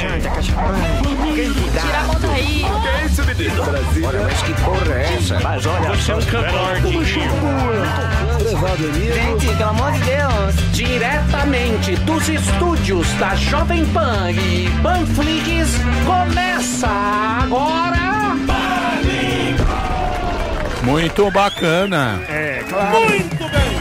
Tira a mão daí. Que é isso, menino? Brasil. Olha, mas que porra é essa? Mas olha, você é um cantor de Gente, pelo amor de Deus. Diretamente dos estúdios da Jovem Pan e Panflix, começa agora... Muito bacana. É, claro. Muito bem.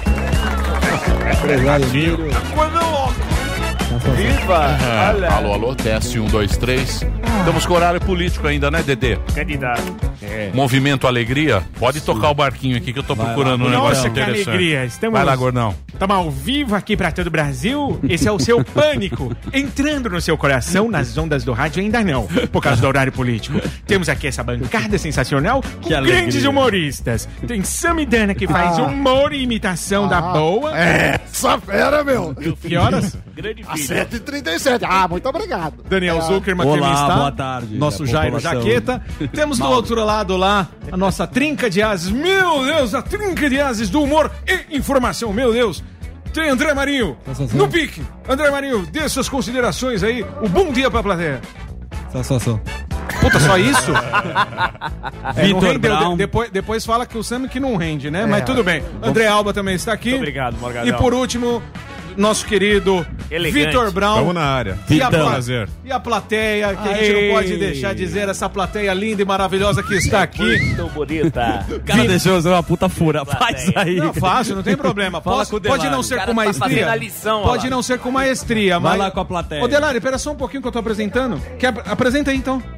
Prezado Emílio. Quando viva! Olha. Alô, alô, teste 1, 2, 3. Estamos com horário político ainda, né, Dedê? Candidato. Movimento Alegria. Pode tocar o barquinho aqui que eu tô procurando um negócio Nossa, que interessante. alegria. Estamos... Vai lá, gordão. Estamos ao vivo aqui para todo o Brasil. Esse é o seu Pânico. Entrando no seu coração, nas ondas do rádio, ainda não, por causa do horário político. Temos aqui essa bancada sensacional com grandes humoristas. Tem Samidana, que faz humor e imitação da boa. Essa fera, meu. Que horas? Grande Às filho. 7h37. Muito obrigado. Daniel Zuckerman, que está. boa tarde. Nosso a Jairo população. Jaqueta. Temos do outro lado lá a nossa trinca de ases. Meu Deus, a trinca de ases do humor e informação. Meu Deus. Tem André Marinho no pique. André Marinho, dê suas considerações aí. O bom dia pra plateia. Satisfação. Puta, só isso? Vitor Brown. Depois fala que o Sam que não rende, né? Mas tudo bem. André Alba também está aqui. Muito obrigado, Morgadão. E por último, nosso querido Elegante. Vitor Brown. Vamos na área. E a, Prazer. e a plateia, que a gente não pode deixar de dizer, essa plateia linda e maravilhosa que está aqui. Muito bonita. O cara deixou eu fazer uma puta fura. Faz aí. Não, fácil, não tem problema. Fala com o Delari. Pode não ser O cara com tá maestria. fazendo a lição, Pode olha lá. não ser com maestria, mas... Vai lá com a plateia. Ô, Delari, pera só um pouquinho que eu tô apresentando. Apresenta aí, então.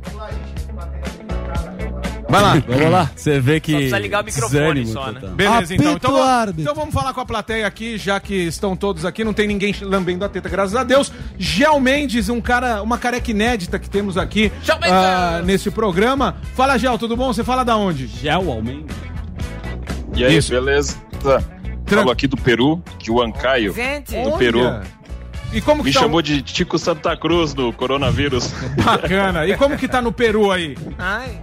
Vai lá. Vamos lá. Você vê que... Só precisa ligar o microfone desânimo só, né? total. Beleza, então. Apito árbitro. Então vamos falar com a plateia aqui, já que estão todos aqui, não tem ninguém lambendo a teta, graças a Deus. Gel Mendes, uma careca inédita que temos aqui Gel Mendes! nesse programa. Fala, Gel, tudo bom? Você fala da onde? Gel aumenta. E aí, Isso. beleza? Falo aqui do Peru, que o Ancaio Gente, do Peru E como que me tá chamou de Tico Santa Cruz no coronavírus. Bacana. E como que tá no Peru aí? ai,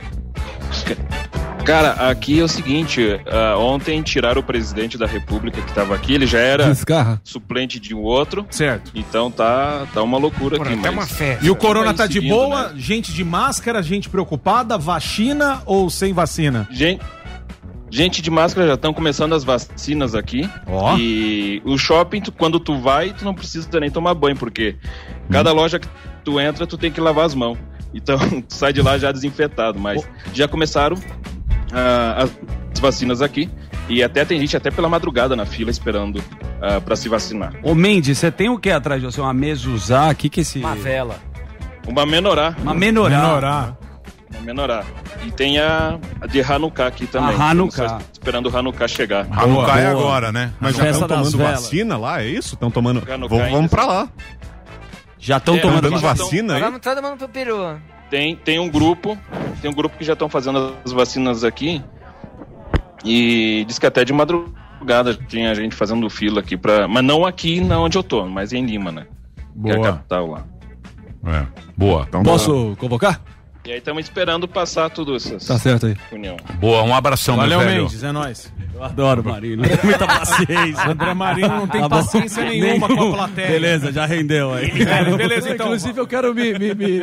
Cara, aqui é o seguinte, ontem tiraram o presidente da República que tava aqui, ele já era Descarra. suplente de um outro, Certo. então tá uma loucura aqui, mas... E o corona tá de seguindo, boa? né? Gente de máscara, gente preocupada, vacina ou sem vacina? Gente de máscara, já estão começando as vacinas aqui. Ó. E o shopping, quando tu vai, tu não precisa nem tomar banho, porque cada loja que tu entra, tu tem que lavar as mãos. Então, tu sai de lá já desinfetado. Mas já começaram as vacinas aqui. E até tem gente até pela madrugada na fila esperando pra se vacinar. Ô, Mendes, você tem o que atrás de você? Uma mezuzá? O que é esse... Uma vela. Uma menorá. Uma menorá. Uma menorá. E tem a de Hanukkah aqui também. A Hanukkah. Estamos esperando o Hanukkah chegar. Hanukkah é boa. agora, né? Mas já Festa estão das tomando velas. vacina lá, é isso? Estão tomando... Hanukkah Vamos ainda. pra lá. Já estão Estão tomando dando vacina? vacina aí? vamos todo mundo pro Peru. Tem um grupo que já estão fazendo as vacinas aqui. E diz que até de madrugada tinha gente fazendo fila aqui pra... Mas não aqui onde eu tô, mas em Lima, né? Que é a Boa. capital lá. É. Boa. Então, Posso convocar? E aí estamos esperando passar tudo isso. Tá certo aí. União. Boa, um abração, Valeu, meu velho. Mendes, é nóis. Eu adoro o Marinho. Não tem muita paciência. André Marinho não tem Tá bom. paciência nenhuma com a plateia. Beleza, já rendeu aí. Beleza, então. Inclusive, eu quero me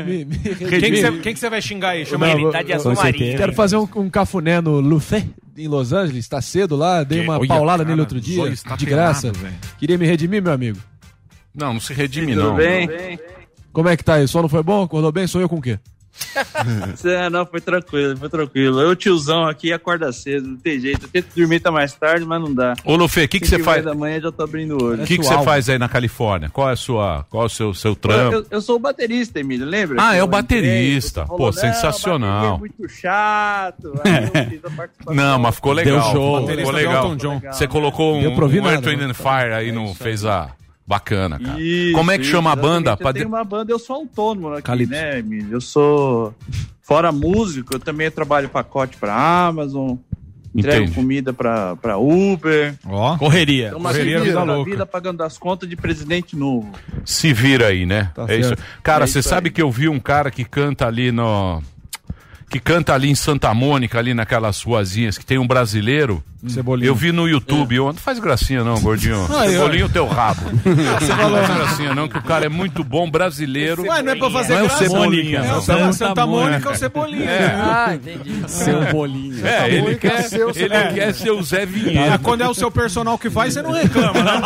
Quem que você vai xingar aí? Chama Não, ele. Ele tá de azul marinho. Quero fazer um cafuné no Lufé, em Los Angeles. Tá cedo lá, dei uma Olha, paulada cara, nele outro dia, Zoe está de pelado, graça. velho. Queria me redimir, meu amigo. Não se redime, não. Como é que tá aí? O sono foi bom? Acordou bem? Sonhou com o quê? Não, foi tranquilo. Eu, tiozão aqui, acorda cedo, não tem jeito. Eu tento dormir tá mais tarde, mas não dá. Ô, Lufê, o que você faz? Da manhã já tô abrindo o olho. O que você faz aí na Califórnia? Qual é o seu trampo? Eu sou o baterista, Emílio, lembra? Ah, é o Eu entrei, baterista. você falou, Pô, não, sensacional. bateria é muito chato. Aí eu fiz a participação. Não, mas ficou legal. Deu show. Ficou legal. Elton John. Você colocou Deu pra ouvir um nada, Earth, Wind né? and Fire aí, fez a... Bacana, cara. Isso, Como é que chama a banda? Eu tenho uma banda, eu sou autônomo aqui, Calypso. né, Emílio? Eu sou, fora músico, eu também trabalho pacote pra Amazon, entrego Entendi. comida pra Uber. Ó. Correria. Então, uma Correria, vida vida na louca. vida pagando as contas de presidente novo. Se vira aí, né? Tá É isso. certo. Cara, É você isso sabe aí. que eu vi um cara que canta ali no... que canta ali em Santa Mônica, ali naquelas ruazinhas, que tem um brasileiro. Cebolinha. Eu vi no YouTube ontem. Não faz gracinha não, gordinho. Cebolinha o teu rabo. Não faz gracinha não, que o cara é muito bom, brasileiro. Ué, não é pra fazer não é o graça. Cebolinha. É o Santa Mônica ou Cebolinha. Ah, entendi. Cebolinha. Ele quer ser o Zé Vinhedo. Quando é o seu personal que faz, você não reclama, né?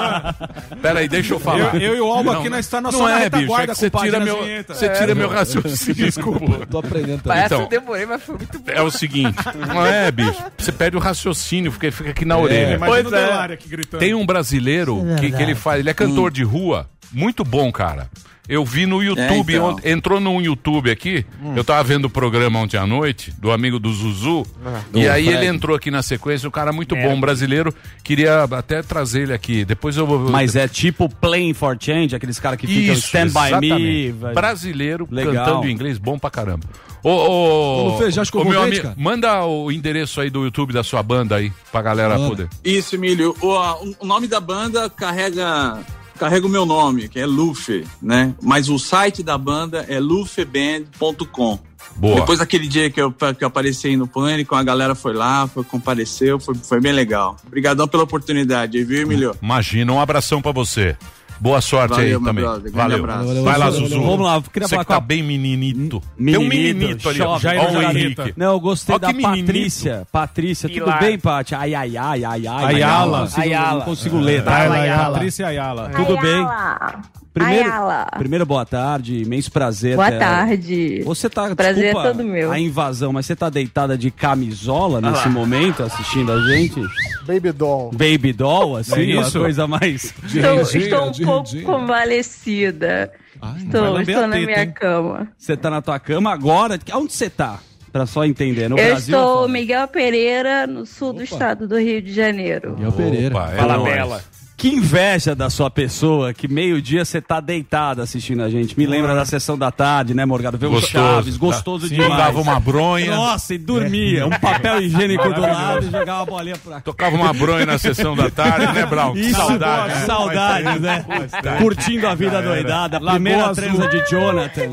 Peraí, deixa eu falar. Eu e o Alba aqui, nós estamos na Não sua é, bicho, é retaguarda, que você tira meu, você tira meu raciocínio. Desculpa. Tô aprendendo também. Essa Então, eu demorei, mas foi muito bom. É o seguinte, não é, bicho? Você perde o raciocínio, porque fica aqui na orelha. Imagina o Delari aqui gritando. Tem um brasileiro que ele faz, ele é cantor de rua, muito bom, cara. Eu vi no YouTube, entrou no YouTube aqui, eu tava vendo o programa ontem à noite, do amigo do Zuzu, e aí ele entrou aqui na sequência, um cara muito bom, brasileiro, queria até trazer ele aqui, depois eu vou... Mas é tipo Playing for Change, aqueles caras que ficam Isso, Stand By exatamente. Me. Brasileiro, Legal. cantando em inglês, bom pra caramba. Fê, já escovou meu o dente, amigo, cara? manda o endereço aí do YouTube da sua banda aí, pra galera poder. Isso, Emílio. O nome da banda carrega o meu nome, que é Luffy, né? Mas o site da banda é luffyband.com. Boa. Depois daquele dia que eu apareci aí no Pânico, a galera foi lá, compareceu, foi bem legal. Obrigadão pela oportunidade, viu, Emílio? Imagina, um abração pra você. Boa sorte Valeu, aí meu também. brother. Grande Valeu. abraço. Vai lá, Zuzu. Vamos lá, queria Você falar que tá com a- bem meninito. Tem um Meninito, meninito ali, ó. jovem. Ó o Jair Henrique. Não, eu gostei Ó, da que meninito. Patrícia. Patrícia, tudo Pilar. bem, Paty? Ai. Ayala. Não consigo ler, tá? Ayala. Patrícia Ayala. Tudo bem? Primeiro, Ayala. primeiro, boa tarde, imenso prazer. Boa ter- tarde. Você tá, Prazer desculpa é todo meu. a invasão, mas você tá deitada de camisola nesse momento, assistindo a gente? Baby doll. Baby doll, assim, É uma isso? coisa mais... Estou um pouco convalescida. vai Estou lamber a na teta, minha hein? cama. Você tá na tua cama agora? Onde você tá? Pra só entender, no Eu Brasil? estou ou fora? Miguel Pereira, no sul do estado do Rio de Janeiro. Miguel Pereira. Opa, é Fala, nóis. Bela. Que inveja da sua pessoa, que meio-dia você tá deitada assistindo a gente. Me lembra da sessão da tarde, né, Morgado? Ver o Gostoso. Chaves, gostoso demais. Jogava uma bronha. Nossa, e dormia. Um papel higiênico do lado e jogava uma bolinha pra cá. Tocava uma bronha na sessão da tarde, né, Brown? Que Isso, saudade. né? saudades, né? Curtindo a vida doidada. A primeira transa de Jonathan.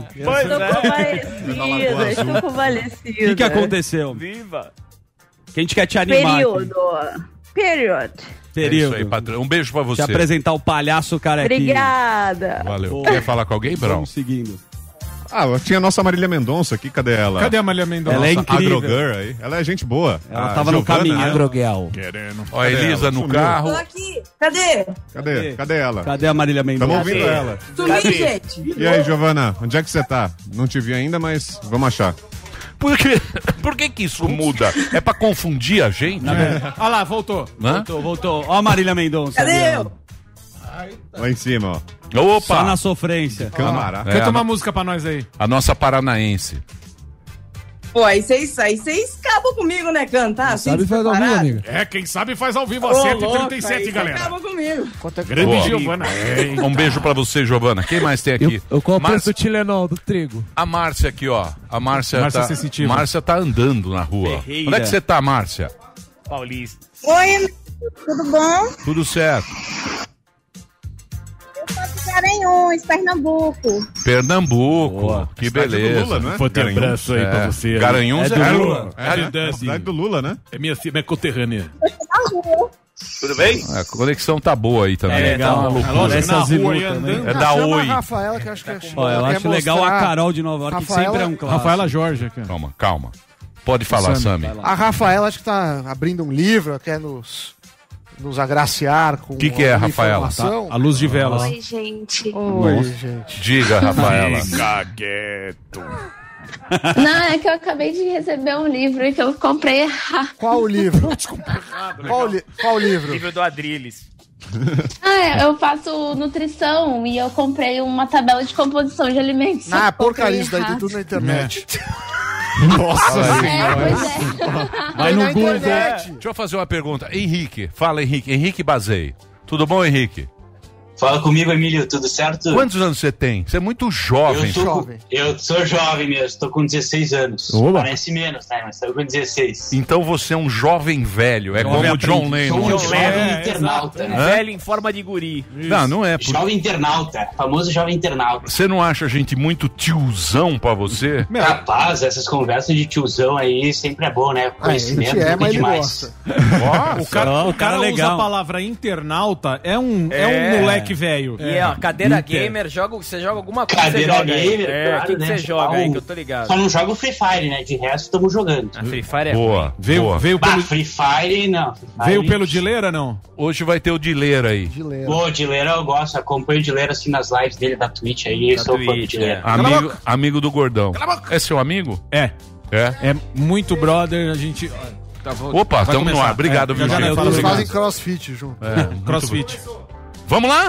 Estou convalescida. O que aconteceu? Viva! Que a gente quer te animar. Período. É Período. isso aí, patrão. Um beijo pra Te você. apresentar o palhaço carequinha. Obrigada. Valeu. Boa. Quer falar com alguém, Brown? Vamos seguindo. Tinha a nossa Marília Mendonça aqui, cadê ela? Cadê a Maria Mendonça? Ela é incrível. Agrogirl aí. Ela é gente boa. Ela A tava no Giovana, caminho. né? Agroguel. Ó, a Elisa ela? no Sumiu. carro. aqui. Cadê? Cadê ela? Cadê a Marília Mendonça? Estamos ouvindo ela. Sumi, gente. E aí, Giovana, onde é que você tá? Não te vi ainda, mas vamos achar. Por que isso muda? É pra confundir a gente? Olha lá, voltou. Hã? Voltou. Ó a Marília Mendonça. Cadê ali, ó. Lá em cima, ó. Opa! Só na sofrência. Camará. É, Canta a, uma música pra nós aí. a nossa paranaense. Pô, aí vocês acabam comigo, né? Cantar assim. Sabe faz ao vivo, amiga? É, quem sabe faz ao vivo às 7h37, galera. Acabam comigo. Grande Boa. Giovana. Um beijo pra você, Giovana. Quem mais tem aqui? Qual o preço Márcia- do Tilenol, do trigo? A Márcia aqui, ó. A Márcia Márcia tá... Sensitiva. Márcia tá andando na rua. Ferreira. Onde é que você tá, Márcia? Paulista. Oi, tudo bom? Tudo certo. Eu sou de Garanhuns, Pernambuco. Pernambuco. Boa. Que Cidade do beleza. Lula, não é? Forte Garanhuns. abraço aí pra você. Garanhuns É do Lula. É a cidade do Lula, né? É minha conterrânea. Tudo bem? A conexão tá boa aí também. legal. Tá uma loucura. Parece na a rua Zilu aí também. andando. É da Chama Oi. a Rafaela, que eu acho que Ó, eu acho legal a Carol de Nova York, que Rafaela- sempre é um clássico. Rafaela Jorge aqui. Calma. Pode falar, Sami. A Rafaela acho que tá abrindo um livro, quer nos agraciar com Que é, alguma Rafaela? informação. A luz de velas. Oi, gente. Oi, gente. Diga, Rafaela. Fica quieto. Não, é que eu acabei de receber um livro que eu comprei. Qual o livro? Desculpa. Qual livro? Nível do Adrilles. Eu faço nutrição e eu comprei uma tabela de composição de alimentos. Ah, Eu comprei porcaria, isso daí tem errado. tudo na internet. Nossa Pois é. Vai no Google. Deixa eu fazer uma pergunta. Henrique, fala Henrique. Henrique Bazei. Tudo bom, Henrique? Fala comigo, Emílio, tudo certo? Quantos anos você tem? Você é muito jovem. Eu sou jovem mesmo, tô com 16 anos. Oba. Parece menos, né? Mas tô com 16. Então você é um jovem velho, é como o John Lennon. Sou um jovem internauta. Um velho em forma de guri. Não é. Jovem internauta, famoso jovem internauta. Você não acha a gente muito tiozão pra você? Rapaz, essas conversas de tiozão aí sempre é bom, né? Conhecimento nunca é demais. O cara usa a palavra internauta, é um moleque velho. E a cadeira gamer, você joga alguma coisa? Cadeira gamer, claro, o que você joga aí, que eu tô ligado. Só não joga o Free Fire, né? De resto, estamos jogando. A Free Fire é boa. Veio pelo... Free Fire, não. Veio pelo Dileira, não? Hoje vai ter o Dileira aí. Pô, Dileira eu gosto, acompanho o Dileira assim nas lives dele da Twitch aí, sou fã do Dileira. Amigo do Gordão. É seu amigo? É. É muito brother, a gente... Opa, estamos no ar. Obrigado, viu, gente? Eles fazem crossfit junto. Crossfit. Vamos lá?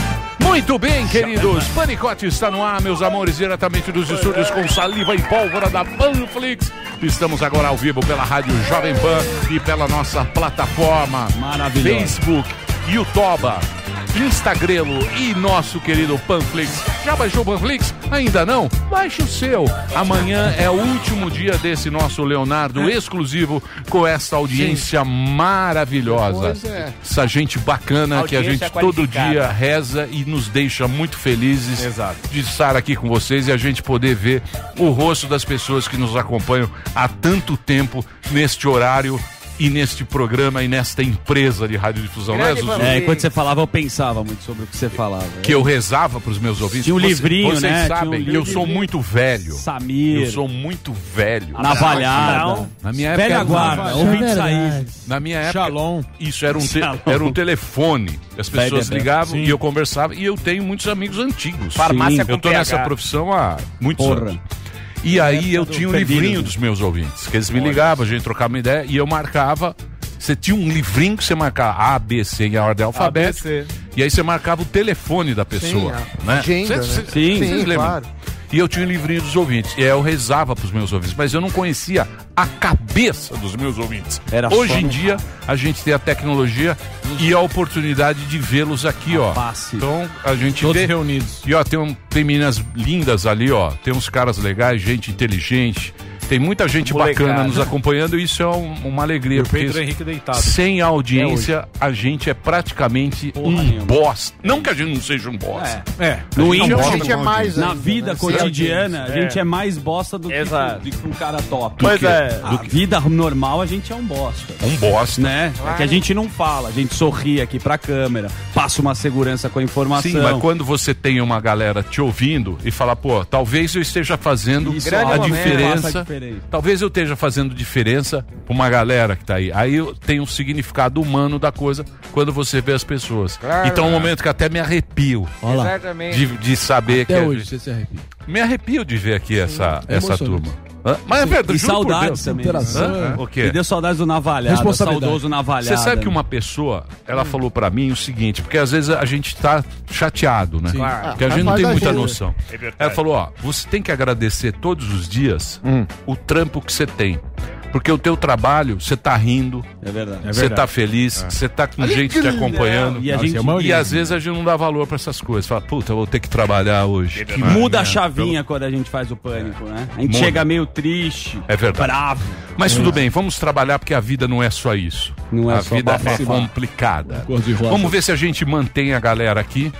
Muito bem, queridos. Panicote está no ar, meus amores, diretamente dos estúdios com saliva e pólvora da Panflix. Estamos agora ao vivo pela Rádio Jovem Pan e pela nossa plataforma Facebook, YouTube, Instagrelo e nosso querido Panflix. Já baixou o Panflix? Ainda não? Baixe o seu. Amanhã é o último dia desse nosso Leonardo exclusivo com essa audiência maravilhosa. Essa gente bacana que a gente todo dia reza e nos deixa muito felizes de estar aqui com vocês e a gente poder ver o rosto das pessoas que nos acompanham há tanto tempo neste horário e neste programa e nesta empresa de radiodifusão. Enquanto você falava, eu pensava muito sobre o que você falava. Que eu rezava para os meus ouvintes. Tinha um livrinho, vocês né? sabem que eu sou muito velho. Samir. Eu sou muito velho. Navalhada. Na minha época... Velha guarda. Ouvinte sair. Na minha época... Shalom. Isso era um telefone. As pessoas ligavam e eu conversava. E eu tenho muitos amigos antigos. Farmácia Eu tô nessa profissão há muitos anos. E aí eu tinha um livrinho dos meus ouvintes, que eles me ligavam, a gente trocava uma ideia e eu marcava. Você tinha um livrinho que você marcava A, B, C em ordem alfabética. E aí você marcava o telefone da pessoa. Né? Agenda, Vocês lembram? Claro. E eu tinha um livrinho dos ouvintes. E aí eu rezava pros meus ouvintes, mas eu não conhecia a cabeça dos meus ouvintes. Hoje em dia, a gente tem a tecnologia e a oportunidade de vê-los aqui, ó. Então, a gente todos vê... reunidos. E ó, tem meninas lindas ali, ó. Tem uns caras legais, gente inteligente. Tem muita gente bacana nos acompanhando e isso é uma alegria. E o Pedro Henrique deitado. Sem a audiência, a gente é praticamente bosta. Não que a gente não seja um bosta. No íntimo, a gente é mais na ainda, vida né? cotidiana, a gente é mais bosta do que um cara top. Pois A vida normal, a gente é um bosta. Um bosta. Né? É que a gente não fala, a gente sorri aqui pra câmera, passa uma segurança com a informação. Sim, mas quando você tem uma galera te ouvindo e fala, pô, talvez eu esteja fazendo a diferença. Talvez eu esteja fazendo diferença pra uma galera que tá aí. Aí tem um significado humano da coisa quando você vê as pessoas. Claro, então é um momento que até me arrepio. Exatamente. De saber Até que... hoje, você se arrepia. Me arrepio de ver aqui essa turma. Mas é verdade, e saudades também. O quê? Me deu saudades do Navalhada, saudoso Navalhada. Você sabe que uma pessoa, ela falou pra mim o seguinte, porque às vezes a gente tá chateado, né? Claro. Porque a gente não tem muita noção. É Ela falou, ó, você tem que agradecer todos os dias o trampo que você tem. Porque o teu trabalho, você tá rindo, você tá feliz, você tá com gente te acompanhando. E às vezes a gente não dá valor pra essas coisas. Fala, puta, eu vou ter que trabalhar hoje. Muda a chavinha quando a gente faz o pânico, né? A gente chega meio triste, bravo. Mas tudo bem, vamos trabalhar porque a vida não é só isso. Não é a só vida é complicada. Vamos ver se a gente mantém a galera aqui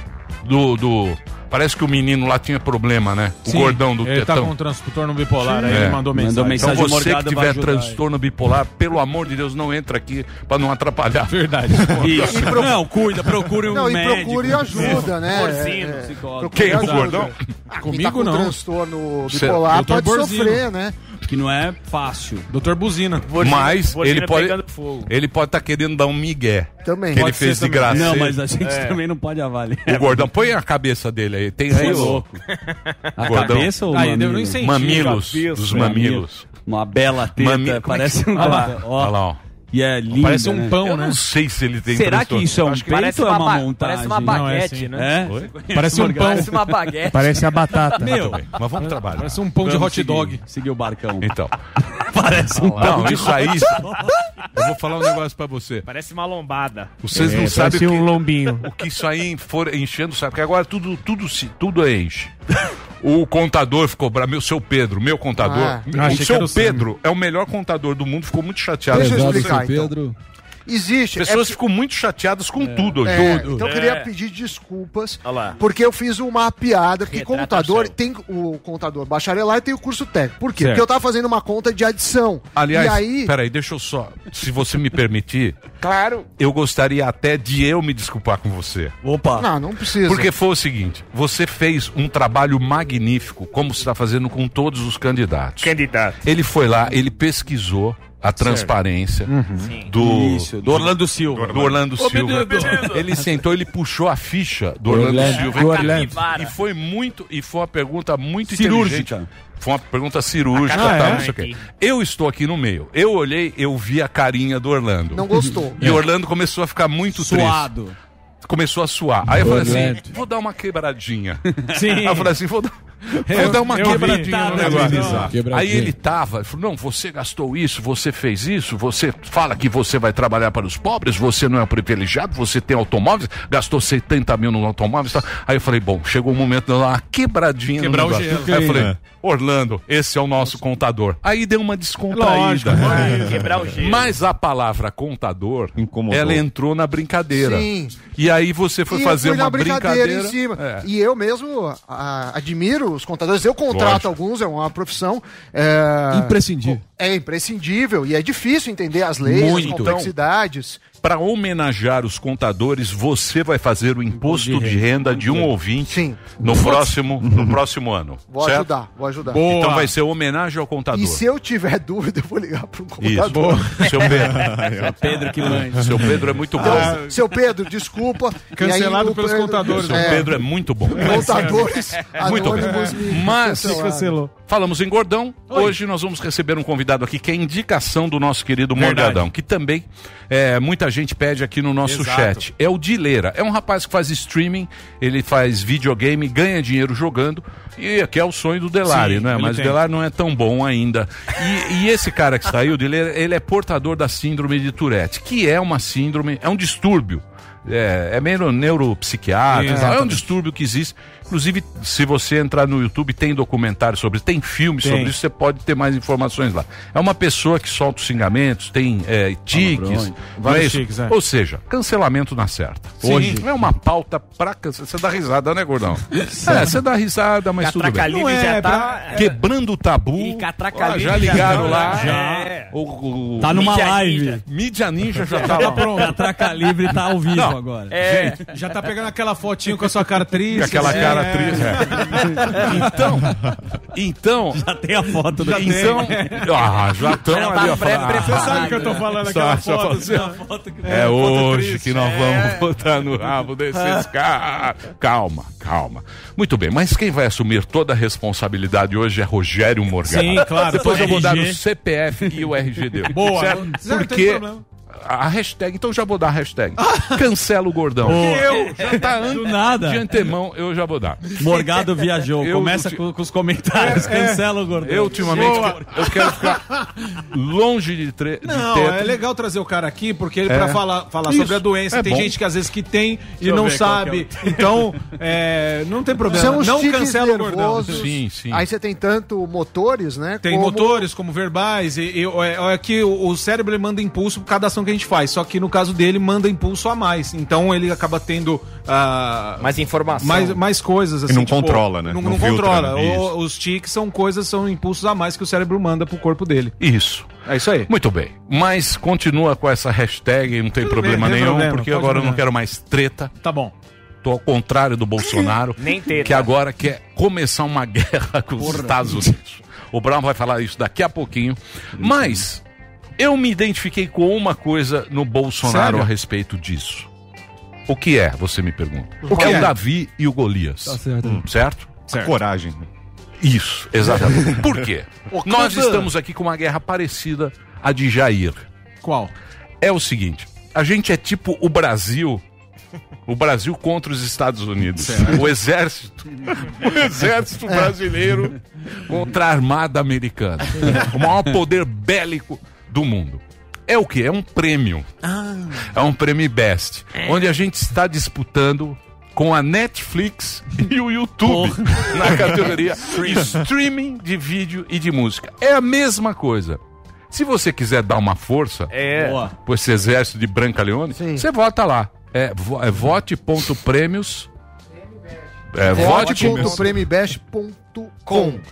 Parece que o menino lá tinha problema, né? O gordão do ele tetão. Ele tá com um transtorno bipolar, aí ele mandou mensagem. Então você que tiver transtorno bipolar, pelo amor de Deus, não entra aqui pra não atrapalhar. Verdade. Isso. Não, procure um médico. E procure ajuda, né? Quem é o gordão? Comigo tá com não. Transtorno bipolar pode sofrer, né? Que não é fácil. Doutor Buzina. Mas ele pode estar querendo dar um migué. Também. Que ele fez de graça. Não, mas a gente também não pode avaliar. O gordão, põe a cabeça dele aí. Tem aí louco. A gordão. Cabeça ou mamilo? Mamilos. Dos mamilos. Uma bela teta. Parece um... Olha lá, ó. E é linda, parece um pão, Eu né? não sei se ele tem Será que isso é um peito ou é uma montagem? Parece uma baguete, Não, né? Parece um pão. Parece uma baguete. Parece a batata. Meu, mas vamos trabalhar. Parece um pão de hot dog. Seguir o barcão. Então. Parece um pão Não, de isso aí. Eu vou falar um negócio pra você. Parece uma lombada. Vocês não sabem parece um lombinho. o que isso aí for enchendo, sabe? Porque agora tudo enche. O contador ficou bravo, meu contador. O seu Pedro é o melhor contador do mundo, ficou muito chateado. Deixa eu com explicar, você. então. Existe. As pessoas ficam muito chateadas com tudo. Então eu queria pedir desculpas, porque eu fiz uma piada, porque contador tem o contador bacharelado e tem o curso técnico. Por quê? Certo. Porque eu tava fazendo uma conta de adição. Aliás, e aí... peraí, deixa eu só, se você me permitir, claro, eu gostaria até de eu me desculpar com você. Opa! Não precisa. Porque foi o seguinte, você fez um trabalho magnífico, como você está fazendo com todos os candidatos. Ele foi lá, ele pesquisou a transparência do Orlando Silva. Do Orlando Silva. Ele sentou, ele puxou a ficha do Orlando Silva. E foi uma pergunta muito cirúrgica. inteligente. Foi uma pergunta cirúrgica, não sei o quê. Eu estou aqui no meio. Eu olhei, eu vi a carinha do Orlando. Não gostou. E o Orlando começou a ficar muito suado. triste. Começou a suar. Aí eu falei assim, vou dar uma quebradinha. Sim. Aí eu falei assim, vou dar uma quebradinha no negócio. Aí ele falou, não, você gastou isso, você fez isso, você fala que você vai trabalhar para os pobres, você não é um privilegiado, você tem automóveis, gastou 70 mil nos automóveis. Tá? Aí eu falei, bom, chegou o momento de dar uma quebradinha no negócio. Aí eu falei, Orlando, esse é o nosso contador. Aí deu uma descontraída. Quebrar o gelo. Mas a palavra contador, ela entrou na brincadeira. Sim. E aí você foi fazer uma brincadeira em cima. E eu mesmo admiro os contadores. Eu contrato alguns, é uma profissão imprescindível. É imprescindível e é difícil entender as leis, as complexidades. Para homenagear os contadores, você vai fazer o imposto de renda de um ouvinte no próximo ano. Vou ajudar. Boa. Então vai ser homenagem ao contador. E se eu tiver dúvida, eu vou ligar para um contador. Isso. Seu Pedro. Pedro que manja. Seu Pedro é muito bom. Seu Pedro, desculpa. Cancelado pelos contadores. Seu Pedro é muito bom. Contadores muito bom. Mas falamos em Gordão. Hoje nós vamos receber um convidado aqui que é a indicação do nosso querido Morgadão, que também muita gente pede aqui no nosso chat. É o Dileira. É um rapaz que faz streaming, ele faz videogame, ganha dinheiro jogando. E aqui é o sonho do Delari, né? Mas o Delari não é tão bom ainda. E esse cara que está aí, o Dileira, ele é portador da síndrome de Tourette, que é uma síndrome, é um distúrbio. É meio neuropsiquiátrico, é um distúrbio que existe. Inclusive, se você entrar no YouTube, tem documentário sobre isso, tem filmes sobre isso, você pode ter mais informações lá. É uma pessoa que solta os xingamentos, tem tiques, vários tiques, Ou seja, cancelamento na certa. Hoje é uma pauta pra cancelar. Você dá risada, né, Gordão? Você dá risada, mas tudo bem. Não já tá quebrando o tabu. Já ligaram lá. Tá numa live. Mídia Ninja já tá lá. Pronto. Catraca Livre tá ao vivo agora. Gente, já tá pegando aquela fotinho com a sua cara triste. Com aquela cara triste. Então. Já tem a foto do já estão ali. Você sabe o que eu tô falando, aquela foto. É hoje que nós vamos botar no rabo desses caras. Calma. Muito bem, mas quem vai assumir toda a responsabilidade hoje é Rogério Morgado. Sim, claro. Depois eu vou dar o CPF e o RG dele. Boa. Certo? Porque a hashtag, então já vou dar a hashtag. Cancela o Gordão. Já tá do nada. De antemão, eu já vou dar. Morgado viajou. Começa com os comentários. Cancela o Gordão. Eu, ultimamente, eu quero ficar longe de ter. É legal trazer o cara aqui, porque ele pra falar sobre a doença. Tem gente que às vezes que tem e não sabe. Então, não tem problema. Não cancela o Gordão. Sim. Aí você tem tanto motores, né? Tem motores como verbais. Aqui o cérebro ele manda impulso por cada ação que a gente faz, só que no caso dele manda impulso a mais, então ele acaba tendo mais informação, mais coisas assim, e não controla, né? Não controla. Os tiques são impulsos a mais que o cérebro manda pro corpo dele. Isso. É isso aí. Muito bem. Mas continua com essa hashtag, não tem problema nenhum, porque agora eu não quero mais treta. Tá bom. Tô ao contrário do Bolsonaro, que agora quer começar uma guerra com os Estados Unidos. O Brown vai falar isso daqui a pouquinho. Mas eu me identifiquei com uma coisa no Bolsonaro a respeito disso. O que é, você me pergunta? O Davi e o Golias. Tá certo. Certo? A coragem. Isso, exatamente. Por quê? Nós estamos aqui com uma guerra parecida à de Jair. Qual? é o seguinte, a gente é tipo o Brasil contra os Estados Unidos. O exército brasileiro contra a armada americana. O maior poder bélico do mundo. É o quê? É um prêmio. É um prêmio Best, onde a gente está disputando com a Netflix e o YouTube na categoria streaming de vídeo e de música. É a mesma coisa. Se você quiser dar uma força por esse exército de Brancaleone, você vota lá. Vote.prêmios. Vote.premibest.com.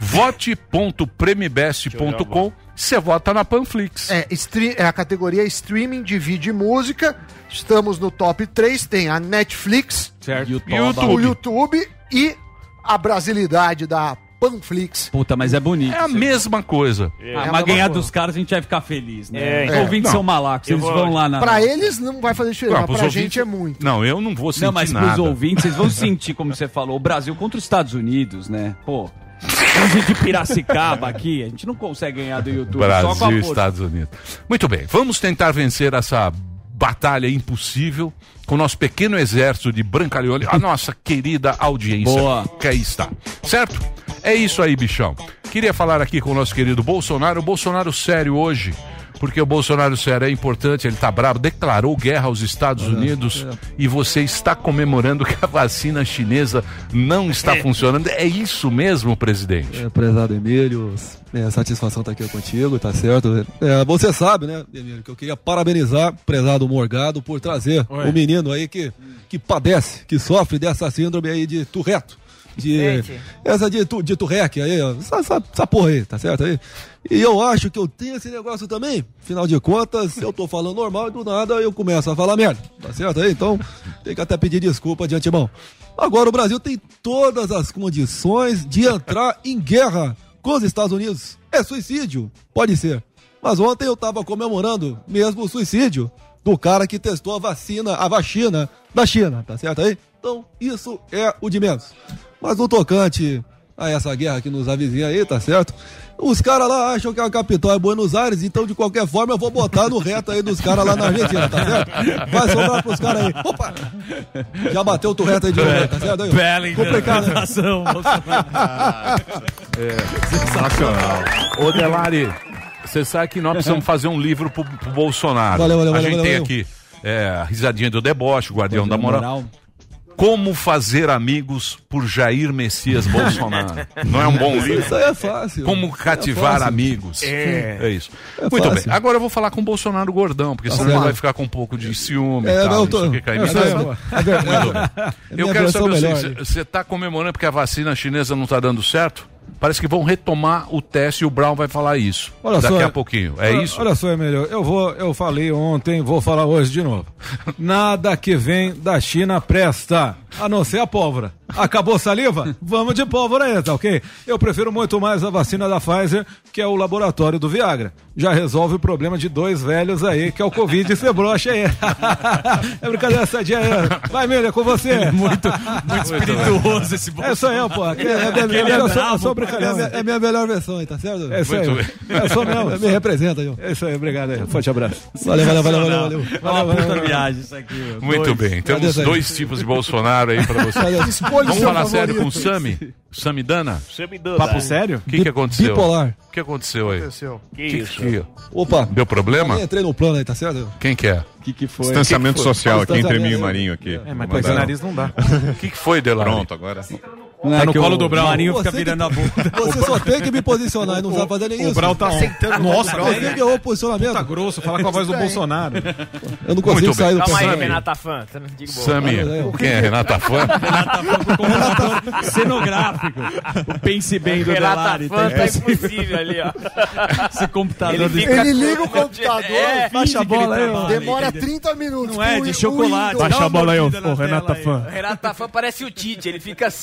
Vote.premibest.com. Você vota na Panflix. É a categoria streaming de vídeo e música. Estamos no top 3. Tem a Netflix, o YouTube e a brasilidade da Panflix. Puta, mas é bonito. É a mesma coisa. Mas ganhar dos caros a gente vai ficar feliz, né? Os ouvintes são malacos, eles vão lá na... Pra eles não vai fazer diferença, mas pra gente é muito. Não, eu não vou sentir nada. Não, mas pros ouvintes, vocês vão sentir, como você falou, o Brasil contra os Estados Unidos, né? Pô, de Piracicaba aqui, a gente não consegue ganhar do YouTube. Brasil só com a e Estados Unidos. Muito bem, vamos tentar vencer essa batalha impossível com o nosso pequeno exército de Brancaleone, a nossa querida audiência que aí está, certo? É isso aí, bichão. Queria falar aqui com o nosso querido Bolsonaro, o Bolsonaro sério hoje, porque o Bolsonaro sério é importante, ele tá bravo, declarou guerra aos Estados Unidos e você está comemorando que a vacina chinesa não está funcionando. É isso mesmo, presidente? Prezado Emílio, satisfação estar aqui contigo, tá certo? Você sabe, né, Emílio, que eu queria parabenizar o prezado Morgado por trazer o menino aí que padece, que sofre dessa síndrome aí de Tourette. De Tourette aí, essa porra aí, tá certo aí? E eu acho que eu tenho esse negócio também. Afinal de contas, eu tô falando normal e do nada eu começo a falar merda, tá certo aí? Então, tem que até pedir desculpa de antemão. Agora, o Brasil tem todas as condições de entrar em guerra com os Estados Unidos. É suicídio? Pode ser. Mas ontem eu tava comemorando mesmo o suicídio do cara que testou a vacina da China, tá certo aí? Então, isso é o de menos. Mas no tocante a essa guerra que nos avizinha aí, tá certo? Os caras lá acham que a capital é Buenos Aires, então de qualquer forma eu vou botar no reto aí dos caras lá na Argentina, tá certo? Vai sobrar pros caras aí. Opa! Já bateu o Tourette aí de novo, tá certo? Aí, bela interpretação. Sensacional. Ô, Delari, você sabe que nós precisamos fazer um livro pro Bolsonaro. Valeu. A gente tem aqui a Risadinha do Deboche, o Guardião da Moral. Como fazer amigos por Jair Messias Bolsonaro. Não é um bom livro? Isso aí é fácil. Como cativar amigos. É isso. Muito bem. Agora eu vou falar com o Bolsonaro gordão, porque senão ele vai ficar com um pouco de ciúme e tal. Eu quero saber assim, você está comemorando porque a vacina chinesa não está dando certo? Parece que vão retomar o teste e o Brown vai falar isso daqui a pouquinho. É isso? Olha só, Emílio, eu falei ontem, vou falar hoje de novo. Nada que vem da China presta, a não ser a pólvora. Acabou saliva? Vamos de pólvora aí, tá ok? Eu prefiro muito mais a vacina da Pfizer, que é o laboratório do Viagra. Já resolve o problema de 2 velhos aí, que é o Covid e sebrocha aí. É brincadeira, sadia aí. Vai, Emílio, é com você. Muito espirituoso esse Bolsonaro. É isso aí, pô. É minha melhor versão aí, tá certo? É isso aí. É só mesmo. Me representa, viu? É isso aí, obrigado aí. Forte abraço. Valeu. Puta viagem isso aqui, meu. Muito bem. Temos 2 tipos de Bolsonaro aí pra você. Vamos falar sério com o Samidana? Papo sério? O que aconteceu? Bipolar. O que aconteceu aí? Que isso? Opa. Deu problema? Eu entrei no plano aí, tá certo? Quem que é? O que foi? Distanciamento social aqui entre mim e o Marinho aqui. Mas com esse nariz não dá. O que foi, Delari? Pronto, agora. Tá no colo do Brown. O Marinho fica virando a bunda. Você só tem que me posicionar e não sabe fazer nem isso. O Brown tá aceitando. Nossa, você ganhou o posicionamento. Tá grosso, fala com a voz do Bolsonaro. Eu não consigo sair do Calma aí, personagem. Renata Fã. Sami, quem é Renata Fã? Renata Fã como relator cenográfico. O pense bem do Delari. Renata Fã tá impossível ali, ó. Esse computador Ele liga o computador, baixa a bola aí, demora 30 minutos. Não é de chocolate. Baixa a bola aí, ô Renata Fã. Renata Fã parece o Tite, ele fica assim, ó, ali, ó.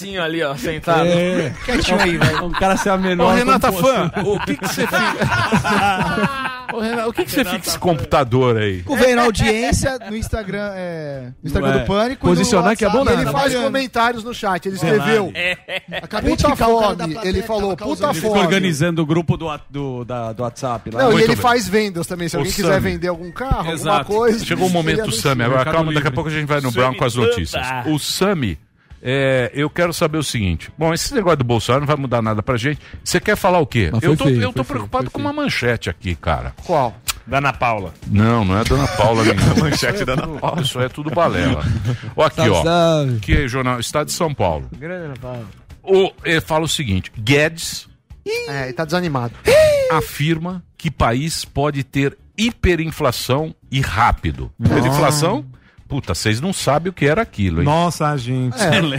ó, sentado. Quietinho aí, velho. Um cara ser a menor. Ô, Renata Fã, o que você fica... Ô, Renato, o que você fica com esse computador aí? Vem audiência no Instagram, do Pânico. Posicionar que é bom, né? Ele faz comentários. comentários no chat. Ele escreveu. Acabei de ficar fome. Ele falou, puta Ele fica fome. organizando o grupo do WhatsApp lá. Não, e Muito ele bem. faz vendas também. Se alguém quiser Sammy. vender algum carro, Exato. alguma coisa. Chegou o momento do Sami. Agora calma, daqui a pouco a gente vai no Brown com as notícias. O Sami, eu quero saber o seguinte. Bom, esse negócio do Bolsonaro não vai mudar nada pra gente. Você quer falar o quê? Mas Eu foi tô preocupado com uma manchete aqui, cara. Qual? Da Ana Paula. Não é Dona Paula nenhuma. Manchete da Ana Paula. Isso é tudo balela. Ó, aqui, ó. Sabe. Que é jornal Estado de São Paulo. Grande Ana Paula. Ele fala o seguinte: Guedes Ele tá desanimado. afirma que país pode ter hiperinflação e rápido. Hiperinflação? Puta, vocês não sabem o que era aquilo, hein? Nossa, gente.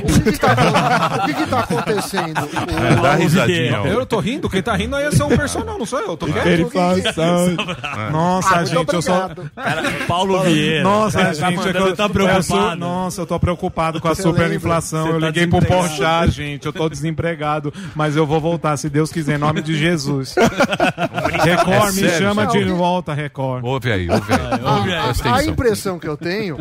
O que tá acontecendo? Dá risadinha, ó. Eu tô rindo, quem tá rindo aí é só um personagem, não sou eu. Tô quieto. Verificação. Nossa, muito gente, eu sou. obrigado. Paulo Vieira. Nossa, gente, é que eu tá preocupado. Nossa, eu tô preocupado com a Você superinflação. lembra? Eu Você tá liguei pro desempregado. Porchat, gente. Eu tô desempregado, mas eu vou voltar, se Deus quiser, em nome de Jesus. Record, me sério, chama de alguém- volta, Record. Ouve aí. Presta A atenção. impressão que eu tenho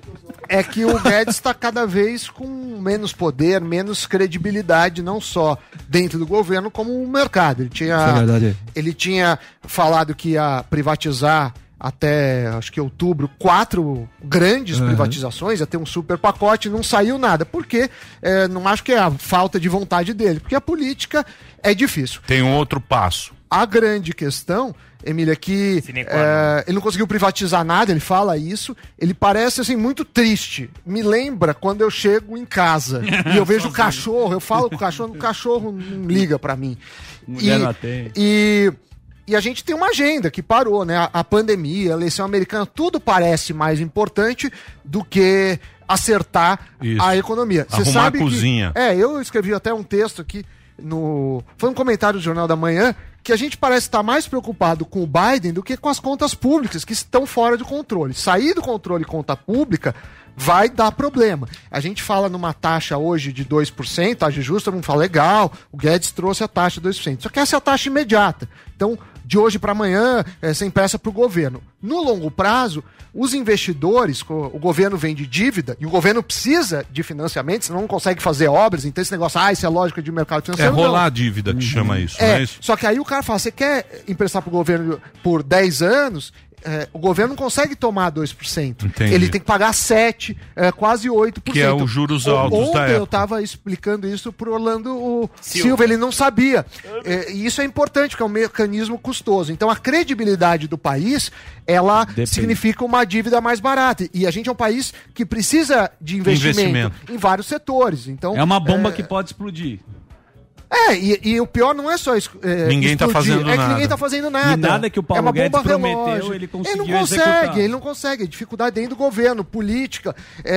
é que o Guedes está cada vez com menos poder, menos credibilidade, não só dentro do governo, como no mercado. Isso é verdade. Ele tinha falado que ia privatizar até, acho que outubro, 4 grandes privatizações, ia ter um super pacote, não saiu nada. Por quê? Não acho que é a falta de vontade dele, porque a política é difícil. Tem um outro passo. A grande questão, Emília, é que ele não conseguiu privatizar nada, ele fala isso, ele parece assim muito triste. Me lembra quando eu chego em casa e eu vejo o cachorro, eu falo com o cachorro não liga pra mim. Mulher não atende. E a gente tem uma agenda que parou, né? A pandemia, a eleição americana, tudo parece mais importante do que acertar Isso. a economia. Você Arrumar sabe a cozinha. eu escrevi até um texto aqui foi um comentário do Jornal da Manhã que a gente parece estar mais preocupado com o Biden do que com as contas públicas que estão fora de controle. Sair do controle conta pública vai dar problema. A gente fala numa taxa hoje de 2%, taxa justa, não fala legal, o Guedes trouxe a taxa de 2%. Só que essa é a taxa imediata. Então, de hoje para amanhã, sem pressa para o governo. No longo prazo, os investidores, o governo vende dívida e o governo precisa de financiamento, senão não consegue fazer obras. Então esse negócio, isso é lógica de mercado É financeiro. rolar não. a dívida que chama isso, não é isso? Só que aí o cara fala, você quer emprestar para o governo por 10 anos, o governo não consegue tomar 2%. Entendi. Ele tem que pagar 7%, quase 8%. Que é os juros altos da Ontem época. eu estava explicando isso pro Orlando Silva, ele não sabia. E isso é importante, porque é um mecanismo custoso. Então a credibilidade do país, ela significa uma dívida mais barata. E a gente é um país que precisa de investimento. Em vários setores. Então, É uma bomba que pode explodir. E o pior não é só isso. Ninguém tá fazendo que nada. ninguém tá fazendo nada. E nada que o Paulo é uma Guedes bomba prometeu, relógio. ele conseguiu Ele não consegue, executar. ele não consegue. Dificuldade dentro do governo, política.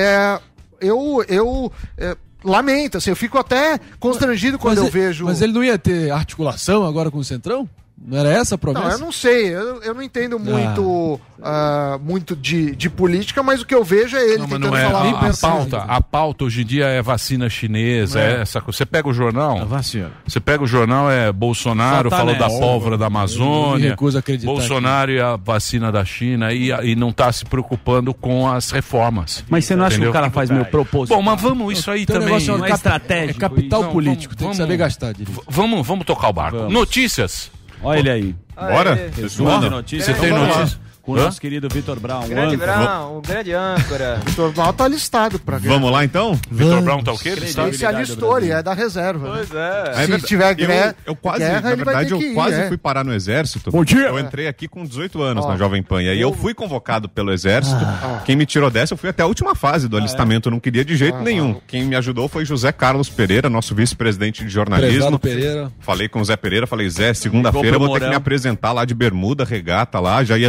Eu lamento, assim, eu fico até constrangido quando eu vejo... Mas ele não ia ter articulação agora com o Centrão? Não era essa a promessa? Não, eu não sei, eu não entendo muito de política, mas o que eu vejo é ele Não, mas tentando não é. falar... A pauta hoje em dia é vacina chinesa, essa coisa. Você pega o jornal, você pega o jornal, Bolsonaro falou da pólvora da Amazônia, recuso a acreditar Bolsonaro e a vacina da China e não está se preocupando com as reformas. Mas você não acha que o cara faz meio propósito? Bom, mas vamos isso aí Tem um também. negócio não é estratégico. É capital Não, político, tem que saber gastar. Vamos tocar o barco. Vamos. Notícias. Olha ele aí. Bora? Manda notícia. Você tem notícia? Com o nosso querido Vitor Brown. Grande âncora. Brown, o grande âncora. Vitor Brown tá listado pra guerra. Vamos lá então? Vitor Brown tá o quê? Ele se alistou, ele é da reserva. Pois Se tiver guerra, eu quase, guerra, na ele vai verdade, ter que eu ir, quase fui parar no exército. Bom dia. Eu entrei aqui com 18 anos na Jovem Pan. E aí eu fui convocado pelo exército. Quem me tirou dessa, eu fui até a última fase do alistamento. Eu não queria de jeito nenhum. Quem me ajudou foi José Carlos Pereira, nosso vice-presidente de jornalismo. Prezado Pereira. Falei com o Zé Pereira, falei, Zé, segunda-feira eu vou ter que me apresentar lá de bermuda, regata lá, já ia ter que começar.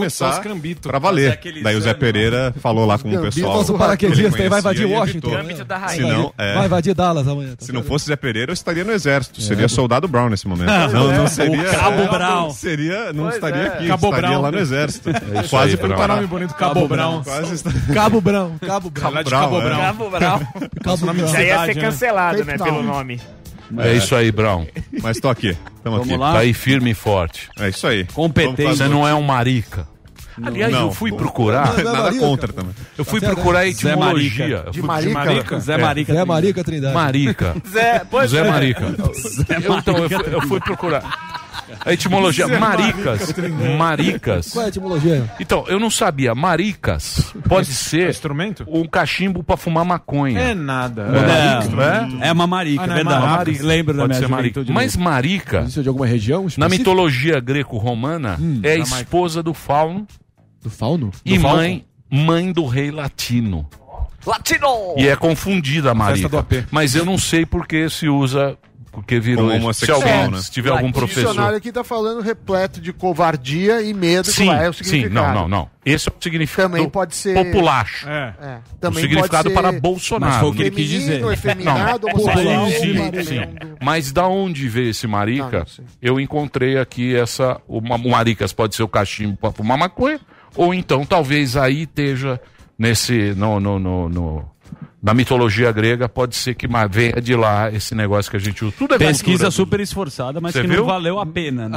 começar pra valer. Daí o Zé Pereira falou lá com o pessoal. Nosso paraquedista aí vai invadir Washington. Vai invadir Dallas amanhã. Se não fosse Zé Pereira, eu estaria no exército. Seria soldado Brown nesse momento. Não seria. O Cabo Brown. Não estaria aqui. Cabo estaria Brown. lá no exército. Quase foi Qual é o nome bonito? Cabo Brown. Cabo Brown. Cabo Brown. Cabo Brown. Já ia ser cancelado, né, pelo nome. É isso aí, Brown. Mas tô aqui. Tamo aqui. Tá aí firme e forte. É isso aí. Competente. Você não é um marica. Aliás, eu fui procurar. Nada contra também. Eu fui procurar a etimologia. De Marica? Zé Marica. Zé Marica Trindade. Marica. Zé Marica. Então, eu fui procurar. A etimologia, maricas. Maricas. Qual é a etimologia? Então, eu não sabia. Maricas pode ser instrumento? Um cachimbo pra fumar maconha. É nada. É uma marica, não é verdade. marica. Lembro da Pode minha ser marica. juventude. Mas marica, Isso é de alguma região na específica? mitologia greco-romana, é a esposa do fauno Do fauno? e mãe do rei latino. Latino! E é confundida a Festa marica. do AP. Mas eu não sei por que se usa, porque virou Como isso. homossexual, Se alguém, né? se tiver algum O professor... dicionário aqui tá falando repleto de covardia e medo. Sim, que é o sim, significado. não. Esse é o significado Também pode ser... populacho. É. O Também significado pode ser para Bolsonaro. Mas foi o que ele quis dizer. feminino, efeminado, Não, homossexual. sim, marido. sim. Mas da onde veio esse marica? Não sei. Eu encontrei aqui o maricas pode ser o cachimbo para fumar maconha, ou então talvez aí esteja nesse na mitologia grega, pode ser que venha de lá esse negócio que a gente usa. Tudo é Pesquisa cultura. super esforçada, mas Você que viu? não valeu a pena. Né?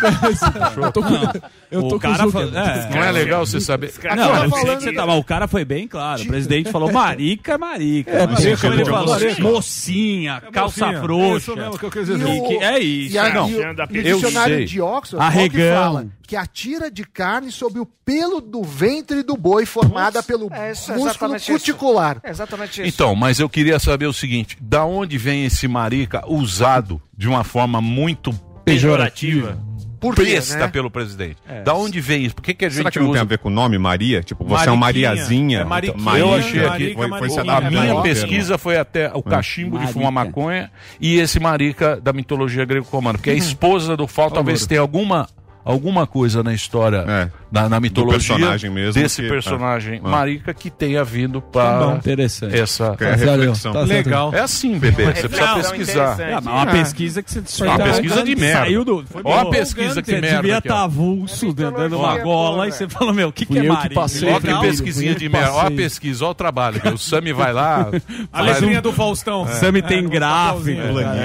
Eu tô o cara com falou. Não é legal você saber. Não, tá eu sei falando que você que- tá, mas o cara foi bem claro. O presidente falou marica. marica, Como ele pô. falou, Marica. mocinha, calça mocinha. frouxa. Isso mesmo que eu quis dizer. É isso. E a, Não, e o, anda e o eu dicionário sei. de Oxford Arregão. fala que a tira de carne sob o pelo do ventre do boi formada pelo isso, músculo exatamente isso. cuticular. É exatamente isso. Então, mas eu queria saber o seguinte: da onde vem esse marica usado de uma forma muito Pejorativa. Por quê, besta né? pelo presidente? Da onde vem isso? Por que a gente Será que não usa? tem a ver com o nome Maria? Tipo, você é uma Mariquinha. Mariazinha. É Mariquinha. Maria, Eu achei aqui, foi se a adaptando minha ao pesquisa foi até o cachimbo de fumar maconha e esse marica da mitologia grego-romana, porque a esposa do Fauno talvez tenha alguma coisa na história, na mitologia personagem mesmo desse que- personagem marica que tenha vindo para Interessante. essa... É a reflexão. Tá certo. Legal. É assim, bebê, você precisa Não, pesquisar. interessante. Uma pesquisa que você Uma pesquisa de merda. Saiu do. Ó a pesquisa que Você merda devia aqui, ó. estar avulso, dando uma gola, e você falou, meu, o que é eu que marica? passei. Ó que Legal. pesquisinha de merda, ó a Passei. pesquisa, ó o trabalho. O Sami vai lá... A letrinha do Faustão. Sammy tem gráfico.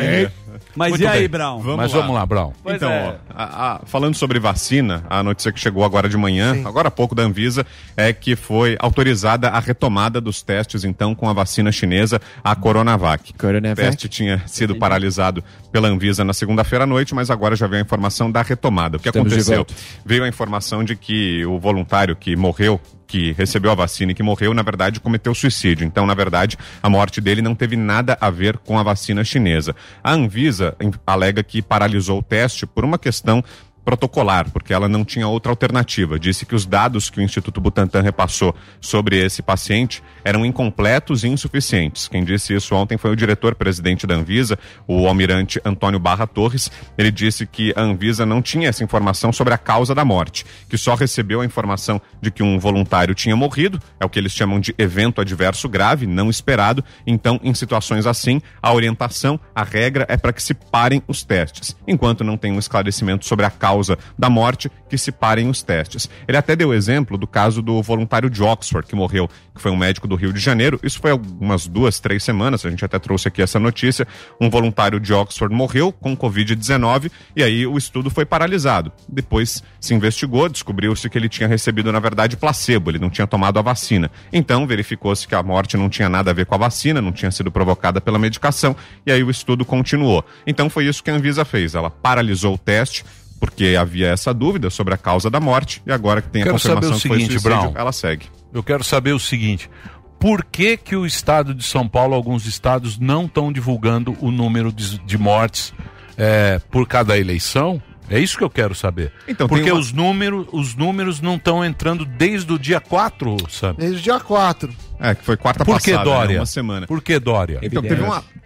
Mas Muito e aí, bem. Brown? Vamos lá, Brown. Então, ó, falando sobre vacina, a notícia que chegou agora de manhã, agora há pouco da Anvisa, é que foi autorizada a retomada dos testes, então, com a vacina chinesa, a Coronavac. O teste tinha sido paralisado pela Anvisa na segunda-feira à noite, mas agora já veio a informação da retomada. O que Estamos de aconteceu? volta. Veio a informação de que o voluntário que morreu, que recebeu a vacina e que morreu, na verdade, cometeu suicídio. Então, na verdade, a morte dele não teve nada a ver com a vacina chinesa. A Anvisa alega que paralisou o teste por uma questão protocolar, porque ela não tinha outra alternativa. Disse que os dados que o Instituto Butantan repassou sobre esse paciente eram incompletos e insuficientes. Quem disse isso ontem foi o diretor-presidente da Anvisa, o almirante Antônio Barra Torres. Ele disse que a Anvisa não tinha essa informação sobre a causa da morte, que só recebeu a informação de que um voluntário tinha morrido, é o que eles chamam de evento adverso grave, não esperado. Então, em situações assim, a orientação, a regra é para que se parem os testes. Enquanto não tem um esclarecimento sobre a causa da morte, que se parem os testes. Ele até deu exemplo do caso do voluntário de Oxford, que morreu, que foi um médico do Rio de Janeiro. Isso foi algumas 2-3 semanas, a gente até trouxe aqui essa notícia. Um voluntário de Oxford morreu com Covid-19 e aí o estudo foi paralisado. Depois se investigou, descobriu-se que ele tinha recebido, na verdade, placebo, ele não tinha tomado a vacina. Então verificou-se que a morte não tinha nada a ver com a vacina, não tinha sido provocada pela medicação, e aí o estudo continuou. Então foi isso que a Anvisa fez, ela paralisou o teste, porque havia essa dúvida sobre a causa da morte, e agora que tem a confirmação que foi suicídio, Brown, ela segue. Eu quero saber o seguinte: por que que o estado de São Paulo, alguns estados, não estão divulgando o número de mortes por cada eleição? É isso que eu quero saber. Então, porque tem uma... os números não estão entrando desde o dia 4, sabe? Desde o dia 4. Que foi quarta Por que passada, Dória? Uma semana. Por que Dória? Então,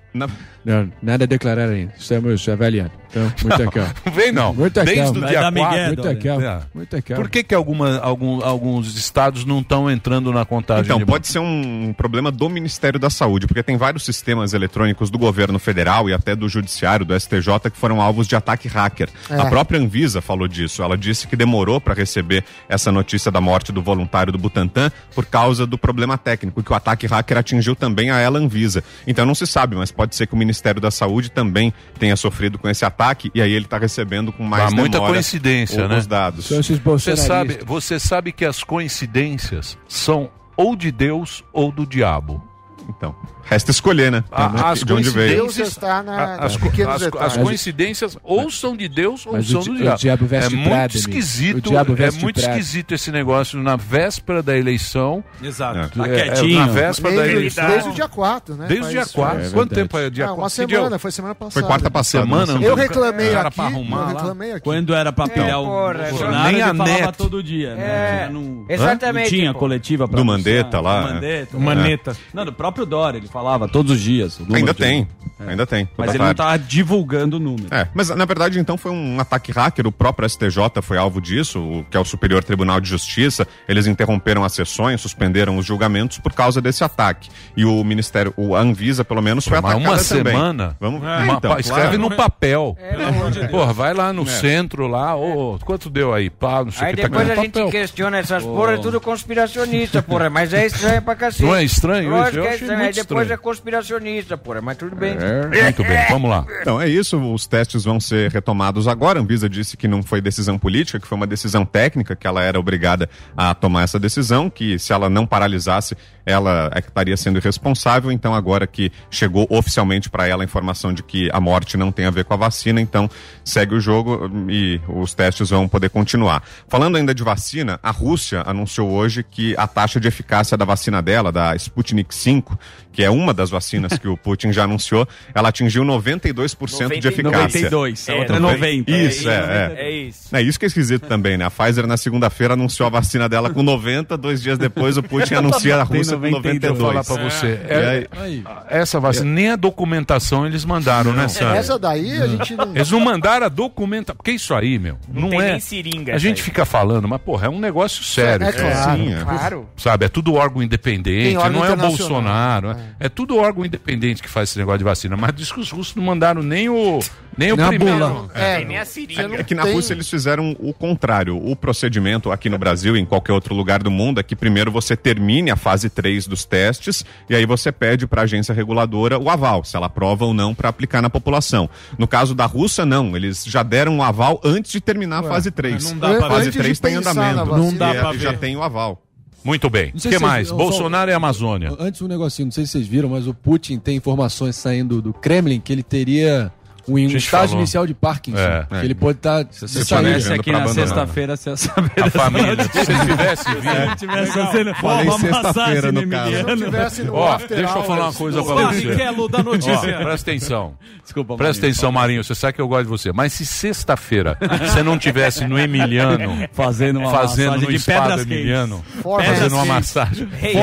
Não, nada a declarar ainda. Estamos avaliando. Então, muita calma. Vem não. Muita Desde calma. o dia 4. Muita calma. Muita calma. Por que alguns estados não estão entrando na contagem? Então, pode ser um problema do Ministério da Saúde, porque tem vários sistemas eletrônicos do governo federal e até do judiciário, do STJ, que foram alvos de ataque hacker. A própria Anvisa falou disso. Ela disse que demorou para receber essa notícia da morte do voluntário do Butantan por causa do problema técnico, que o ataque hacker atingiu também a ela, Anvisa. Então não se sabe, mas pode ser que o Ministério da Saúde também tenha sofrido com esse ataque e aí ele está recebendo com mais demora muita coincidência, os dados. Você sabe que as coincidências são ou de Deus ou do diabo. Então, resta escolher, né? De onde veio. Deus está as coincidências ou são de Deus ou são do diabo. É muito esquisito. Esquisito esse negócio na véspera da eleição. Exato. Tá quietinho. Na véspera da eleição. Desde o dia 4, né? Desde o dia 4. Quanto tempo é o dia 4? Uma semana, foi semana passada. Foi quarta passada. Eu reclamei aqui. Quando era pra pilhar o Bolsonaro, ele falava todo dia. Exatamente. Não tinha coletiva pra do Mandetta lá. Do Mandetta. Não, do próprio Dória, ele falava todos os dias. Ainda tem. Mas ele não tá divulgando o número. Mas na verdade então foi um ataque hacker, o próprio STJ foi alvo disso, que é o Superior Tribunal de Justiça. Eles interromperam as sessões, suspenderam os julgamentos por causa desse ataque. E o Ministério, a Anvisa pelo menos foi atacada uma também. Semana? Vamos, escreve no papel. Pelo amor de Deus. Porra, vai lá no centro lá, quanto deu aí? Pá, não sei aí depois a gente questiona essas porra, é tudo conspiracionista, porra, mas é estranho pra cacete. Não é estranho? Lógico que é estranho, aí depois é conspiracionista, porra, mas tudo bem. Muito bem, vamos lá. Então é isso, os testes vão ser retomados agora. A Anvisa disse que não foi decisão política, que foi uma decisão técnica, que ela era obrigada a tomar essa decisão, que se ela não paralisasse, ela estaria sendo irresponsável. Então agora que chegou oficialmente para ela a informação de que a morte não tem a ver com a vacina, então segue o jogo e os testes vão poder continuar. Falando ainda de vacina, a Rússia anunciou hoje que a taxa de eficácia da vacina dela, da Sputnik 5, que é uma das vacinas que o Putin já anunciou, ela atingiu 92% de eficácia. 92, a outra é 90. Isso, é isso. É isso que é esquisito também, né? A Pfizer na segunda-feira anunciou a vacina dela com 90, 2 dias depois o Putin anuncia a Rússia com 92. Vou falar pra você. Essa vacina, nem a documentação eles mandaram, né, Sandro? Essa daí a gente não... Eles não mandaram a documentação. Porque isso aí, meu, não tem é... nem seringa. A gente fica falando, mas porra, é um negócio sério. Claro. Sabe, é tudo órgão independente, não é o Bolsonaro. É tudo órgão independente que faz esse negócio de vacina. Mas diz que os russos não mandaram nem o primeiro. Nem a seringa. É que na Rússia eles fizeram o contrário. O procedimento aqui no Brasil e em qualquer outro lugar do mundo é que primeiro você termine a fase 3 dos testes e aí você pede para a agência reguladora o aval, se ela aprova ou não para aplicar na população. No caso da Rússia, não. Eles já deram o aval antes de terminar a fase 3. A fase 3 está em andamento. Não dá pra ver. Já tem o aval. Muito bem. O que mais? Bolsonaro e Amazônia. Antes um negocinho, não sei se vocês viram, mas o Putin tem informações saindo do Kremlin que ele teria um estágio inicial de Parkinson. Que ele pode estar... Se você estivesse aqui na sexta-feira, você ia saber. A família, se você tivesse vindo... Falei sexta-feira no caso. Deixa eu falar uma coisa pra você. Da notícia. Presta atenção. Desculpa, presta atenção, Marinho. Você sabe que eu gosto de você. Mas se sexta-feira você não tivesse no Emiliano fazendo no espaço Emiliano, fazendo uma massagem.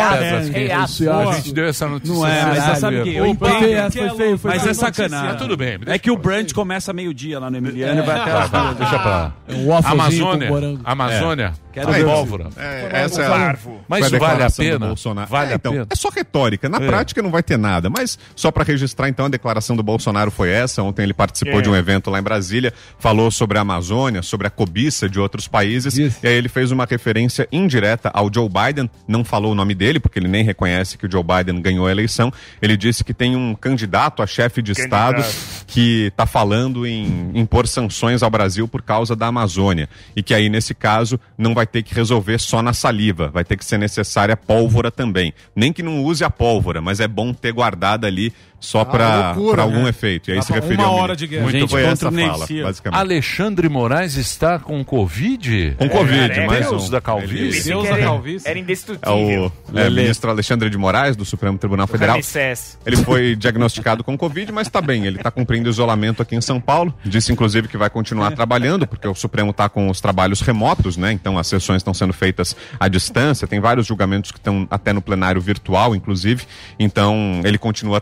A gente deu essa notícia. Não é, mas você sabe que foi feio. Mas é sacanagem. Tudo bem. É que o brunch começa meio-dia lá no Emiliano e vai até as duas. Deixa pra lá. Amazônia. Quero ver pólvora. Essa é mas isso vale a pena? Vale a pena. É só retórica. Na prática não vai ter nada. Mas só para registrar, então, a declaração do Bolsonaro foi essa. Ontem ele participou de um evento lá em Brasília, falou sobre a Amazônia, sobre a cobiça de outros países. Isso. E aí ele fez uma referência indireta ao Joe Biden. Não falou o nome dele, porque ele nem reconhece que o Joe Biden ganhou a eleição. Ele disse que tem um candidato a chefe de Estado que está falando em impor sanções ao Brasil por causa da Amazônia. E que aí, nesse caso, não vai ter que resolver só na saliva, vai ter que ser necessária pólvora também. Nem que não use a pólvora, mas é bom ter guardada ali só para algum efeito. E aí se referiu uma hora de guerra. Muito foi essa fala, basicamente. Alexandre Moraes está com Covid? Com Covid, mais Deus da calvície. Era indestrutível. O ministro Alexandre de Moraes, do Supremo Tribunal Federal. Ele foi diagnosticado com Covid, mas está bem. Ele está cumprindo isolamento aqui em São Paulo. Disse, inclusive, que vai continuar trabalhando, porque o Supremo está com os trabalhos remotos, né? Então as sessões estão sendo feitas à distância. Tem vários julgamentos que estão até no plenário virtual, inclusive. Então ele continua trabalhando.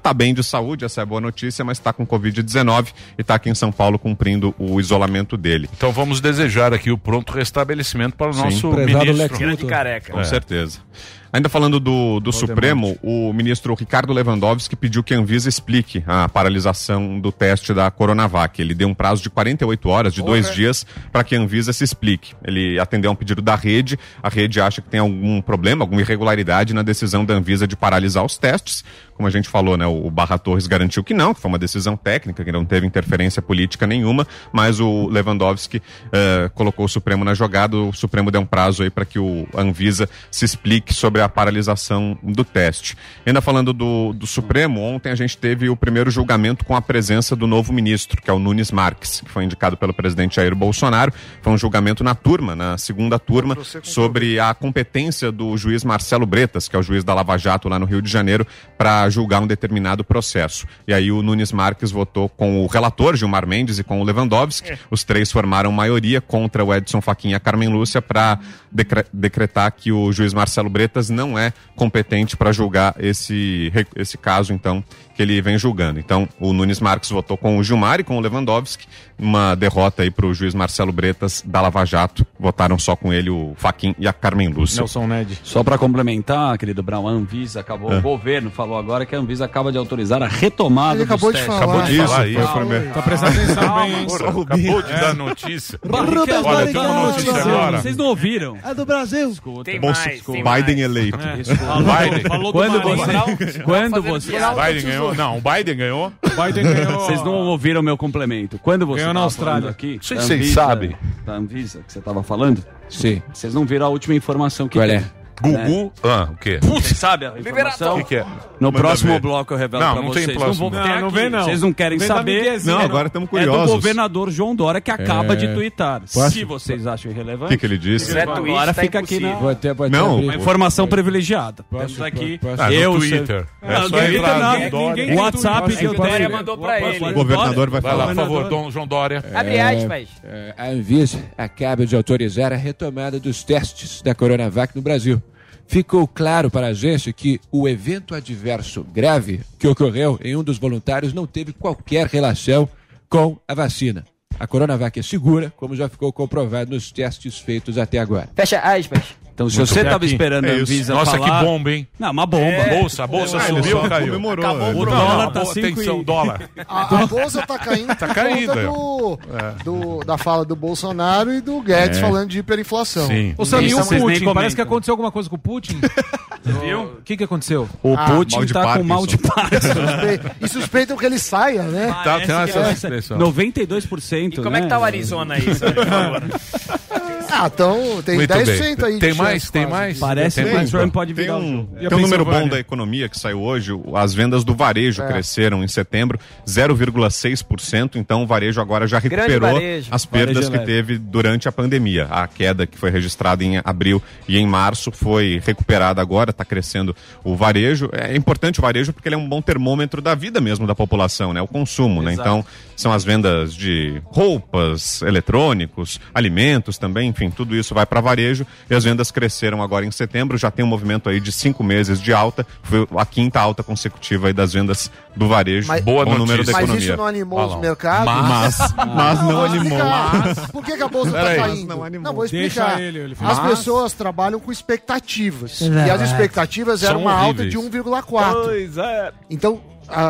tá bem de saúde, essa é a boa notícia, mas tá com Covid-19 e tá aqui em São Paulo cumprindo o isolamento dele. Então vamos desejar aqui o pronto restabelecimento para o nosso ministro. Grande careca. Com certeza. Ainda falando do Supremo, o ministro Ricardo Lewandowski pediu que a Anvisa explique a paralisação do teste da Coronavac. Ele deu um prazo de 48 horas, de 2 dias, para que a Anvisa se explique. Ele atendeu a um pedido da rede, a rede acha que tem algum problema, alguma irregularidade na decisão da Anvisa de paralisar os testes. Como a gente falou, né, o Barra Torres garantiu que não, que foi uma decisão técnica, que não teve interferência política nenhuma, mas o Lewandowski colocou o Supremo na jogada, o Supremo deu um prazo aí para que a Anvisa se explique sobre a paralisação do teste. Ainda falando do Supremo, ontem a gente teve o primeiro julgamento com a presença do novo ministro, que é o Nunes Marques, que foi indicado pelo presidente Jair Bolsonaro. Foi um julgamento na segunda turma, sobre a competência do juiz Marcelo Bretas, que é o juiz da Lava Jato lá no Rio de Janeiro, para julgar um determinado processo. E aí o Nunes Marques votou com o relator Gilmar Mendes e com o Lewandowski. Os três formaram maioria contra o Edson Fachin e a Carmen Lúcia para decretar que o juiz Marcelo Bretas não é competente para julgar esse caso, então, que ele vem julgando. Então, o Nunes Marques votou com o Gilmar e com o Lewandowski, uma derrota aí para o juiz Marcelo Bretas da Lava Jato. Votaram só com ele o Fachin e a Carmen Lúcia. Nelson Ned. Só para complementar, querido Brown, a Anvisa acabou, o governo falou agora que a Anvisa acaba de autorizar a retomada dos testes. Acabou de falar isso. Tá prestando atenção bem, hein? Acabou de dar notícia. Olha, tem uma notícia agora. Vocês não ouviram? É do Brasil. Escuta. Tem mais. Biden eleito. Biden. Falou Quando você... Biden ganhou? Não, o Biden ganhou. Vocês não ouviram o meu complemento. Quando você ganhou na Austrália aqui, vocês sabem. Da Anvisa, que você estava falando? Sim. Vocês não viram a última informação que Qual tem. é? Gugu? O quê? Você sabe a informação? O que é? No próximo bloco eu revelo Não, pra não vocês. tem próximo. Não vem não. Vocês não querem Vem saber. Não, agora estamos É do curiosos. governador João Dória que acaba de twittar. Se vocês acham O irrelevante, que ele disse? agora fica aqui na... Não, Uma informação privilegiada. Temos aqui... No Twitter. É só entrar no Dória. O WhatsApp que eu Dória tenho. mandou pra ele. O governador vai Vai lá, falar. por favor, João Dória. Abre aspas. A Anvisa acaba de autorizar a retomada dos testes da Coronavac no Brasil. Ficou claro para a agência que o evento adverso grave que ocorreu em um dos voluntários não teve qualquer relação com a vacina. A Coronavac é segura, como já ficou comprovado nos testes feitos até agora. Fecha aspas. Então, se você estava esperando a Anvisa Nossa, falar... que bomba, hein? Não, uma bomba. A bolsa subiu ou caiu? Comemorou. O dólar tá 5 atenção, dólar. A bolsa tá caindo por conta da fala do Bolsonaro e do Guedes falando de hiperinflação. Sim. Ô, Samir, o Vocês nem Putin, parece que comentam. aconteceu alguma coisa com o Putin. Viu? O que aconteceu? O Putin mal de tá com mal de Parkinson. E suspeitam que ele saia, né? Tem essa expressão. 92%. E como é que tá o Arizona aí, sabe, por favor? Então tem Muito 10% bem. aí. Tem de mais? chance, Tem quase. mais? Parece que o Trump pode Tem virar um E a número bom Pensilvânia? da economia que saiu hoje. As vendas do varejo cresceram em setembro 0,6%. Então o varejo agora já recuperou varejo. as perdas Varejo que leve. teve durante a pandemia. A queda que foi registrada em abril e em março foi recuperada agora, está crescendo o varejo. É importante o varejo porque ele é um bom termômetro da vida mesmo da população, né? O consumo, né? Então são as vendas de roupas, eletrônicos, alimentos também, enfim, tudo isso vai para varejo e as vendas cresceram agora em setembro, já tem um movimento aí de 5 meses de alta, foi a quinta alta consecutiva aí das vendas do varejo, Boa bom número da notícia. Mas economia. isso não animou Olha os lá. mercados? Mas não animou. Por que a bolsa Peraí. está caindo? Não animou. Não, vou Deixa explicar. ele As pessoas trabalham com expectativas. E as expectativas eram São uma alta horríveis. de 1,4. Pois é. Então,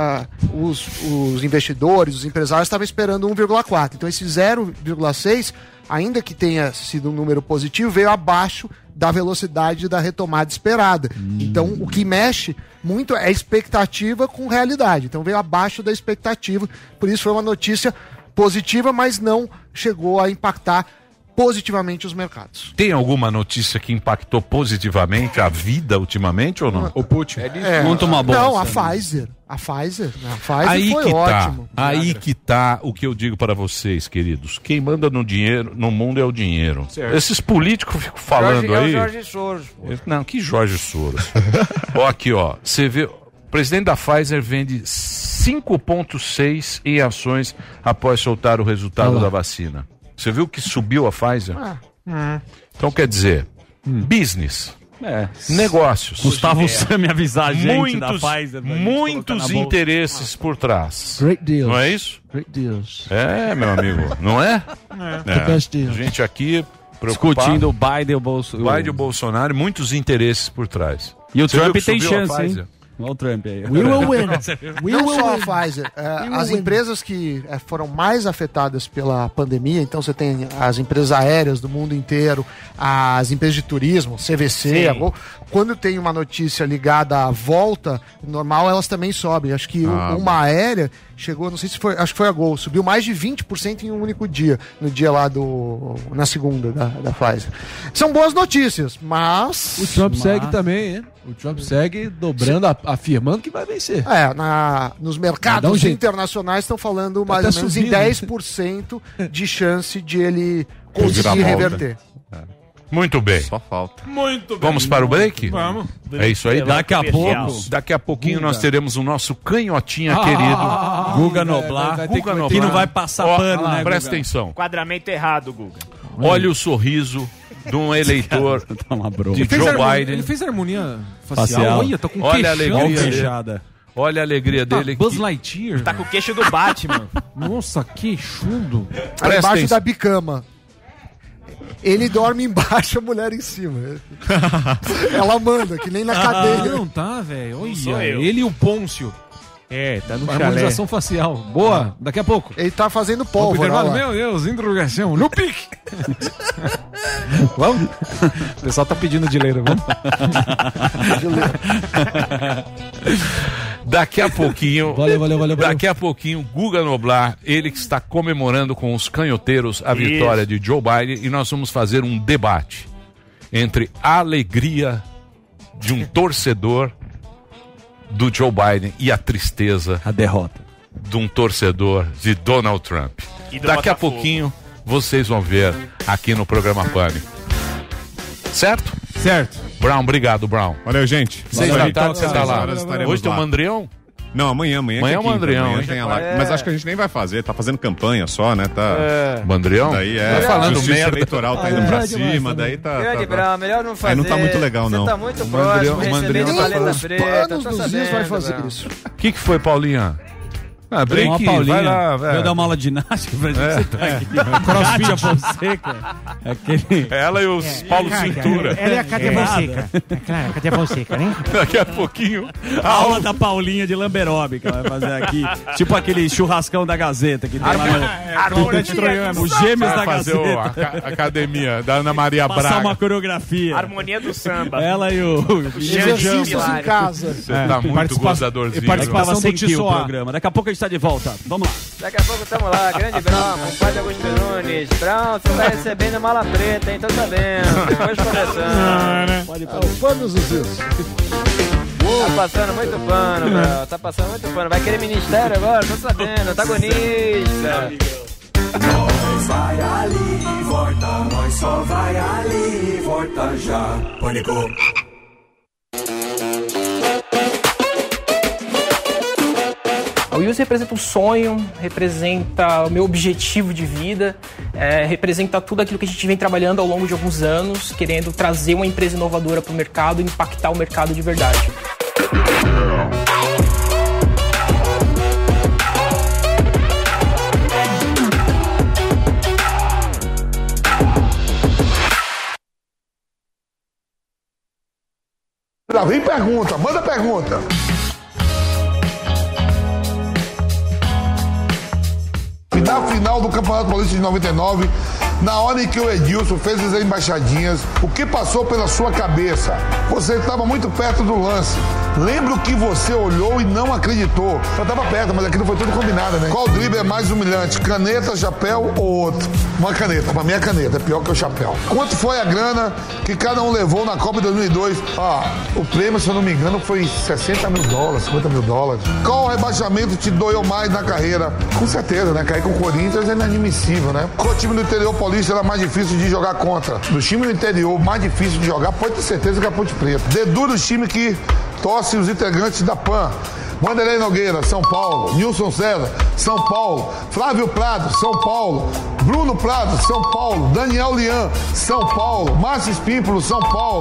os investidores, os empresários estavam esperando 1,4. Então, esse 0,6, ainda que tenha sido um número positivo, veio abaixo da velocidade da retomada esperada. Então, o que mexe muito é a expectativa com realidade. Então, veio abaixo da expectativa. Por isso, foi uma notícia positiva, mas não chegou a impactar positivamente os mercados. Tem alguma notícia que impactou positivamente a vida ultimamente ou não? O Putin. Monta uma bolsa. Não, a Pfizer. A Pfizer Aí foi que ótimo. tá, aí que tá o que eu digo para vocês, queridos. Quem manda no dinheiro, no mundo é o dinheiro. Certo. Esses políticos ficam falando aí. Jorge Soros. Não, que Jorge Soros. Ó, aqui, ó. Você vê. O presidente da Pfizer vende 5,6 em ações após soltar o resultado da vacina. Você viu que subiu a Pfizer? Então quer dizer, business. Negócios. Gustavo Sam me avisar a gente da muitos, Pfizer. muitos interesses por trás. Great deals. Não é isso? Great deals. É, meu amigo, não é? The best deals. Gente aqui discutindo o Biden e o Bolsonaro, muitos interesses por trás. E o Você Trump viu que tem subiu a chance, hein? Pfizer? Olha o Trump aí. We will win. Não só a Pfizer. As empresas que foram mais afetadas pela pandemia, então você tem as empresas aéreas do mundo inteiro, as empresas de turismo, CVC, quando tem uma notícia ligada à volta, normal elas também sobem. Acho que uma aérea chegou, não sei se foi, acho que foi a Gol, subiu mais de 20% em um único dia, no dia lá na segunda da Pfizer. São boas notícias, mas... O Trump segue também, hein? O Trump segue dobrando, afirmando que vai vencer. Nos mercados internacionais estão falando mais ou menos subindo, em 10% de chance de ele conseguir reverter. Muito bem. Só falta. Muito bem. Vamos para o break? Vamos. É isso aí. Daqui a pouquinho nós teremos o nosso canhotinha querido. Guga Noblar. Que não vai passar pano, né, presta Guga? atenção. Enquadramento errado, Guga. Olha o sorriso de um eleitor de Joe Biden. Ele fez harmonia facial. Olha, tá com Olha a alegria queixada. Olha a alegria dele. Buzz Lightyear. Tá com o queixo do Batman. Nossa, queixudo. Tá embaixo da bicama. Ele dorme embaixo, a mulher em cima. Ela manda, que nem na cadeia. Não tá, velho. Olha, ele e o Pôncio. Tá no harmonização facial. Boa, daqui a pouco. Ele tá fazendo pólvora. Meu Deus, interrogação. No pique. Vamos? O pessoal tá pedindo de ler, vamos? Daqui a pouquinho, valeu. Daqui a pouquinho, Guga Noblar, ele que está comemorando com os canhoteiros a vitória de Joe Biden, e nós vamos fazer um debate entre a alegria de um torcedor do Joe Biden e a tristeza, a derrota de um torcedor de Donald Trump. Daqui a pouquinho vocês vão ver aqui no programa Pânico. Certo? Certo. Brown, obrigado, Brown. Valeu, gente. 6 da tarde você tá lá. Hoje tem o lá. Mandrião? Não, amanhã é o Mandrião, hein? Tem a live. Mas acho que a gente nem vai fazer, tá fazendo campanha só, né? Mandrião? Daí tá falando justiça merda. eleitoral, tá indo pra cima, daí tá... Grande Brown, melhor não fazer. Aí não tá muito legal, não. Você tá muito próximo, recebendo paleta preta, Planos dos dias vai fazer isso. O que foi, Paulinha? Break, vai lá, velho. Eu dar uma aula de ginástica pra gente Kátia Fonseca. Ela e os Paulo Cintura. Ela é a Kátia Fonseca. É claro, a Kátia Fonseca, né? Daqui a pouquinho. A aula da Paulinha de Lamberob que ela vai fazer aqui. Tipo aquele churrascão da Gazeta que tem lá no... Os gêmeos da Gazeta. A academia da Ana Maria Braga. Passar uma coreografia. Harmonia do samba. Ela e o... Exercícios em casa. Você tá muito gozadorzinho. Participação do Tissot. Programa. Daqui a pouco a gente tá de volta. Vamos lá. Daqui a pouco tamo lá. Grande Brown, compadre Augusto Nunes. Brown, você tá recebendo mala preta, hein? Tô sabendo. Depois conversando. Pode ir para o Panos dos Dias. Tá passando muito pano, Brown. Tá passando muito pano. Vai querer ministério agora? Tô sabendo. Antagonista. Nós vai ali e volta. Nós só vai ali e volta já. Pânico. O Wilson representa um sonho, representa o meu objetivo de vida, representa tudo aquilo que a gente vem trabalhando ao longo de alguns anos, querendo trazer uma empresa inovadora para o mercado e impactar o mercado de verdade. Vem pergunta, manda pergunta. Na final do Campeonato Paulista de 99, na hora em que o Edilson fez as embaixadinhas, o que passou pela sua cabeça? Você estava muito perto do lance. Lembro que você olhou e não acreditou. Eu estava perto, mas aquilo foi tudo combinado, né? Qual drible é mais humilhante? Caneta, chapéu ou outro? Uma caneta. Pra mim é caneta, é pior que o chapéu. Quanto foi a grana que cada um levou na Copa de 2002? O prêmio, se eu não me engano, foi $60 mil, $50 mil. Qual rebaixamento te doeu mais na carreira? Com certeza, né? Cair com o Corinthians é inadmissível, né? Qual time do interior paulista era mais difícil de jogar contra? Do time do interior mais difícil de jogar, pode ter certeza que é a Ponte Preta. Dedura o time que torce os integrantes da PAN. Wanderlei Nogueira, São Paulo. Nilson César, São Paulo. Flávio Prado, São Paulo. Bruno Prado, São Paulo. Daniel Lian, São Paulo. Márcio Espímpolo, São Paulo.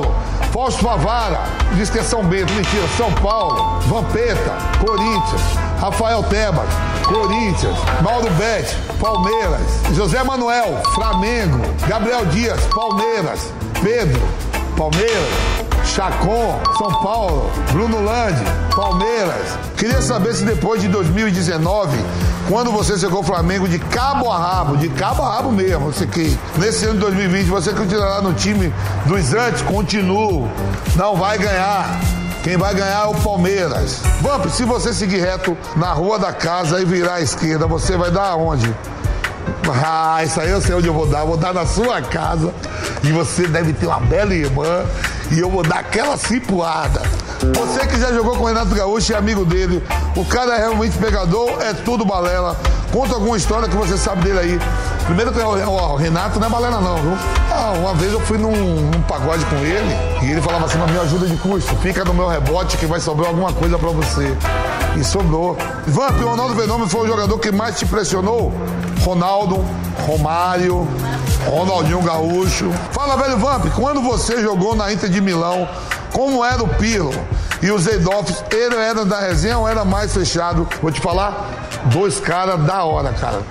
Fausto Favara, diz que é São Bento, mentira, São Paulo. Vampeta, Corinthians. Rafael Tebas, Corinthians. Mauro Betti, Palmeiras. José Manuel, Flamengo. Gabriel Dias, Palmeiras. Pedro, Palmeiras. Chacon, São Paulo. Bruno Landi, Palmeiras. Queria saber se depois de 2019, quando você chegou ao Flamengo de cabo a rabo mesmo, você que nesse ano de 2020 você continuará no time dos antes, continuo, não vai ganhar. Quem vai ganhar é o Palmeiras. Vamp, se você seguir reto na rua da casa e virar à esquerda, você vai dar aonde? Ah, isso aí eu sei onde eu vou dar na sua casa. E você deve ter uma bela irmã. E eu vou dar aquela cipuada. Você que já jogou com o Renato Gaúcho e é amigo dele, o cara é realmente pegador, é tudo balela. Conta alguma história que você sabe dele aí. Primeiro, o Renato não é balela não, viu? Uma vez eu fui num pagode com ele e ele falava assim, me ajuda de custo, fica no meu rebote que vai sobrar alguma coisa pra você. E sobrou. Vamp, o Ronaldo Fenômeno foi o jogador que mais te impressionou? Ronaldo, Romário, Ronaldinho Gaúcho. Fala, velho Vamp, quando você jogou na Inter de Milão, como era o Pirlo e os Eidolfs, ele era da resenha ou era mais fechado? Vou te falar, 2 caras da hora, cara.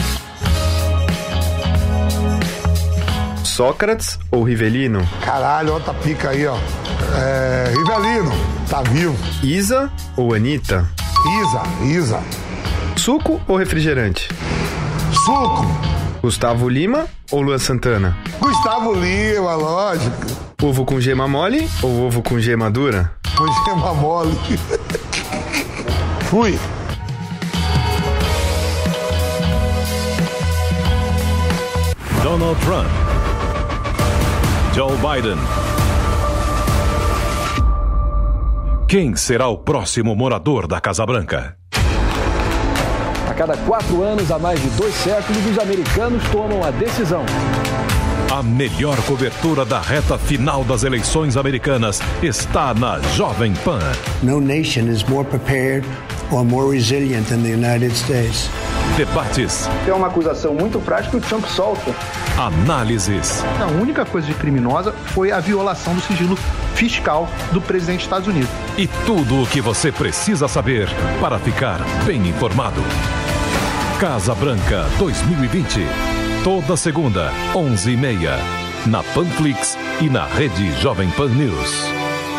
Sócrates ou Rivelino? Caralho, outra pica aí, ó. Rivelino, tá vivo. Isa ou Anitta? Isa. Suco ou refrigerante? Suco. Gustavo Lima ou Luan Santana? Gustavo Lima, lógico. Ovo com gema mole ou ovo com gema dura? Com gema mole. Fui. Donald Trump. Joe Biden. Quem será o próximo morador da Casa Branca? A cada 4 anos, há mais de 2 séculos, os americanos tomam a decisão. A melhor cobertura da reta final das eleições americanas está na Jovem Pan. No nation is more prepared or more resilient than the United States. Debates. É uma acusação muito frágil que o Trump solta. Análises. A única coisa de criminosa foi a violação do sigilo fiscal do presidente dos Estados Unidos. E tudo o que você precisa saber para ficar bem informado. Casa Branca 2020. Toda segunda, 11h30. Na Panflix e na rede Jovem Pan News.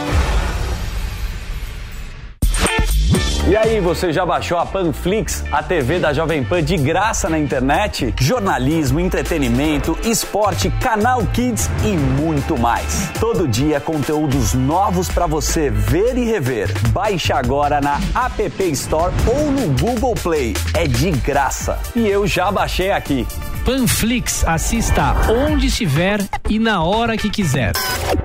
E aí, você já baixou a Panflix, a TV da Jovem Pan de graça na internet? Jornalismo, entretenimento, esporte, canal Kids e muito mais. Todo dia conteúdos novos para você ver e rever. Baixe agora na App Store ou no Google Play. É de graça. E eu já baixei aqui. Panflix, assista onde estiver e na hora que quiser.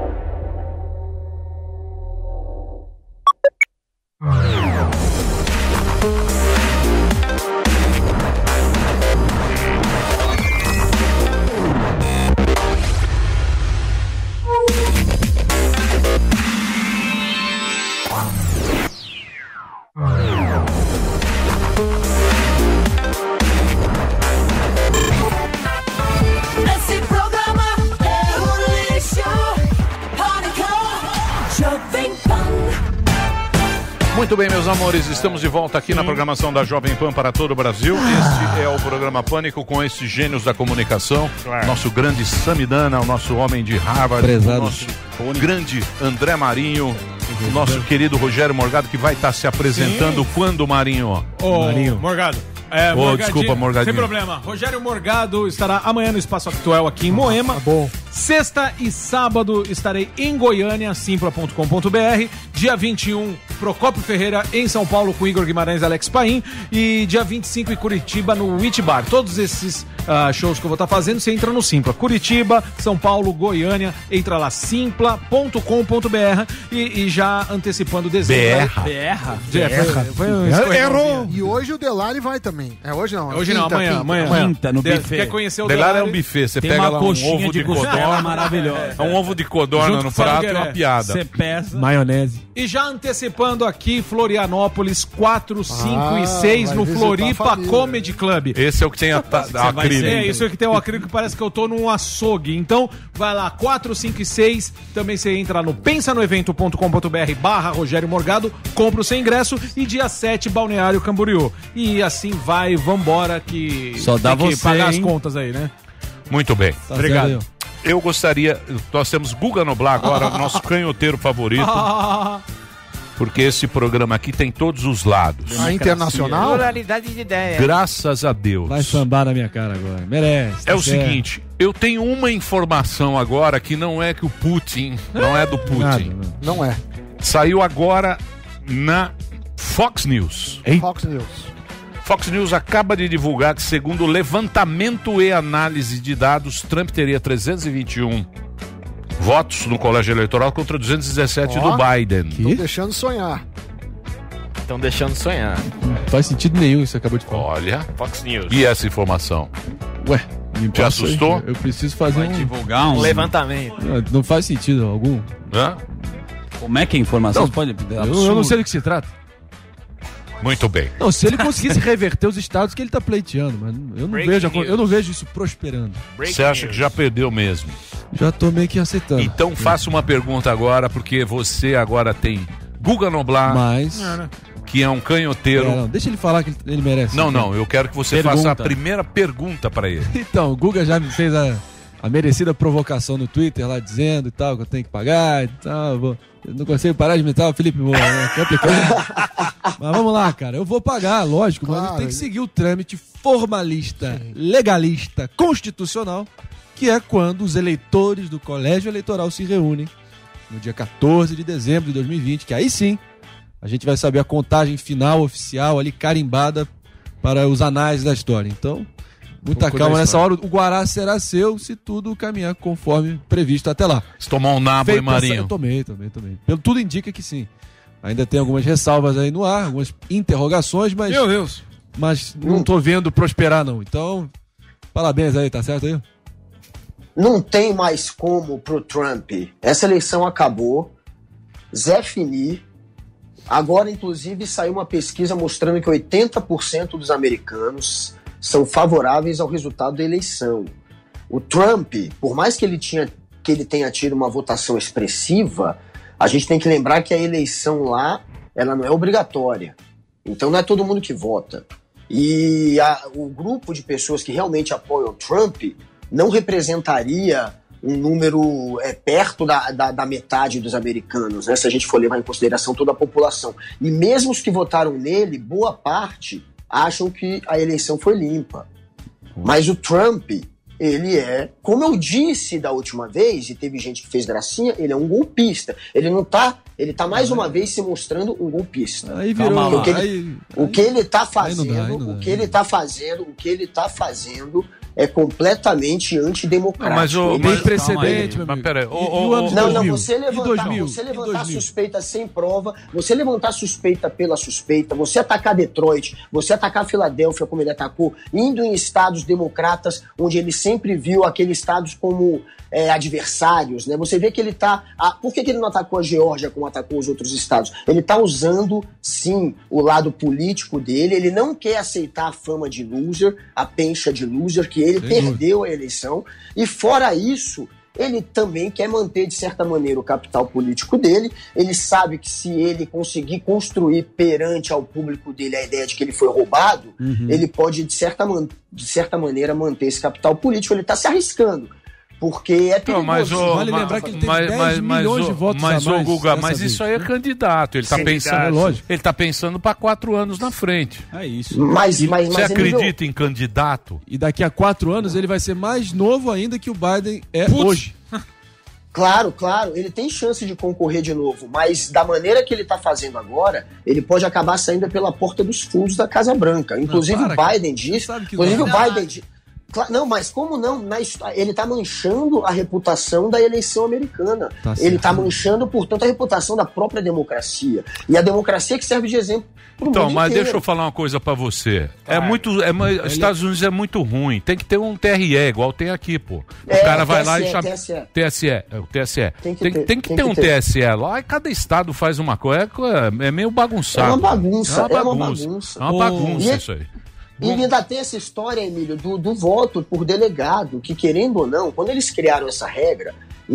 Muito bem, meus amores, estamos de volta aqui na programação da Jovem Pan para todo o Brasil. Este é o programa Pânico com esses gênios da comunicação. Claro. Nosso grande Samidana, o nosso homem de Harvard, Prezado. O nosso grande André Marinho, o nosso querido Rogério Morgado, que vai estar se apresentando quando, Marinho? Marinho. Morgado. Desculpa, Morgadinho. Sem problema. Rogério Morgado estará amanhã no Espaço Actuel aqui em Moema. Tá bom. Sexta e sábado estarei em Goiânia, simpla.com.br. Dia 21, Procópio Ferreira em São Paulo com Igor Guimarães e Alex Paim. E dia 25 em Curitiba no Witch Bar. Todos esses shows que eu vou estar fazendo, você entra no Simpla. Curitiba, São Paulo, Goiânia. Entra lá, simpla.com.br e já antecipando dezembro. Errou! E hoje o Delari vai também. Hoje não. Hoje não, amanhã. Quinta, no buffet. Quer conhecer o Delari? É um buffet. Você pega lá um ovo de codorna. Ela é maravilhosa. É um ovo de codorna no prato e uma piada. Você peça. Maionese. E já antecipando aqui, Florianópolis 4, 5 e 6 no Floripa Comedy Club. Esse é o que tem acrílico. É, isso é que tem o acrílico que parece que eu tô num açougue. Então, vai lá, 4, 5 e 6. Também você entra no pensanoevento.com.br/Rogério Morgado, compra o seu ingresso e dia 7, Balneário Camboriú. E assim vai, vambora que só dá tem que você, pagar hein? as contas aí, né? Muito bem. Tá obrigado. Certo. Eu gostaria... Nós temos Guga Noblar agora, nosso canhoteiro favorito. Porque esse programa aqui tem todos os lados. A internacional? Pluralidade de ideias. Graças a Deus. Vai sambar na minha cara agora. Merece. É o seguinte, eu tenho uma informação agora que não é que o Putin, não é do Putin. Nada, não é. Saiu agora na Fox News. Fox News. Fox News acaba de divulgar que, segundo o levantamento e análise de dados, Trump teria 321 votos no colégio eleitoral contra 217 do Biden. Estão deixando sonhar. Estão deixando sonhar. Não faz sentido nenhum isso que você acabou de falar. Olha. Fox News. E essa informação? Ué, te assustou? Eu preciso fazer divulgar um levantamento. Não faz sentido algum. Hã? Como é que a informação Não, pode... Eu não sei do que se trata. Muito bem. Não, se ele conseguisse reverter os estados que ele está pleiteando, mas eu não vejo isso prosperando. Você acha que já perdeu mesmo? Já tô meio que aceitando. Então faça uma pergunta agora, porque você agora tem Guga Noblar, que é um canhoteiro. Não, deixa ele falar que ele merece. Não, eu quero que você faça a primeira pergunta para ele. Então, o Guga já me fez a merecida provocação no Twitter lá dizendo e tal, que eu tenho que pagar e tal. Eu não consigo parar de imitar o Felipe Moura, né? Mas vamos lá, cara. Eu vou pagar, lógico, claro, mas tem que seguir o trâmite formalista, legalista, constitucional, que é quando os eleitores do colégio eleitoral se reúnem no dia 14 de dezembro de 2020, que aí sim a gente vai saber a contagem final, oficial, ali carimbada para os anais da história. Então, muita calma nessa hora. O Guará será seu se tudo caminhar conforme previsto até lá. Se tomar um nabo e marinho. Eu tomei. Tudo indica que sim. Ainda tem algumas ressalvas aí no ar, algumas interrogações, mas... Meu Deus! Mas não tô vendo prosperar, não. Então, parabéns aí, tá certo aí? Não tem mais como pro Trump. Essa eleição acabou. Zé Fini. Agora, inclusive, saiu uma pesquisa mostrando que 80% dos americanos são favoráveis ao resultado da eleição. O Trump, por mais que ele tenha tido uma votação expressiva, a gente tem que lembrar que a eleição lá, ela não é obrigatória. Então não é todo mundo que vota. E o grupo de pessoas que realmente apoiam o Trump não representaria um número perto da metade dos americanos, né, se a gente for levar em consideração toda a população. E mesmo os que votaram nele, boa parte acham que a eleição foi limpa. Mas o Trump, ele é, como eu disse da última vez, e teve gente que fez gracinha, ele é um golpista. Ele tá mais uma vez se mostrando um golpista. Aí virou. O que ele tá fazendo é completamente antidemocrático. Mas tem precedente, meu amigo. Mas peraí. Você levantar suspeita sem prova, você levantar suspeita pela suspeita, você atacar Detroit, você atacar Filadélfia como ele atacou, indo em estados democratas, onde ele sempre viu aqueles estados como adversários, né? Você vê que ele tá... por que ele não atacou a Geórgia como atacou os outros estados? Ele tá usando, sim, o lado político dele, ele não quer aceitar a fama de loser, a pencha de loser, que ele perdeu a eleição, e fora isso, ele também quer manter, de certa maneira, o capital político dele. Ele sabe que se ele conseguir construir perante ao público dele a ideia de que ele foi roubado, ele pode, de certa maneira, manter esse capital político. Ele tá se arriscando. Porque é perigoso. Vale lembrar que ele tem 10 milhões de votos a mais. Guga, mas isso aí é candidato. Ele tá pensando, ele tá pensando para 4 anos na frente. É isso. Você acredita em candidato? E daqui a 4 anos ele vai ser mais novo ainda que o Biden hoje. Claro, ele tem chance de concorrer de novo, mas da maneira que ele tá fazendo agora, ele pode acabar saindo pela porta dos fundos da Casa Branca. Inclusive o Biden disse... Não, mas como não? Ele está manchando a reputação da eleição americana. Ele está manchando, portanto, a reputação da própria democracia. E a democracia que serve de exemplo pro mundo Então, mas inteiro. deixa eu falar uma coisa pra você. Estados Unidos é muito ruim. Tem que ter um TRE, igual tem aqui, pô. O cara vai lá e chama... TSE. Tem que ter um TSE lá e cada estado faz uma coisa. É meio bagunçado. É uma bagunça. É uma bagunça isso aí. E ainda tem essa história, Emílio, do voto por delegado, que querendo ou não, quando eles criaram essa regra, em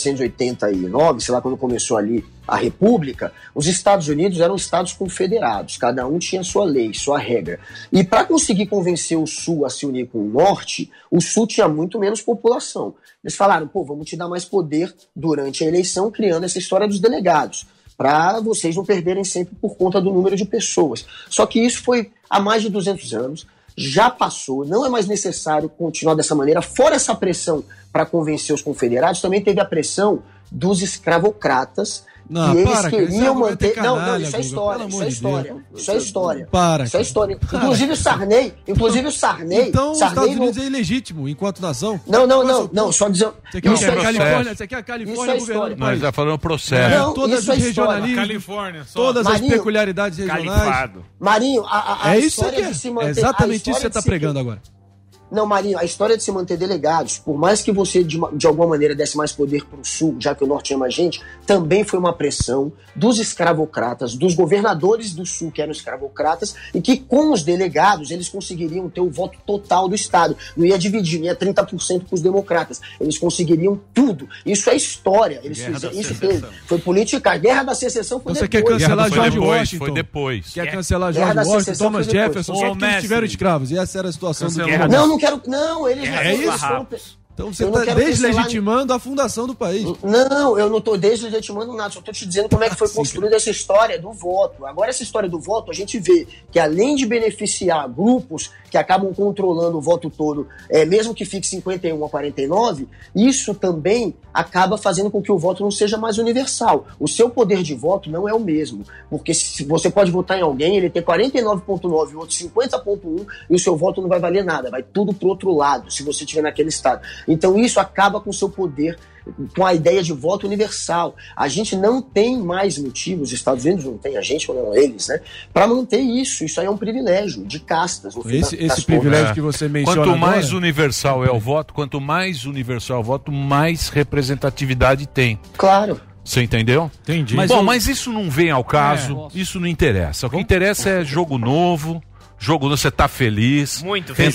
1789, sei lá, quando começou ali a República, os Estados Unidos eram estados confederados, cada um tinha sua lei, sua regra. E para conseguir convencer o Sul a se unir com o Norte, o Sul tinha muito menos população. Eles falaram, vamos te dar mais poder durante a eleição, criando essa história dos delegados, para vocês não perderem sempre por conta do número de pessoas. Só que isso foi há mais de 200 anos, já passou, não é mais necessário continuar dessa maneira. Fora essa pressão para convencer os confederados, também teve a pressão dos escravocratas, que eles queriam manter... Não, isso é história, isso é história. Isso é história. Inclusive o Sarney... Então os Estados Unidos é ilegítimo enquanto nação? Não, só dizer... Você quer a Califórnia governando o país? Nós já falamos processo. Não, todas isso é os regionalismos, Califórnia, todas as peculiaridades regionais. Marinho, a isso história que de se manter... É exatamente isso que você está pregando agora. Não, Marinho, a história de se manter delegados, por mais que você de alguma maneira desse mais poder para o Sul, já que o Norte tinha mais gente, também foi uma pressão dos escravocratas, dos governadores do Sul, que eram escravocratas, e que com os delegados eles conseguiriam ter o voto total do Estado. Não ia dividir, não ia 30% para os democratas. Eles conseguiriam tudo. Isso é história. Eles fizeram, isso foi política. A Guerra da Secessão foi Você depois. quer cancelar George Washington? Foi depois. Quer cancelar George Washington, Thomas Jefferson, só porque eles tiveram escravos. E essa era a situação do Não quero... Não, eles foram... Então você está deslegitimando a fundação do país. Não, eu não estou deslegitimando nada, só estou te dizendo como é que foi construída essa história do voto. Agora, essa história do voto, a gente vê que além de beneficiar grupos que acabam controlando o voto todo, mesmo que fique 51 a 49, isso também acaba fazendo com que o voto não seja mais universal. O seu poder de voto não é o mesmo, porque se você pode votar em alguém, ele tem 49,9 e o outro 50,1 e o seu voto não vai valer nada, vai tudo pro outro lado, se você estiver naquele estado. Então isso acaba com o seu poder, com a ideia de voto universal. A gente não tem mais motivos, os Estados Unidos não tem, a gente, não eles, né, para manter isso. Isso aí é um privilégio de castas. Esse privilégio que você menciona Quanto mais agora, universal é o voto, quanto mais universal é o voto, mais representatividade tem. Claro. Você entendeu? Entendi. Mas isso não vem ao caso, isso não interessa. O que interessa é jogo novo. Você tá feliz. Muito feliz.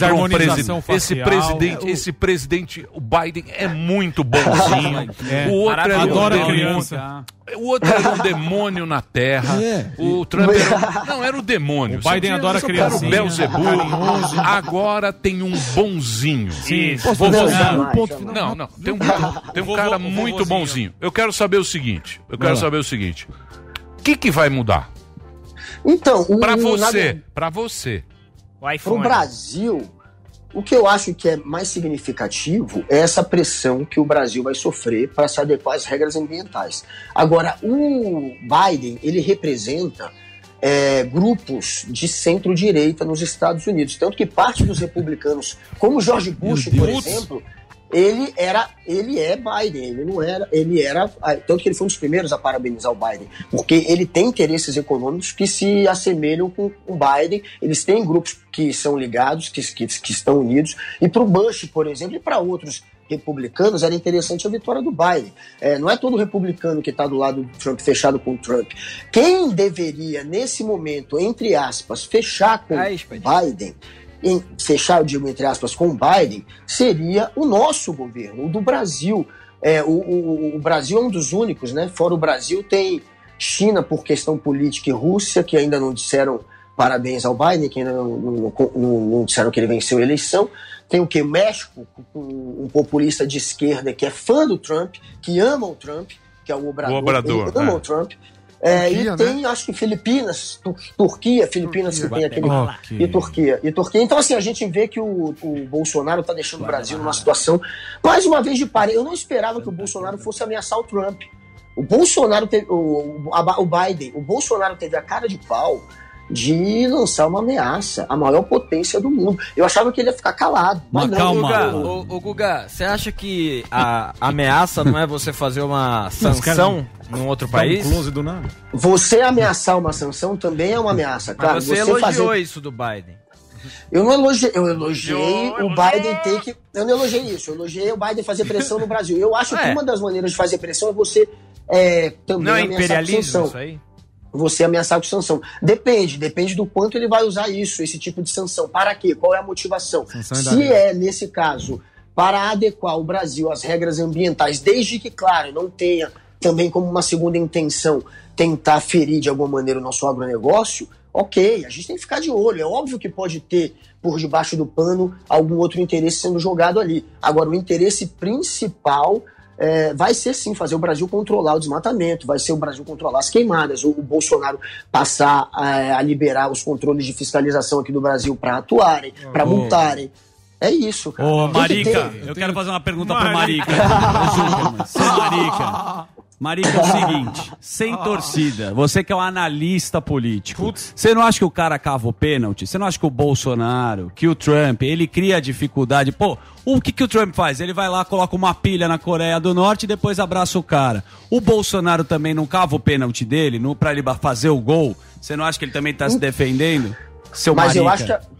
Esse presidente, o Biden, é muito bonzinho. O outro adora criança. O outro era um demônio na Terra. O Trump era o demônio. O Biden adora criança. Era o Beelzebub. Agora tem um bonzinho. Sim. Não. Tem um cara muito bonzinho. Eu quero saber o seguinte. O que vai mudar? Então, para você. Para o Brasil, o que eu acho que é mais significativo é essa pressão que o Brasil vai sofrer para se adequar às regras ambientais. Agora, o Biden, ele representa grupos de centro-direita nos Estados Unidos. Tanto que parte dos republicanos, como George Bush, por exemplo... Ele é Biden, tanto que ele foi um dos primeiros a parabenizar o Biden, porque ele tem interesses econômicos que se assemelham com o Biden, eles têm grupos que são ligados, que estão unidos, e para o Bush, por exemplo, e para outros republicanos, era interessante a vitória do Biden. Não é todo republicano que está do lado do Trump, fechado com o Trump. Quem deveria, nesse momento, entre aspas, fechar com o Biden... fechar, eu digo, entre aspas, com o Biden, seria o nosso governo, o do Brasil. O Brasil é um dos únicos, né? Fora o Brasil, tem China por questão política e Rússia, que ainda não disseram parabéns ao Biden, que ainda não disseram que ele venceu a eleição. Tem o que? México, um populista de esquerda que é fã do Trump, que ama o Trump, que é o Obrador. Ele ama o Trump. E tem, acho que Filipinas, Turquia que tem aquele... E Turquia. Então, assim, a gente vê que o Bolsonaro está deixando o Brasil numa situação, mais uma vez, de pare. Eu não esperava que o Bolsonaro fosse ameaçar o Trump. O Bolsonaro teve... O Biden, o Bolsonaro teve a cara de pau de lançar uma ameaça, a maior potência do mundo. Eu achava que ele ia ficar calado, mas não. Calma. Ô Guga, você acha que a ameaça não é você fazer uma sanção num outro país? Do nada. Você ameaçar uma sanção também é uma ameaça, claro. Mas você elogiou isso do Biden. Eu não elogiei, eu elogiei o Biden ter que... Eu não elogiei isso, eu elogiei o Biden fazer pressão no Brasil. Eu acho que uma das maneiras de fazer pressão é você também não é ameaçar com sanção. Isso aí? Você ameaçar com sanção. Depende do quanto ele vai usar esse tipo de sanção. Para quê? Qual é a motivação? Se nesse caso, para adequar o Brasil às regras ambientais, desde que, claro, não tenha também como uma segunda intenção tentar ferir de alguma maneira o nosso agronegócio, ok, a gente tem que ficar de olho. É óbvio que pode ter, por debaixo do pano, algum outro interesse sendo jogado ali. Agora, o interesse principal vai ser, sim, fazer o Brasil controlar o desmatamento, vai ser o Brasil controlar as queimadas, o Bolsonaro passar a liberar os controles de fiscalização aqui do Brasil para atuarem, para multarem. É isso, cara. Ô, Marica, eu quero fazer uma pergunta pro Marica. Marica, é o seguinte, sem torcida, você que é um analista político, você não acha que o cara cava o pênalti? Você não acha que o Bolsonaro, que o Trump, ele cria dificuldade? Pô, o que o Trump faz? Ele vai lá, coloca uma pilha na Coreia do Norte e depois abraça o cara. O Bolsonaro também não cava o pênalti dele pra ele fazer o gol? Você não acha que ele também tá se defendendo? Seu Marica. Mas eu acho que...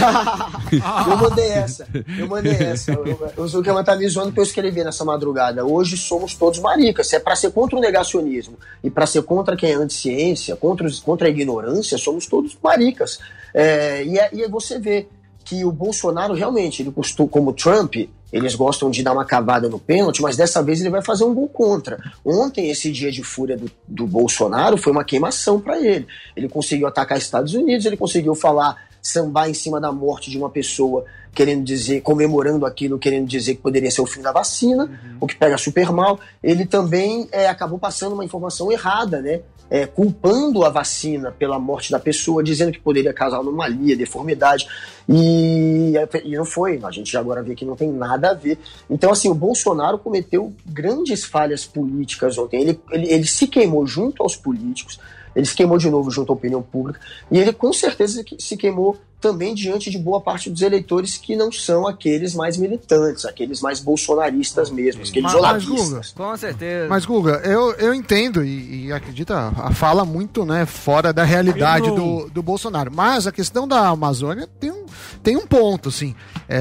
Eu mandei essa. O Zuckerman tá me zoando que eu escrevi nessa madrugada. Hoje somos todos maricas. Se é pra ser contra o negacionismo e pra ser contra quem é anti-ciência, contra a ignorância, somos todos maricas. E você vê que o Bolsonaro realmente, ele custou, como o Trump, eles gostam de dar uma cavada no pênalti, mas dessa vez ele vai fazer um gol contra. Ontem, esse dia de fúria do Bolsonaro foi uma queimação para ele. Ele conseguiu atacar Estados Unidos, ele conseguiu sambar em cima da morte de uma pessoa, querendo dizer, comemorando aquilo, querendo dizer que poderia ser o fim da vacina, o que pega super mal. Ele também acabou passando uma informação errada, né? Culpando a vacina pela morte da pessoa, dizendo que poderia causar anomalia, deformidade, e não foi. A gente agora vê que não tem nada a ver. Então, assim, o Bolsonaro cometeu grandes falhas políticas ontem. Ele se queimou junto aos políticos, ele se queimou de novo junto à opinião pública, e ele com certeza se queimou também diante de boa parte dos eleitores que não são aqueles mais militantes, aqueles mais bolsonaristas mesmo, aqueles olavistas. Com certeza. Mas, Guga, eu entendo e acredita, fala muito, né, fora da realidade do Bolsonaro. Mas a questão da Amazônia tem um ponto, assim.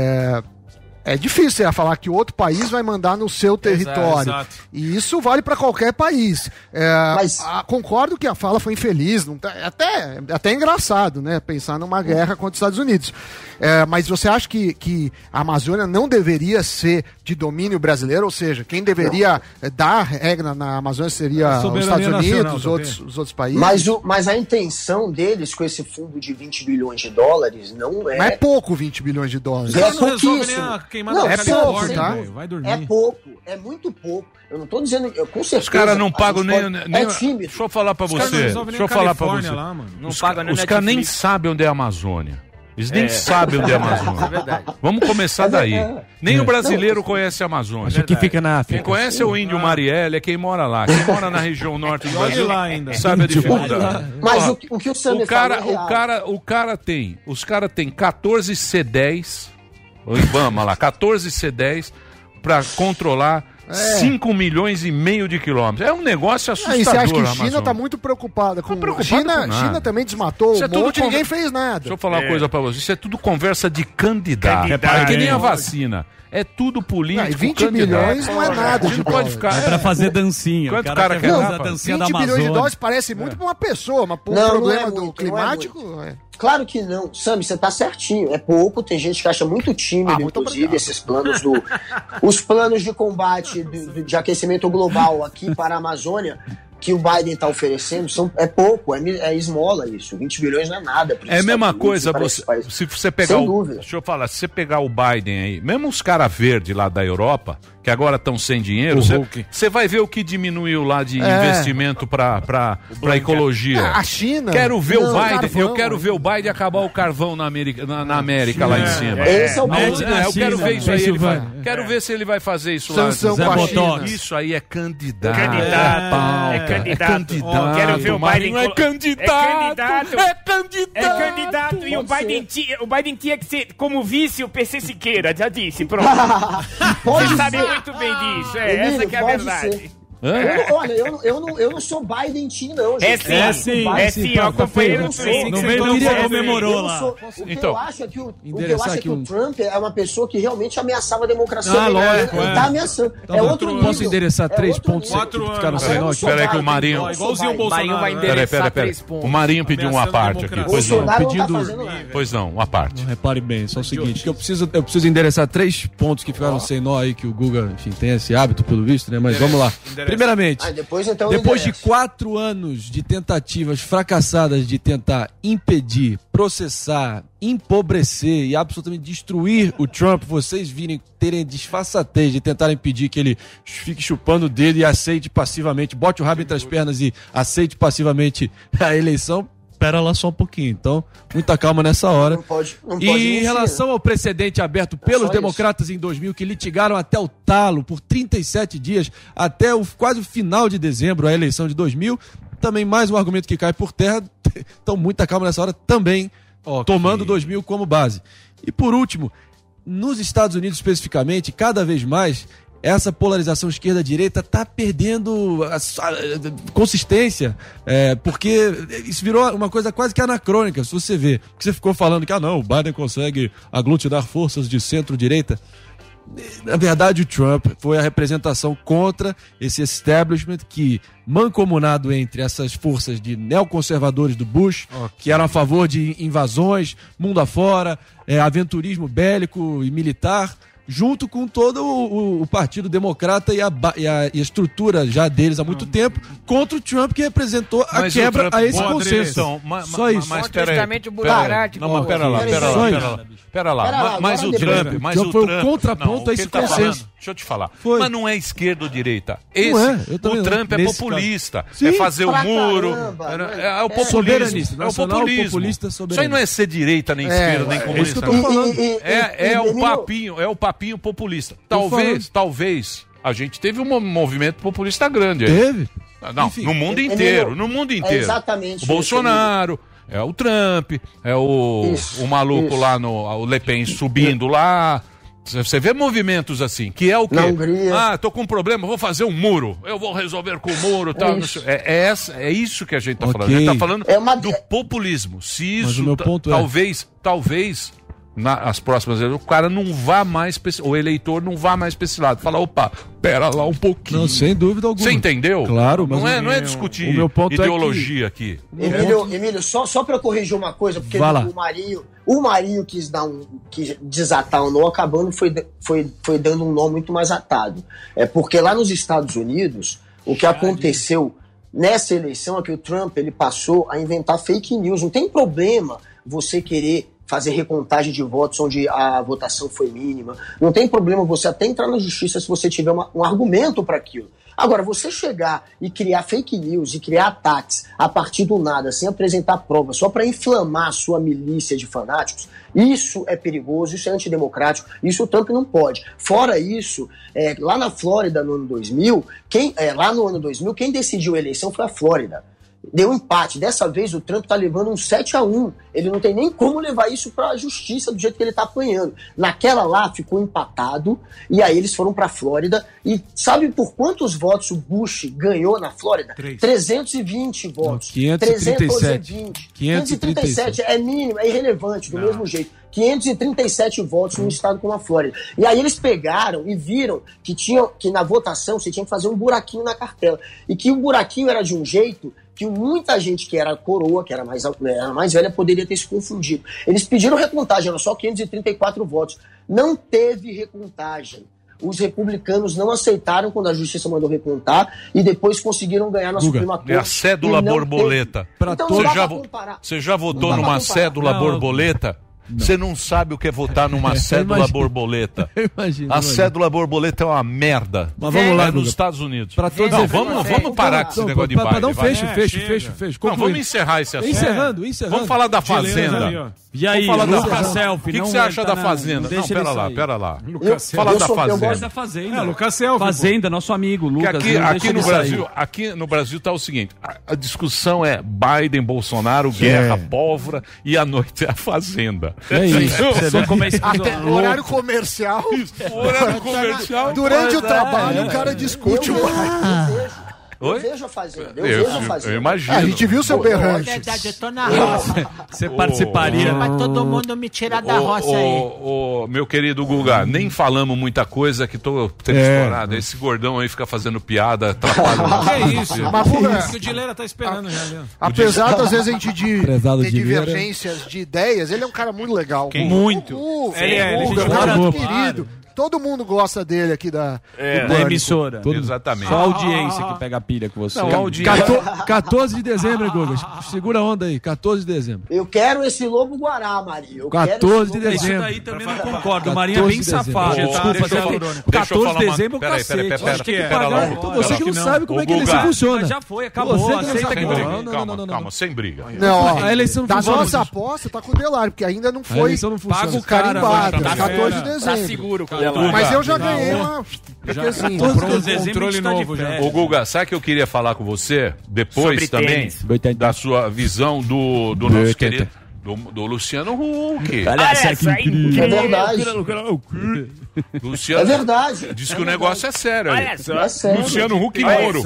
É difícil você falar que outro país vai mandar no seu território. Exato. E isso vale para qualquer país. Concordo que a fala foi infeliz. Até engraçado, né? Pensar numa guerra contra os Estados Unidos. Mas você acha que a Amazônia não deveria ser de domínio brasileiro? Ou seja, quem deveria dar regra na Amazônia seria os Estados Unidos, os outros países? Mas a intenção deles com esse fundo de 20 bilhões de dólares não é... Mas é pouco 20 bilhões de dólares. É pouquíssimo. Não, é pouco, tá? Vai dormir. É pouco, é muito pouco. Eu não tô dizendo, com certeza. Os caras não pagam nem. É tímido. Deixa eu falar pra você. Os caras nem sabem onde é a Amazônia. Eles nem sabem onde é a Amazônia. É verdade. Vamos começar daí. Nem o brasileiro conhece a Amazônia. Acho que fica na África. Quem conhece é o índio Marielle, é quem mora lá. Quem mora na região norte do Brasil sabe a dificuldade. Mas o que o Samir fala é real. Os caras têm 14 C10, o Ibama lá, 14 C10 para controlar 5 milhões e meio de quilômetros. É um negócio assustador. E você acha que a China está muito preocupada com... China também desmatou um monte e ninguém fez nada. Deixa eu falar uma coisa para você. Isso é tudo conversa de candidato. É que nem a vacina. É tudo político. E 20 milhões não é nada. A gente não pode ficar. É pra fazer dancinha. Quanto cara quer fazer a dancinha da Amazônia? 20 bilhões de dólares parece muito pra uma pessoa, mas por um problema do climático... Claro que não. Sami, você tá certinho. É pouco, tem gente que acha muito tímido, inclusive, esses planos os planos de combate de aquecimento global aqui para a Amazônia que o Biden está oferecendo é pouco, é esmola isso. 20 bilhões não é nada. É a mesma coisa, se você pegar deixa eu falar, se você pegar o Biden aí, mesmo os caras verdes lá da Europa, que agora estão sem dinheiro, você vai ver o que diminuiu lá de investimento para ecologia. A China. Quero ver o Biden, eu quero ver o Biden acabar o carvão na América lá em cima. Esse é o ponto. Eu quero ver isso aí. Quero ver se ele vai fazer isso lá. Sanção com a China. Isso aí é candidato. É candidato. Quero ver o Biden. É candidato. E o Biden tinha que ser como vice o PC Siqueira, já disse. Pronto. Você sabe muito bem disso. Essa que é a verdade. Eu não sou Biden team, não, gente. É sim. Eu acompanhei no Twitter. Não veio, comemorou lá. O que eu acho é que o Trump é uma pessoa que realmente ameaçava a democracia. Lógico. Ele tá ameaçando. É outro nível. Posso endereçar 3 pontos que ficaram sem nós? Peraí que o Marinho... Igualzinho o Bolsonaro. Vai endereçar 3 pontos. O Marinho pediu uma parte aqui. Pois não, uma parte. Repare bem, só o seguinte, que eu preciso endereçar 3 pontos que ficaram sem nó aí, que o Guga, enfim, tem esse hábito pelo visto, né? Mas vamos lá. Primeiramente, depois de 4 anos de tentativas fracassadas de tentar impedir, processar, empobrecer e absolutamente destruir o Trump, vocês terem disfarçatez de tentar impedir que ele fique chupando o dedo e aceite passivamente, bote o rabo entre as pernas e aceite passivamente a eleição. Espera lá só um pouquinho. Então, muita calma nessa hora. Não pode em relação ao precedente aberto pelos democratas em 2000, que litigaram até o talo por 37 dias, até quase o final de dezembro, a eleição de 2000, também mais um argumento que cai por terra. Então, muita calma nessa hora também, tomando 2000 como base. E por último, nos Estados Unidos especificamente, cada vez mais, essa polarização esquerda-direita está perdendo a consistência, porque isso virou uma coisa quase que anacrônica, se você vê. Porque você ficou falando que, o Biden consegue aglutinar forças de centro-direita. Na verdade, o Trump foi a representação contra esse establishment que, mancomunado entre essas forças de neoconservadores do Bush, que eram a favor de invasões, mundo afora, aventurismo bélico e militar, junto com todo o Partido Democrata e a estrutura já deles há muito tempo, contra o Trump, que representou a quebra a esse consenso. Só isso. Mas pera lá. Mas o Trump... Foi o contraponto a esse consenso. Deixa eu te falar. Mas não é esquerda ou direita. O Trump é populista. É fazer o muro. É o populismo. É o populismo. Isso aí não é ser direita, nem esquerda, nem comunista. É isso que eu tô falando. É o papinho populista. Talvez a gente teve um movimento populista grande aí. Teve? Não, enfim, no mundo inteiro. Exatamente. O Bolsonaro, o Trump, o maluco lá o Le Pen subindo lá. Você vê movimentos assim, que é o quê? Tô com um problema, vou fazer um muro. Eu vou resolver com o muro. Tal. É isso que a gente tá falando. A gente tá falando do populismo. Se isso, mas o meu ponto talvez nas próximas eleições, o cara não vá mais, o eleitor não vá mais pra esse lado. Fala, pera lá um pouquinho. Não, sem dúvida alguma. Você entendeu? Claro, mas não é discutir o meu ponto ideologia aqui. Emílio, só pra corrigir uma coisa, porque o Marinho quis desatar um nó, acabando foi dando um nó muito mais atado. Porque lá nos Estados Unidos, o que aconteceu nessa eleição é que o Trump ele passou a inventar fake news. Não tem problema você querer fazer recontagem de votos onde a votação foi mínima. Não tem problema você até entrar na justiça se você tiver um argumento para aquilo. Agora, você chegar e criar fake news e criar ataques a partir do nada, sem apresentar provas, só para inflamar a sua milícia de fanáticos, isso é perigoso, isso é antidemocrático, isso o Trump não pode. Fora isso, lá na Flórida no ano 2000, quem decidiu a eleição foi a Flórida. Deu empate. Dessa vez o Trump tá levando um 7-1. Ele não tem nem como levar isso pra justiça do jeito que ele tá apanhando. Naquela lá ficou empatado e aí eles foram pra Flórida e sabe por quantos votos o Bush ganhou na Flórida? 320 votos. 537. 537 é mínimo, é irrelevante, do mesmo jeito. 537 votos num estado como a Flórida. E aí eles pegaram e viram que na votação você tinha que fazer um buraquinho na cartela. E que o buraquinho era de um jeito que muita gente que era coroa, que era mais velha, poderia ter se confundido. Eles pediram recontagem, eram só 534 votos. Não teve recontagem. Os republicanos não aceitaram quando a justiça mandou recontar e depois conseguiram ganhar na Suprema Corte. É a cédula borboleta. Então você já votou numa cédula borboleta? Você não sabe o que é votar numa cédula borboleta. A cédula borboleta é uma merda. Mas vamos lá, nos Estados Unidos. Pra todos vamos parar com esse negócio de baile. Pra dar um fecho. Não, vamos encerrar esse assunto. Encerrando. Vamos falar da Fazenda. E aí, Lucas Selfie? O que você acha da Fazenda? Não, pera lá. Fala da Fazenda. Eu gosto da Fazenda. Lucas Selfie. Fazenda, nosso amigo, Lucas. Aqui no Brasil tá o seguinte, a discussão é Biden, Bolsonaro, guerra, pólvora, e à noite é a Fazenda. É isso. Você vê como é até horário comercial. Horário comercial. Durante o trabalho, o cara discute o Eu vejo a Fazenda. Eu imagino. A gente viu seu berrante. É verdade, eu tô na roça. Você participaria. Pra todo mundo me tirar da roça aí. Meu querido Guga, nem falamos muita coisa que tô tendo estourado. Esse gordão aí fica fazendo piada, atrapalha. Que isso? Mas o Dileira tá esperando já, Leandro. Apesar das vezes a gente ter de divergências de ideias, ele é um cara muito legal. Muito. Ele é um cara muito querido. Todo mundo gosta dele aqui da emissora. Exatamente. Só a audiência que pega a pilha com você. 14 de dezembro, Guga. Segura a onda aí. 14 de dezembro. Eu quero esse Lobo Guará, Maria. 14 de dezembro. Isso daí também não concordo. O Marinho é bem safado. Desculpa, Zé. 14 de dezembro, cacete. Pera lá. Você que não sabe como é que ele funciona. Já foi, acabou. Aceita que Calma, sem briga. Não, a eleição não das funciona. nossas apostas tá com o Delário, porque ainda não foi paga o carimbado. cara. 14 de dezembro. Tá seguro, cara. Mas eu já ganhei uma... Assim, controle novo já. Ô Guga, sabe que eu queria falar com você depois sobre também da sua visão do nosso querido do Luciano Huck. É verdade. Luciano, é verdade. Diz que o negócio é sério. Olha só. É sério. Luciano Huck e Moro.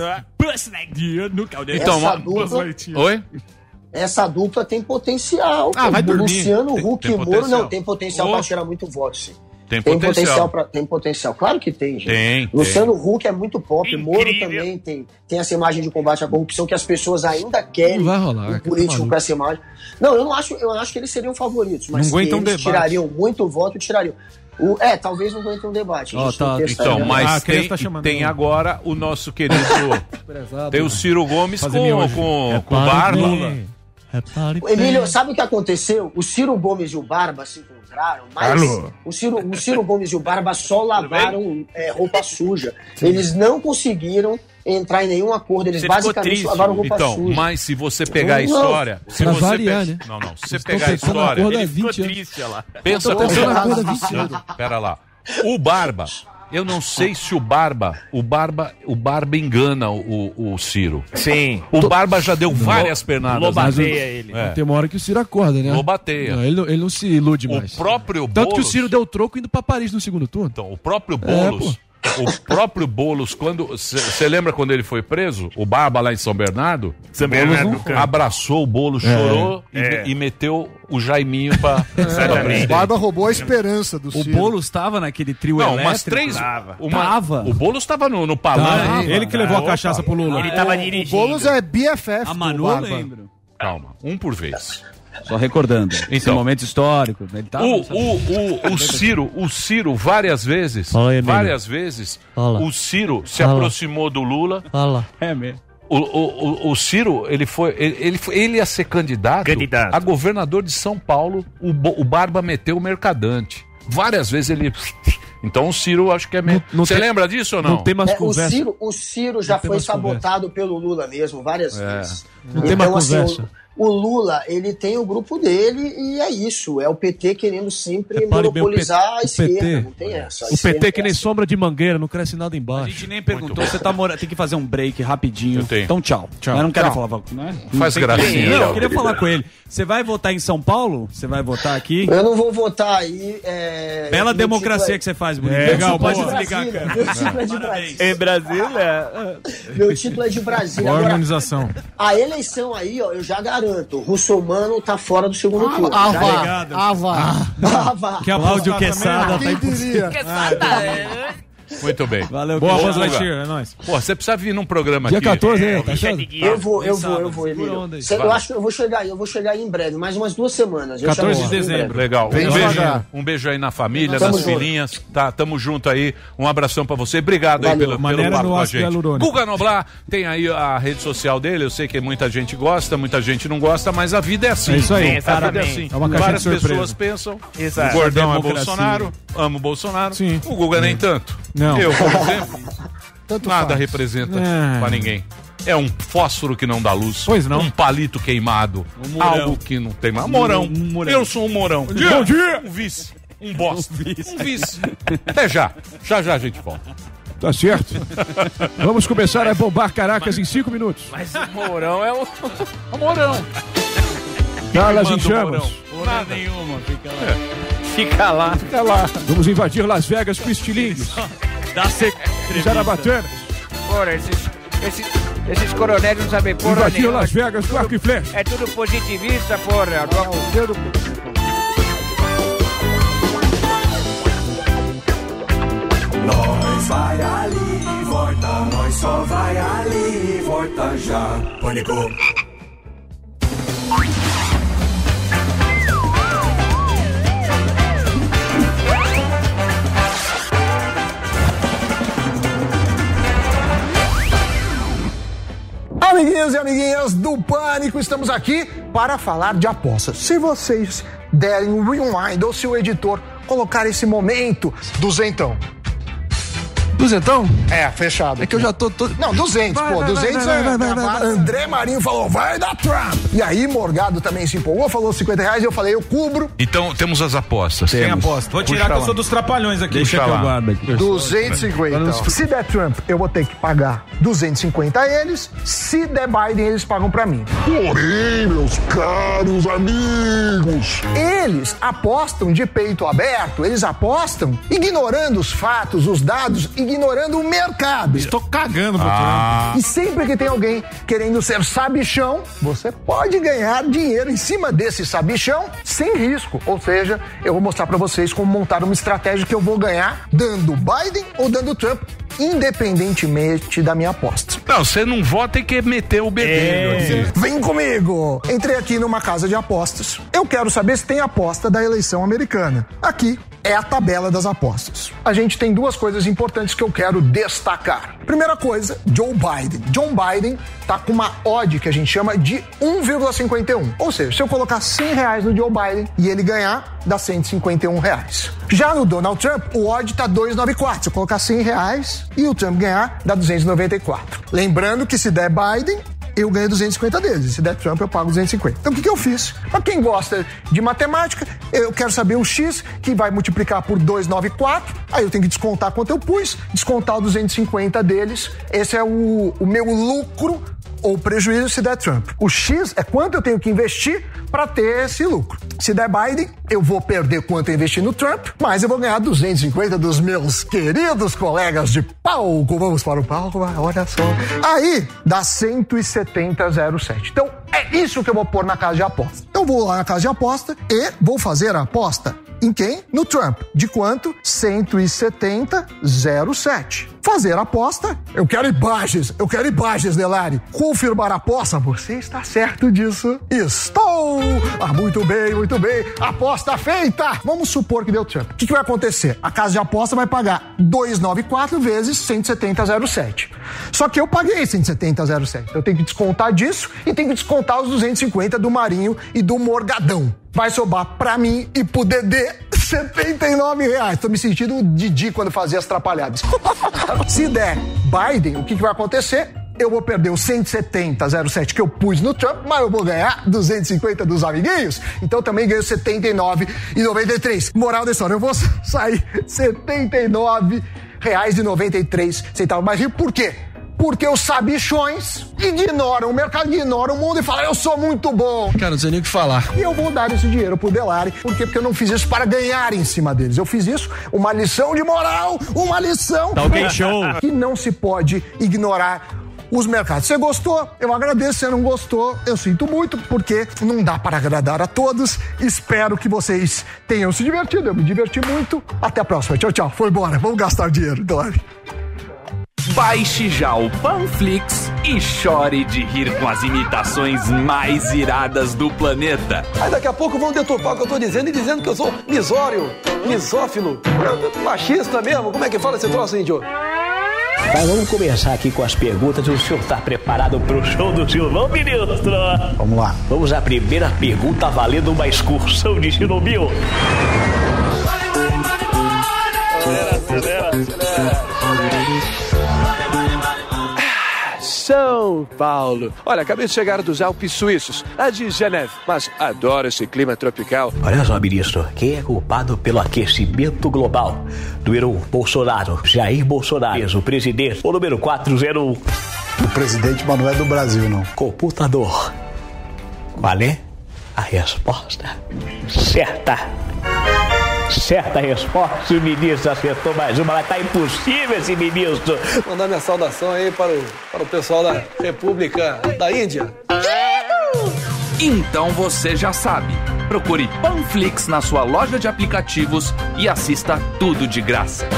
Então, oi? Essa dupla tem potencial. Vai dormir. Luciano Huck e Moro não tem potencial pra tirar muito voto, sim. Tem potencial. Claro que tem, gente. Luciano Huck é muito pop. Incrível. Moro também tem essa imagem de combate à corrupção que as pessoas ainda querem. Não vai rolar, um político com essa imagem. Não, eu acho que eles seriam favoritos, mas que eles tirariam muito voto, tirariam. Talvez não aguente um debate. Então, mas tem agora o nosso querido. Tem o Ciro Gomes com o Barba. Emílio, sabe o que aconteceu? O Ciro Gomes e o Barba se encontraram, mas o Ciro Gomes e o Barba só lavaram roupa suja. Eles não conseguiram entrar em nenhum acordo, eles basicamente lavaram roupa suja. Mas se você pegar a história... Se você pegar a história... Ele ficou triste, lá. Pensa atenção. Pera lá. O Barba... Eu não sei se o Barba engana o Ciro. Sim. O Barba já deu várias pernadas. Lobateia ele. Tem uma hora que o Ciro acorda, né? Lobateia. Não, ele não se ilude mais. O próprio Tanto que o Ciro deu troco indo pra Paris no segundo turno. Então, o próprio Boulos... quando... Você lembra quando ele foi preso? O Barba lá em São Bernardo? Abraçou o Boulos, chorou e meteu o Jaiminho pra... O Barba roubou a esperança do Ciro. O Boulos tava naquele trio elétrico? Umas três... Tava. O Boulos tava no palanque. Ele que levou a cachaça pro Lula. Ele tava dirigindo. O Boulos é BFF. A Manu eu lembro. Calma, um por vez. Só recordando. Esse momento histórico. Ele tava, o Ciro, várias vezes, o Ciro se aproximou do Lula. É mesmo. O Ciro, ele ia ser candidato a governador de São Paulo. O Barba meteu o Mercadante. Várias vezes ele... Então o Ciro, acho que é meio... Você lembra disso ou não? Não tem mais conversa. O Ciro já foi sabotado pelo Lula mesmo, várias vezes. Não tem mais conversa. O Lula, ele tem o grupo dele e é isso. É o PT querendo sempre monopolizar a esquerda. Não tem essa. O PT que nem sombra de mangueira, não cresce nada embaixo. A gente nem perguntou, você tá morando. Tem que fazer um break rapidinho. Então tchau. Eu não quero falar. Né? Faz gracinha. Eu queria falar com ele. Você vai votar em São Paulo? Você vai votar aqui? Eu não vou votar aí. Bela democracia que você faz, bonito. Legal, pode desligar, cara. Meu título é de Brasília. Em Brasília? Meu título é de Brasília. Boa organização. A eleição aí, ó, eu já garanto. O Russomano tá fora do segundo turno. Vá. Que a Cláudio Quesada tá impossível. Muito bem. Valeu, Boa, Guga. Buzz Lightyear, é nóis. Pô, você precisa vir num programa Dia aqui. 14, tá achando? Eu vou, Emílio. Eu acho que eu vou chegar aí em breve, mais umas 2 semanas. 14 de dezembro. Legal. Vem Um beijo aí na família, Tamo nas junto. filhinhas. Tá, tamo junto aí. Um abração pra você. Obrigado aí pelo Maneira papo no com a ácido gente. hialurônico. Guga Noblar tem aí a rede social dele. Eu sei que muita gente gosta, muita gente não gosta, mas a vida é assim. É isso aí. A vida é Exatamente. assim. É uma caixinha Várias de surpresa. pessoas pensam. Exato. O Gordão é Democracia. Bolsonaro. Amo Bolsonaro. Sim. O Guga nem tanto. Não. Eu, por exemplo, nada faz. representa É. pra ninguém. É um fósforo que não dá luz. Pois não. Um palito queimado. Algo que não tem mais. Morão. Eu sou um morão. Bom dia. Um vice. Um bosta. Um vice. Até já. Já a gente volta. Tá certo. Vamos começar a bombar Caracas em 5 minutos. Mas o Mourão é o... O morão. Calas em Manda o chamas. morão. Nada nenhuma, fica lá. Fica lá. Fica lá. Vamos invadir Las Vegas com estilingues. Dá Zarabatanas. Porra, esses coronéis não sabem porra Invadir nenhuma. Las Vegas com arco e flecha. É tudo positivista, porra. Nós vai ali e volta, nós só vai ali e volta já. Pânico. Amiguinhos e amiguinhas do Pânico, estamos aqui para falar de apostas. Se vocês derem um rewind ou se o editor colocar esse momento, duzentão. Duzentão? É, fechado. É que eu já tô... Não, 200, Vai, pô, vai, 200 vai, é... vai, vai, vai. André Marinho falou, vai dar Trump. E aí, Morgado também se empolgou, falou R$50, eu falei, eu cubro. Então, temos as apostas. Tem aposta. Vou tirar que eu sou dos trapalhões aqui. Deixa que eu guardo aqui. 250. Então. Se der Trump, eu vou ter que pagar 250 a eles. Se der Biden, eles pagam pra mim. Porém, meus caros amigos, Eles apostam de peito aberto, eles apostam ignorando os fatos, os dados, ignorando o mercado. Estou cagando pro Trump. E sempre que tem alguém querendo ser sabichão, você pode ganhar dinheiro em cima desse sabichão sem risco. Ou seja, eu vou mostrar pra vocês como montar uma estratégia que eu vou ganhar dando Biden ou dando Trump, independentemente da minha aposta. Não, você não vota e quer meter o bedelho aqui. Vem comigo! Entrei aqui numa casa de apostas. Eu quero saber se tem aposta da eleição americana. Aqui é a tabela das apostas. A gente tem 2 coisas importantes que eu quero destacar. Primeira coisa, Joe Biden. John Biden tá com uma odd que a gente chama de 1,51. Ou seja, se eu colocar R$100 no Joe Biden e ele ganhar, dá R$151. Já no Donald Trump, o odd tá 2,94. Se eu colocar R$100 e o Trump ganhar, dá 294. Lembrando que se der Biden, eu ganho 250 deles. Se der Trump, eu pago 250. Então, o que eu fiz? Pra quem gosta de matemática, eu quero saber o X, que vai multiplicar por 294. Aí eu tenho que descontar quanto eu pus, descontar os 250 deles. Esse é o meu lucro ou prejuízo se der Trump. O X é quanto eu tenho que investir para ter esse lucro. Se der Biden, eu vou perder quanto eu investi no Trump, mas eu vou ganhar 250 dos meus queridos colegas de palco. Vamos para o palco, olha só. Aí, dá 170,07. Então, é isso que eu vou pôr na casa de aposta. Eu vou lá na casa de aposta e vou fazer a aposta em quem? No Trump. De quanto? 170,07. Fazer a aposta. Eu quero imagens, Delari. Confirmar a aposta. Você está certo disso? Estou! Muito bem, muito bem. Aposta feita! Vamos supor que deu Trump. O que vai acontecer? A casa de aposta vai pagar 294 vezes 170,07. Só que eu paguei 170,07. Eu tenho que descontar disso e tenho que descontar os 250 do Marinho e do Morgadão. Vai sobrar pra mim e pro Dedê R$79. Tô me sentindo o Didi quando fazia as trapalhadas. Se der Biden, o que vai acontecer? Eu vou perder os 170,07 que eu pus no Trump, mas eu vou ganhar 250 dos amiguinhos. Então também ganho 79,93. Moral da história, eu vou sair R$79,93. Mas rio por quê? Porque os sabichões ignoram o mercado, ignoram o mundo e falam, eu sou muito bom. Cara, não sei nem o que falar. E eu vou dar esse dinheiro pro Delari. Por quê? Porque eu não fiz isso para ganhar em cima deles. Eu fiz isso, uma lição de moral, uma lição tá okay, show. que não se pode ignorar os mercados. Você gostou? Eu agradeço. Se não gostou, eu sinto muito, porque não dá para agradar a todos. Espero que vocês tenham se divertido. Eu me diverti muito. Até a próxima. Tchau, tchau. Foi embora. Vamos gastar dinheiro, claro. Baixe já o Panflix e chore de rir com as imitações mais iradas do planeta. Aí daqui a pouco vão deturpar o que eu tô dizendo e dizendo que eu sou misório, misófilo, machista mesmo. Como é que fala esse troço, índio? Mas vamos começar aqui com as perguntas. O senhor está preparado para o show do Silvão, ministro? Vamos lá. Vamos à primeira pergunta, valendo uma excursão de Chernobyl. Acelera. São Paulo. Olha, acabei de chegar dos Alpes Suíços, lá de Geneve, mas adoro esse clima tropical. Olha só, ministro, quem é culpado pelo aquecimento global? Número 1, Bolsonaro, Jair Bolsonaro, o presidente. O número 401. O presidente, mas não é do Brasil, não. Computador. Qual é a resposta certa? Certa resposta, o ministro acertou mais uma, mas tá impossível esse ministro. Mandar minha saudação aí para o pessoal da República da Índia. Então você já sabe. Procure Panflix na sua loja de aplicativos e assista tudo de graça.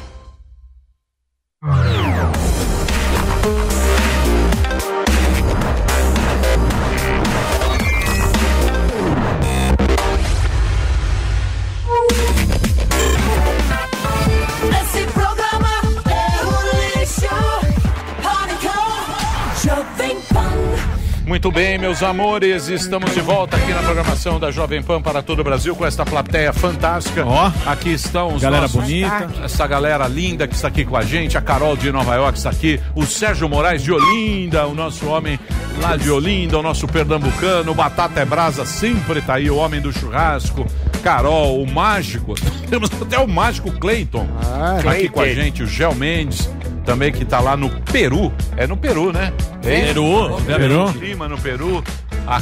Muito bem, meus amores, estamos de volta aqui na programação da Jovem Pan para todo o Brasil com esta plateia fantástica. Aqui estão os galera nossos, bonita, essa galera linda que está aqui com a gente, a Carol de Nova York está aqui, o Sérgio Moraes de Olinda, o nosso homem lá de Olinda, o nosso pernambucano, o Batata é Brasa sempre tá aí, o homem do churrasco, Carol, o mágico, temos até o mágico Cleiton aqui com a gente, o Gel Mendes, também que tá lá no Peru. É no Peru, né? Peru. Lima, no Peru. A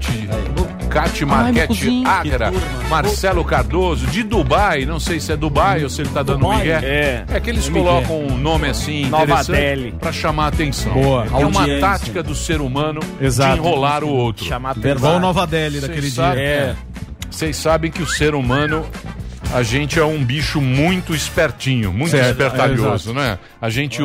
Cati Marquete Agra, Marcelo Cardoso, de Dubai, não sei se é Dubai ou se ele tá dando um migué. É que eles colocam um nome assim interessante pra chamar a atenção. Boa. É uma tática do ser humano de enrolar o outro. Igual Nova Delhi daquele dia. Vocês sabem que o ser humano, a gente é um bicho muito espertinho, muito espertalhoso, né? A gente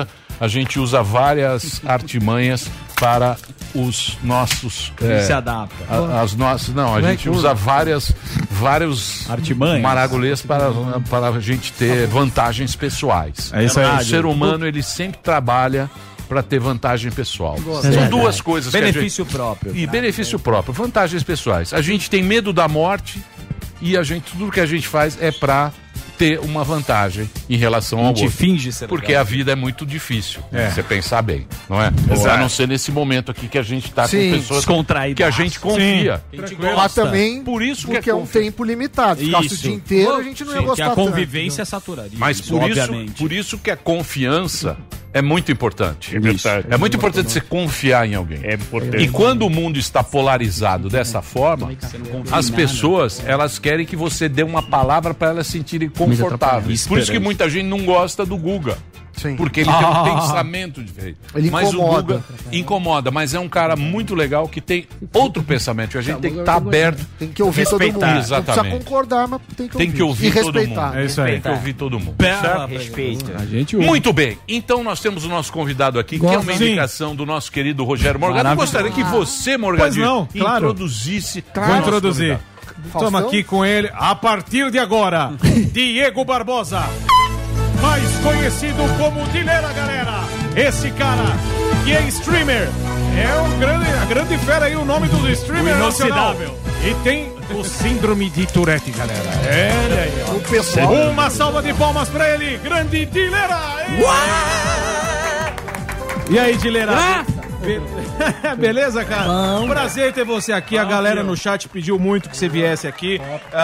usa várias artimanhas para os nossos... se adapta. As nossas, não, a gente usa vários artimanhas, maragulês para a gente ter vantagens pessoais. É isso aí. O ser humano, ele sempre trabalha para ter vantagem pessoal. São duas coisas. Benefício próprio. E benefício próprio, vantagens pessoais. A gente tem medo da morte e tudo que a gente faz é para ter uma vantagem em relação ao outro. Finge ser porque legal. A vida é muito difícil, você pensar bem, não é? A não ser nesse momento aqui que a gente tá com pessoas que a gente confia. Mas também por isso porque é um tempo limitado. Se ficasse o dia inteiro, a gente não ia gostar tanto. A convivência saturaria. Mas por isso que a confiança é muito importante. É muito importante você confiar em alguém. É importante. E quando o mundo está polarizado dessa forma, as pessoas, elas querem que você dê uma palavra para elas se sentirem confortáveis. Por isso que muita gente não gosta do Guga. Sim. Porque ele tem um pensamento diferente. Ele mas incomoda. o Guga incomoda, mas é um cara muito legal que tem outro pensamento. A gente tem que estar aberto. Tem que ouvir todo mundo. Exatamente. Não precisa concordar, mas tem que ouvir. E respeitar. Todo mundo. É isso aí. Tem que ouvir todo mundo. Certo? Respeita. Muito bem. Então nós temos o nosso convidado aqui, que é uma indicação do nosso querido Rogério Morgado. Eu gostaria que você, Morgadinho, introduzisse. Vou introduzir. Estamos aqui com ele a partir de agora. Diego Barbosa, mais conhecido como Dileira, galera. Esse cara que é streamer, é a grande fera aí, o nome do streamer nacional. E tem o síndrome de Tourette, galera. O pessoal. Uma salva de palmas pra ele, grande Dileira. E aí, Dileira? Beleza, cara? Prazer ter você aqui. A galera no chat pediu muito que você viesse aqui.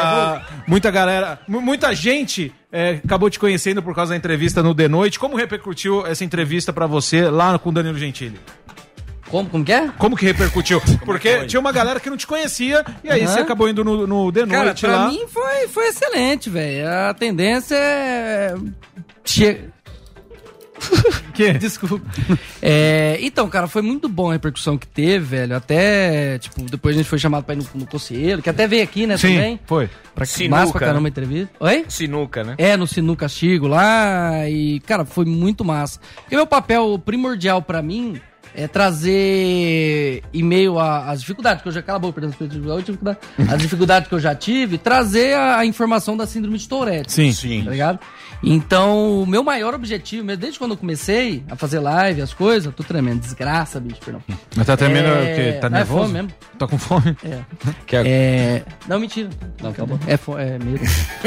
Muita gente acabou te conhecendo por causa da entrevista no The Noite. Como repercutiu essa entrevista pra você lá com o Danilo Gentili? Como que é? Como que repercutiu? Porque tinha uma galera que não te conhecia e aí você acabou indo no The Noite lá. Pra mim foi excelente, velho. A tendência é... Que? Desculpa. Então, cara, foi muito bom a repercussão que teve, velho. Até, tipo, depois a gente foi chamado pra ir no conselheiro, que até veio aqui, né, Sim, também. foi. Massa pra caramba a entrevista. Oi? Sinuca, né? No Sinuca Castigo lá. E, cara, foi muito massa. Porque meu papel primordial pra mim é trazer, em meio às dificuldades que eu já... Cala a boca, as dificuldades que eu já tive, trazer a informação da síndrome de Tourette. Sim. Tá ligado? Então, o meu maior objetivo, desde quando eu comecei a fazer live, as coisas, tô tremendo, desgraça, bicho, perdão. Mas tá tremendo porque tá nervoso? É fome mesmo. Tá com fome? Não, mentira. Não, acabou. É medo.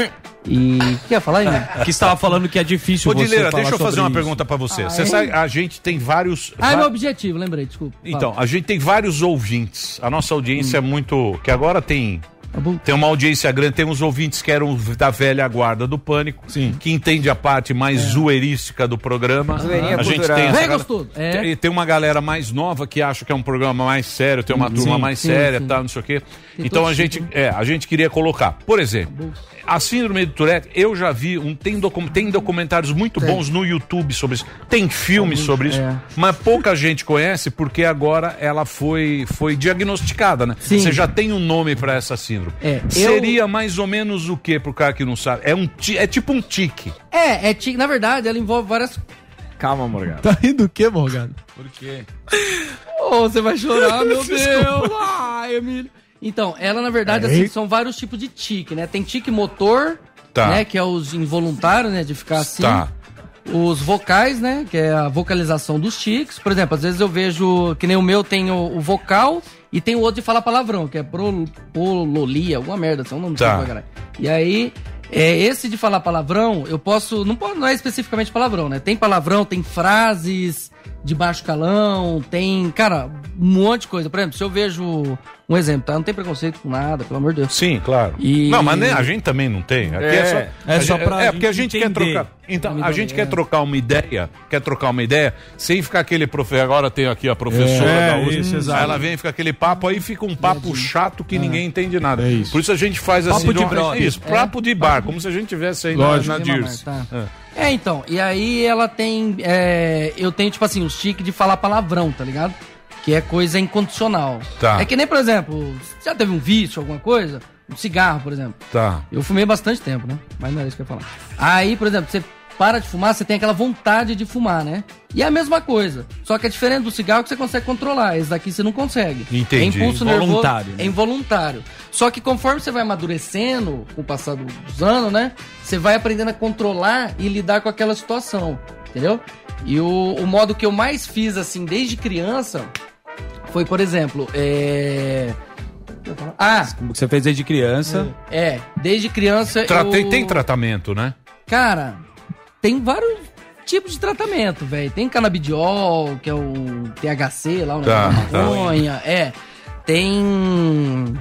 E o que ia falar aí, né? Que estava falando que é difícil. Ô, Dileira, deixa eu fazer uma pergunta pra você. Você sabe, a gente tem vários... é meu objetivo, lembrei, desculpa. Então, a gente tem vários ouvintes. A nossa audiência é muito... Que agora tem uma audiência grande, tem uns ouvintes que eram da velha guarda do Pânico, que entende a parte mais zoeirística do programa. A gente tem tem uma galera mais nova que acha que é um programa mais sério, tem uma turma mais séria, tá, não sei o quê. Então a gente queria colocar, por exemplo, a síndrome de Tourette, eu já vi, tem documentários muito bons no YouTube sobre isso, tem filmes sobre isso, mas pouca gente conhece porque agora ela foi diagnosticada, né? Você já tem um nome pra essa síndrome. Seria mais ou menos o que pro cara que não sabe? É tipo um tique. É tique, na verdade, ela envolve várias... Calma, Morgado. Tá rindo do quê, Morgado? Por quê? Você vai chorar, meu Deus. Ai, Emílio. Então, ela, na verdade, assim, são vários tipos de tique, né? Tem tique motor, né? Que é os involuntários, né? De ficar assim. Os vocais, né? Que é a vocalização dos tiques. Por exemplo, às vezes eu vejo, que nem o meu tem o vocal e tem o outro de falar palavrão, que é prololia, alguma merda, assim, não sei pra caralho. E aí, esse de falar palavrão, eu posso... Não é especificamente palavrão, né? Tem palavrão, tem frases de baixo calão, tem, cara, um monte de coisa. Por exemplo, se eu vejo... Um exemplo, tá? Não tem preconceito com nada, pelo amor de Deus. Sim, claro. Não, mas a gente também não tem. Aqui só pra porque a gente quer trocar. Então, a gente quer trocar uma ideia, sem ficar aquele professor. Agora tem aqui a professora da USP. Ela vem e fica aquele papo, aí fica um papo chato que ninguém entende nada. Por isso a gente faz assim. Papo de brother. Isso, papo de bar, como se a gente tivesse aí na Dirce. Então, e aí ela tem... eu tenho, tipo assim, os tiques de falar palavrão, tá ligado? Que é coisa incondicional. É que nem, por exemplo, já teve um vício, alguma coisa? Um cigarro, por exemplo. Eu fumei bastante tempo, né? Mas não era isso que eu ia falar. Aí, por exemplo, você para de fumar, você tem aquela vontade de fumar, né? E é a mesma coisa. Só que é diferente do cigarro que você consegue controlar. Esse daqui você não consegue. Entendi. É impulso nervoso. É involuntário. Só que conforme você vai amadurecendo, com o passar dos anos, né? Você vai aprendendo a controlar e lidar com aquela situação. Entendeu? E o modo que eu mais fiz, assim, desde criança... Foi, por exemplo, Você fez desde criança. Desde criança Tem tratamento, né? Cara, tem vários tipos de tratamento, velho. Tem canabidiol, que é o THC lá, o maconha. Tem...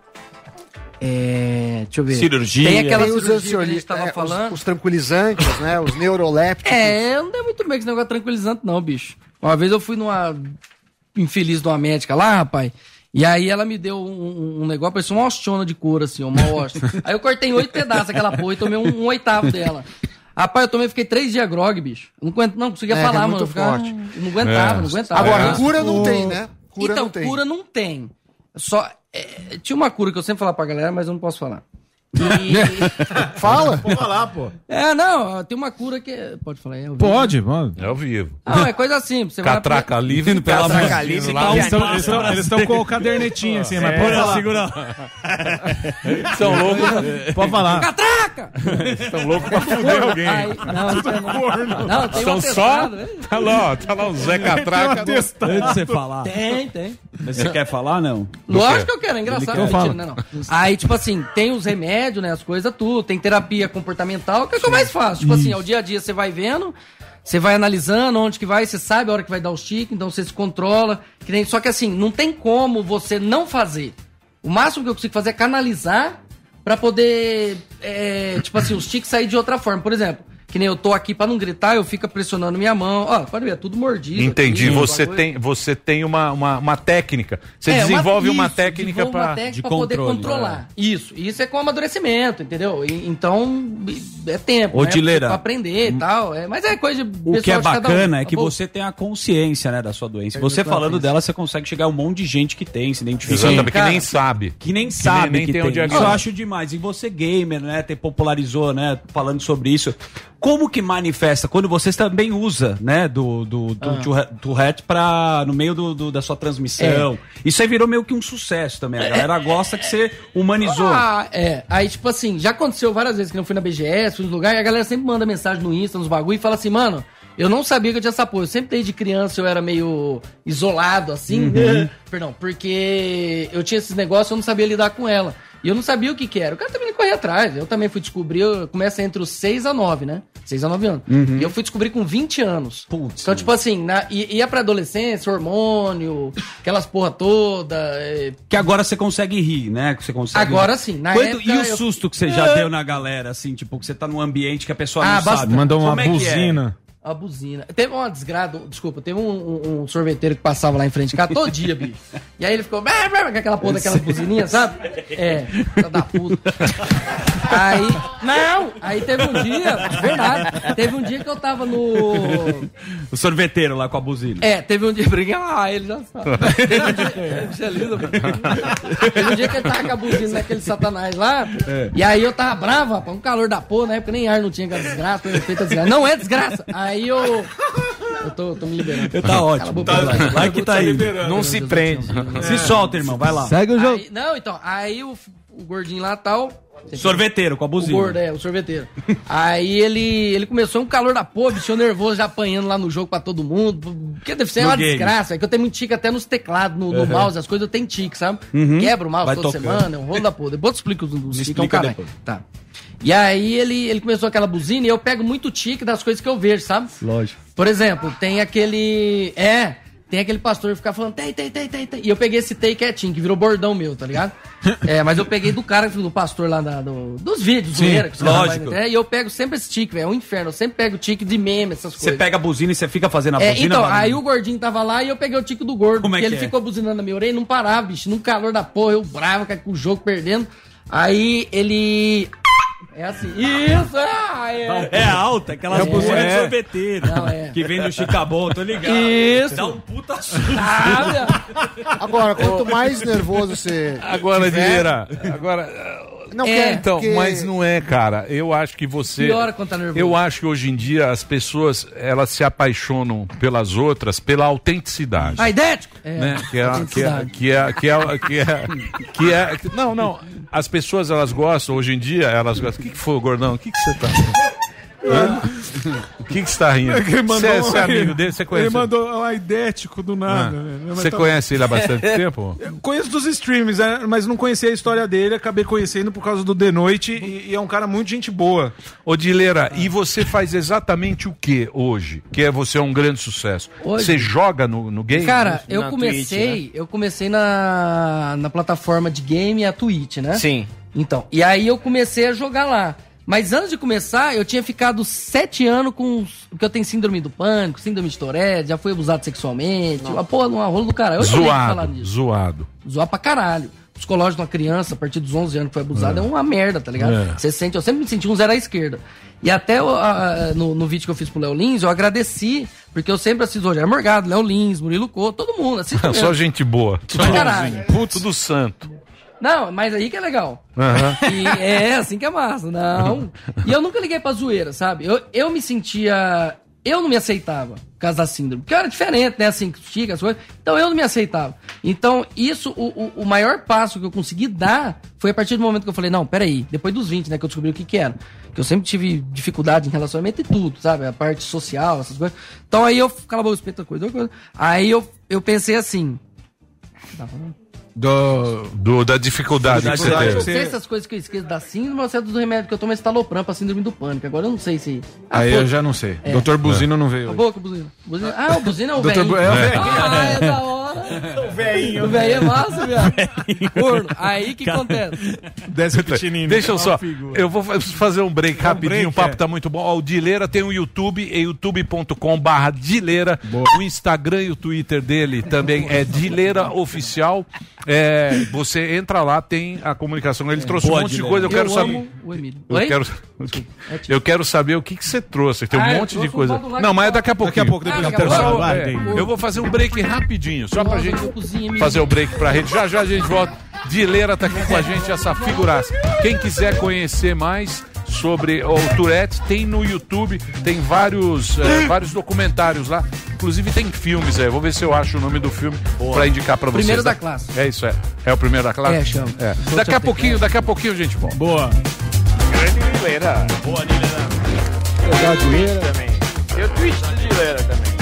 deixa eu ver. Cirurgia. Tem aquela cirurgia que a gente tava falando. Os tranquilizantes, né? Os neurolépticos. Eu não dei muito bem com esse negócio tranquilizante, não, bicho. Uma vez eu fui numa... infeliz de uma médica lá, rapaz, e aí ela me deu um negócio, parecia uma ostiona de couro, assim, uma hóstia. Aí eu cortei em 8 pedaços aquela porra e tomei um oitavo dela. Rapaz, fiquei 3 dias grog, bicho. Eu não conseguia falar, mano. Eu não aguentava. Agora, cura não tem, né? Cura não tem. Só... tinha uma cura que eu sempre falava pra galera, mas eu não posso falar. Fala? Pode falar, pô. Tem uma cura que... Pode falar, é ao vivo? Pode, mano. É ao vivo. Não, é coisa simples. Você Catraca livre, pela Catraca livre. Eles estão com o cadernetinho assim, mas pode falar. Segura. São loucos. Pode falar. Catraca! Estão loucos pra fuder alguém. Não, tem São só... Tá lá o Zé Catraca. Antes de você falar. Tem. Mas você quer falar, não? Lógico que eu quero, é engraçado. Não. Aí, tipo assim, tem os remédios, né, as coisas tudo, tem terapia comportamental, que é o que eu mais faço. Tipo assim, ao dia a dia você vai vendo, você vai analisando onde que vai, você sabe a hora que vai dar os tiques, então você se controla. Só que assim, não tem como você não fazer. O máximo que eu consigo fazer é canalizar pra poder, tipo assim, os tiques sair de outra forma. Por exemplo, que nem eu tô aqui pra não gritar, eu fico pressionando minha mão. Ó, pode ver, é tudo mordido. Entendi. Aqui, você tem uma técnica. Você desenvolve uma técnica pra poder controlar. Isso é com amadurecimento, entendeu? Então, é tempo, pra aprender e tal. Mas é coisa de o que é bacana é que você tem a consciência, né, da sua doença. Você falando dela, você consegue chegar a um monte de gente que tem, se identifica. Exatamente, que nem sabe. Que nem sabe que tem. Isso eu acho demais. E você gamer, né, popularizou, né, falando sobre isso. Como que manifesta quando você também usa, né, do Tourette no meio da sua transmissão? Isso aí virou meio que um sucesso também. A galera gosta que você humanizou. Aí, tipo assim, já aconteceu várias vezes que eu fui na BGS, fui nos lugares, e a galera sempre manda mensagem no Insta, nos bagulho, e fala assim, mano, eu não sabia que eu tinha essa porra. Eu sempre desde criança eu era meio isolado, assim. Perdão, porque eu tinha esses negócios, eu não sabia lidar com ela. E eu não sabia o que era. O cara também corria atrás. Eu também fui descobrir, começa entre os 6 a 9, né? 6 a 9 anos. E eu fui descobrir com 20 anos. Putz. Então, tipo assim, ia pra adolescência, hormônio, aquelas porra toda. Que agora você consegue rir, né? Que você consegue agora sim. E o susto que você já deu na galera, assim, tipo, que você tá num ambiente que a pessoa não sabe. Mandou uma buzina. A buzina. Teve uma desgraça, teve um sorveteiro que passava lá em frente de casa todo dia, bicho. E aí ele ficou com aquela porra daquelas buzininhas, sabe? Da puta. Aí teve um dia, verdade, teve um dia que eu tava no... O sorveteiro lá com a buzina. Teve um dia, ele já sabe. Teve um dia que ele tava com a buzina naquele satanás lá, e aí eu tava bravo, rapaz, um calor da porra, na época nem ar não tinha aquela desgraça, foi feita desgraça. Não é desgraça! Aí eu tô me liberando. Tá ótimo. Vai que tá aí. Não se prende. Se solta, irmão. Vai lá. Segue o jogo. Aí o gordinho lá tal... Sorveteiro, com a buzina. O gordo, o sorveteiro. Aí ele começou um calor da porra, bicho nervoso, já apanhando lá no jogo pra todo mundo. Porque deve ser uma desgraça. É que eu tenho muito tique até nos teclados, no mouse, as coisas eu tenho tique, sabe? Quebra o mouse toda semana, é um rolo da porra. Depois eu explico os tique, é um caralho. Tá. E aí ele começou aquela buzina e eu pego muito tique das coisas que eu vejo, sabe? Lógico. Por exemplo, tem aquele pastor que fica falando tem. E eu peguei esse tem quietinho, que virou bordão meu, tá ligado? Mas eu peguei do cara, do pastor lá dos vídeos, zoeira, que lógico. E eu pego sempre esse tique, velho. É um inferno. Eu sempre pego tique de meme, essas coisas. Você pega a buzina e você fica fazendo a buzina. Então, aí o gordinho tava lá e eu peguei o tique do gordo. Como é que ele ficou buzinando na minha orelha e não parava, bicho. Num calor da porra, eu bravo, com o jogo perdendo. Aí ele... É assim. Isso! É alta, aquelas buzinas de sorveteiro. Que vem do Chicabon, tô ligado. Isso! Dá um puta susto. Agora, quanto mais nervoso você. Agora, Dieira. Não mas não é, cara. Eu acho que você... Piora quando tá nervoso. Eu acho que hoje em dia as pessoas, elas se apaixonam pelas outras pela autenticidade. Idético! Né? Não. As pessoas, elas gostam, hoje em dia, elas gostam. O que foi, gordão? O que você tá... O que você tá rindo? Você é amigo dele? Você conhece? Ele mandou um idético do nada. Você conhece ele há bastante tempo? Eu conheço dos streams, mas não conhecia a história dele. Acabei conhecendo por causa do The Noite e é um cara muito gente boa. Ô Dileira, e você faz exatamente o que hoje? Que você é um grande sucesso. Hoje? Você joga no game? Cara, eu comecei na plataforma de game, a Twitch, né? Sim. Então, e aí eu comecei a jogar lá. Mas antes de começar, eu tinha ficado 7 anos porque eu tenho síndrome do pânico, síndrome de Tourette, já fui abusado sexualmente, uma porra, uma rola do caralho. Zoado. Zoar pra caralho. Psicológico de uma criança, a partir dos 11 anos que foi abusado, é uma merda, tá ligado? Você sente, eu sempre me senti um zero à esquerda. E até no vídeo que eu fiz pro Léo Lins, eu agradeci, porque eu sempre assisto Rogério Morgado, Léo Lins, Murilo Couto, todo mundo. Só gente boa. Caralho. Tudo santo. Não, mas aí que é legal. E é assim que é massa. Não. E eu nunca liguei pra zoeira, sabe? Eu me sentia... Eu não me aceitava por causa da síndrome. Porque eu era diferente, né? Assim, chica, as coisas. Então eu não me aceitava. Então, isso, o maior passo que eu consegui dar foi a partir do momento que eu falei, não, peraí, depois dos 20, né? Que eu descobri o que era. Que eu sempre tive dificuldade em relacionamento e tudo, sabe? A parte social, essas coisas. Então aí eu... Cala a boca, espeta coisa. Aí eu pensei assim... Tá falando? Da dificuldade que você teve. Eu não sei essas coisas que eu esqueço da síndrome ou se é do remédio que eu tomo estalopram pra síndrome do pânico. Agora eu não sei se... Aí eu já não sei. Doutor Buzino não veio. A boca, Buzino. O Buzino é o velho. É o velho. É da hora. O velhinho é massa, viado. Corno. Aí que acontece? Desce o pequenininho. Deixa eu só. Eu vou fazer um break rapidinho. O papo tá muito bom. Ó, o Dileira tem o YouTube, é youtube.com/Dileira. O Instagram e o Twitter dele também é Dileira Oficial. Você entra lá, tem a comunicação. Ele trouxe um monte de coisa. Eu quero saber. Eu quero saber o que você trouxe. Tem um monte de coisa. Não, mas é daqui a pouco. Eu vou fazer um break rapidinho, só pra gente fazer o break pra rede. Já a gente volta. Dileira tá aqui com a gente, essa figuraça. Quem quiser conhecer mais sobre o Tourette, tem no YouTube, tem vários documentários lá. Inclusive tem filmes aí. Vou ver se eu acho o nome do filme pra indicar pra vocês. Primeiro da classe. É isso, é o primeiro da classe? Chama. Daqui a pouquinho, gente. Boa. Grande Dileira. Boa, Dileira. Legal, Dileira. Também. Tem o twist do Dileira também.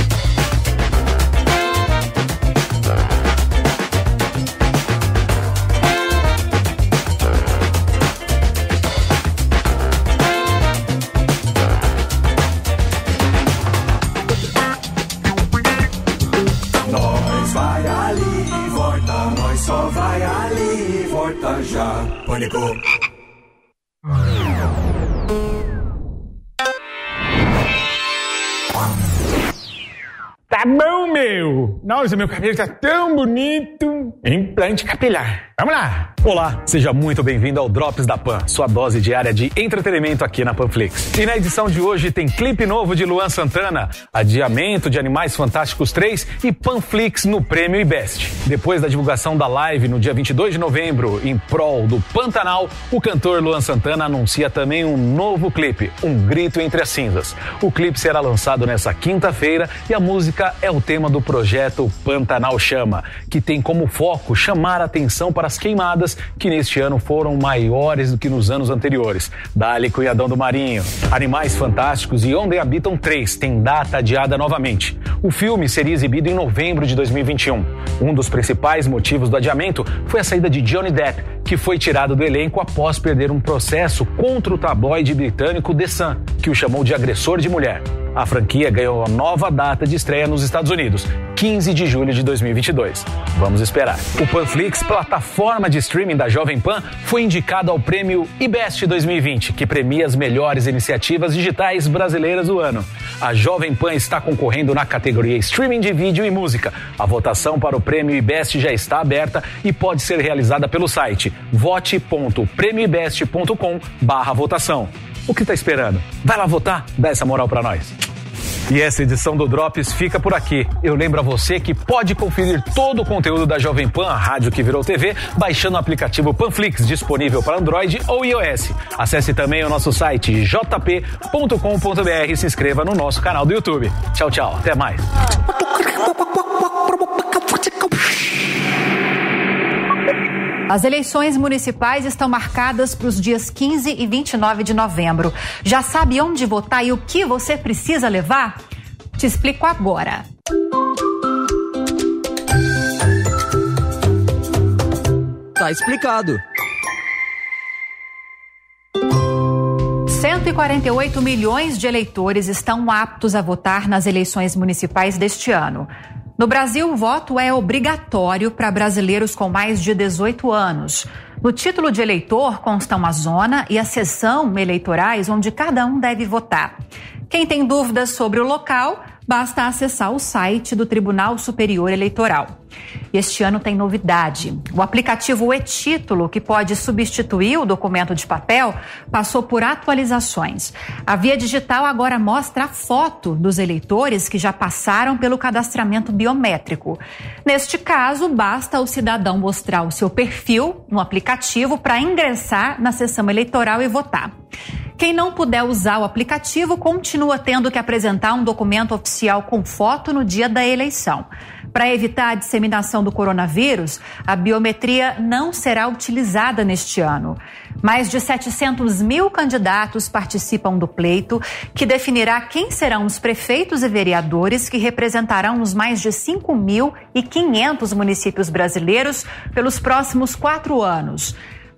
Nós vai ali e volta, nós só vai ali e volta já. Pânico. Tá bom, meu! Nossa, meu cabelo tá tão bonito! Implante capilar. Vamos lá! Olá, seja muito bem-vindo ao Drops da Pan, sua dose diária de entretenimento aqui na Panflix. E na edição de hoje tem clipe novo de Luan Santana, adiamento de Animais Fantásticos 3 e Panflix no Prêmio IBEST. Depois da divulgação da live no dia 22 de novembro, em prol do Pantanal, o cantor Luan Santana anuncia também um novo clipe, Um Grito Entre as Cinzas. O clipe será lançado nessa quinta-feira e a música é o tema do projeto Pantanal Chama, que tem como foco chamar a atenção para as queimadas que neste ano foram maiores do que nos anos anteriores. Dali Cunhadão do Marinho. Animais Fantásticos e Onde Habitam 3 tem data adiada novamente. O filme seria exibido em novembro de 2021. Um dos principais motivos do adiamento foi a saída de Johnny Depp, que foi tirado do elenco após perder um processo contra o tabloide britânico The Sun, que o chamou de agressor de mulher. A franquia ganhou a nova data de estreia nos Estados Unidos, 15 de julho de 2022. Vamos esperar. O Panflix, plataforma de streaming da Jovem Pan, foi indicado ao prêmio IBEST 2020, que premia as melhores iniciativas digitais brasileiras do ano. A Jovem Pan está concorrendo na categoria Streaming de Vídeo e Música. A votação para o prêmio IBEST já está aberta e pode ser realizada pelo site vote.premioibest.com/votação. O que tá esperando? Vai lá votar, dá essa moral pra nós. E essa edição do Drops fica por aqui. Eu lembro a você que pode conferir todo o conteúdo da Jovem Pan, a rádio que virou TV, baixando o aplicativo Panflix, disponível para Android ou iOS. Acesse também o nosso site jp.com.br e se inscreva no nosso canal do YouTube. Tchau, tchau. Até mais. As eleições municipais estão marcadas para os dias 15 e 29 de novembro. Já sabe onde votar e o que você precisa levar? Te explico agora. Tá explicado. 148 milhões de eleitores estão aptos a votar nas eleições municipais deste ano. No Brasil, o voto é obrigatório para brasileiros com mais de 18 anos. No título de eleitor constam a zona e a seção eleitorais onde cada um deve votar. Quem tem dúvidas sobre o local, basta acessar o site do Tribunal Superior Eleitoral. E este ano tem novidade. O aplicativo e-Título, que pode substituir o documento de papel, passou por atualizações. A Via Digital agora mostra a foto dos eleitores que já passaram pelo cadastramento biométrico. Neste caso, basta o cidadão mostrar o seu perfil no aplicativo para ingressar na sessão eleitoral e votar. Quem não puder usar o aplicativo continua tendo que apresentar um documento oficial com foto no dia da eleição. Para evitar a disseminação do coronavírus, a biometria não será utilizada neste ano. Mais de 700 mil candidatos participam do pleito, que definirá quem serão os prefeitos e vereadores que representarão os mais de 5.500 municípios brasileiros pelos próximos 4 anos.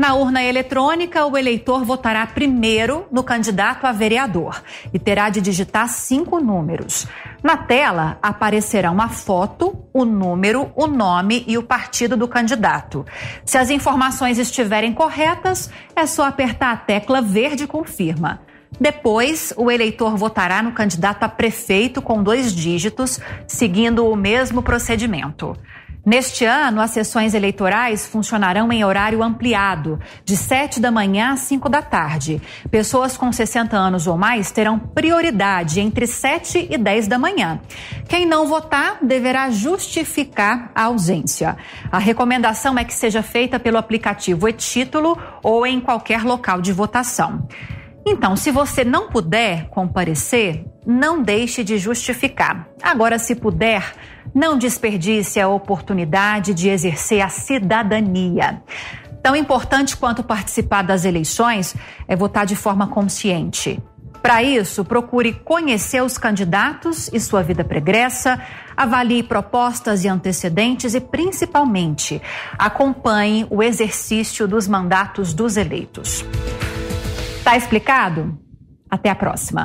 Na urna eletrônica, o eleitor votará primeiro no candidato a vereador e terá de digitar 5 números. Na tela aparecerá uma foto, o número, o nome e o partido do candidato. Se as informações estiverem corretas, é só apertar a tecla verde confirma. Depois, o eleitor votará no candidato a prefeito com 2 dígitos, seguindo o mesmo procedimento. Neste ano, as sessões eleitorais funcionarão em horário ampliado, de 7 da manhã às 5 da tarde. Pessoas com 60 anos ou mais terão prioridade entre 7 e 10 da manhã. Quem não votar deverá justificar a ausência. A recomendação é que seja feita pelo aplicativo e-Título ou em qualquer local de votação. Então, se você não puder comparecer, não deixe de justificar. Agora, se puder, não desperdice a oportunidade de exercer a cidadania. Tão importante quanto participar das eleições é votar de forma consciente. Para isso, procure conhecer os candidatos e sua vida pregressa, avalie propostas e antecedentes e, principalmente, acompanhe o exercício dos mandatos dos eleitos. Tá explicado? Até a próxima.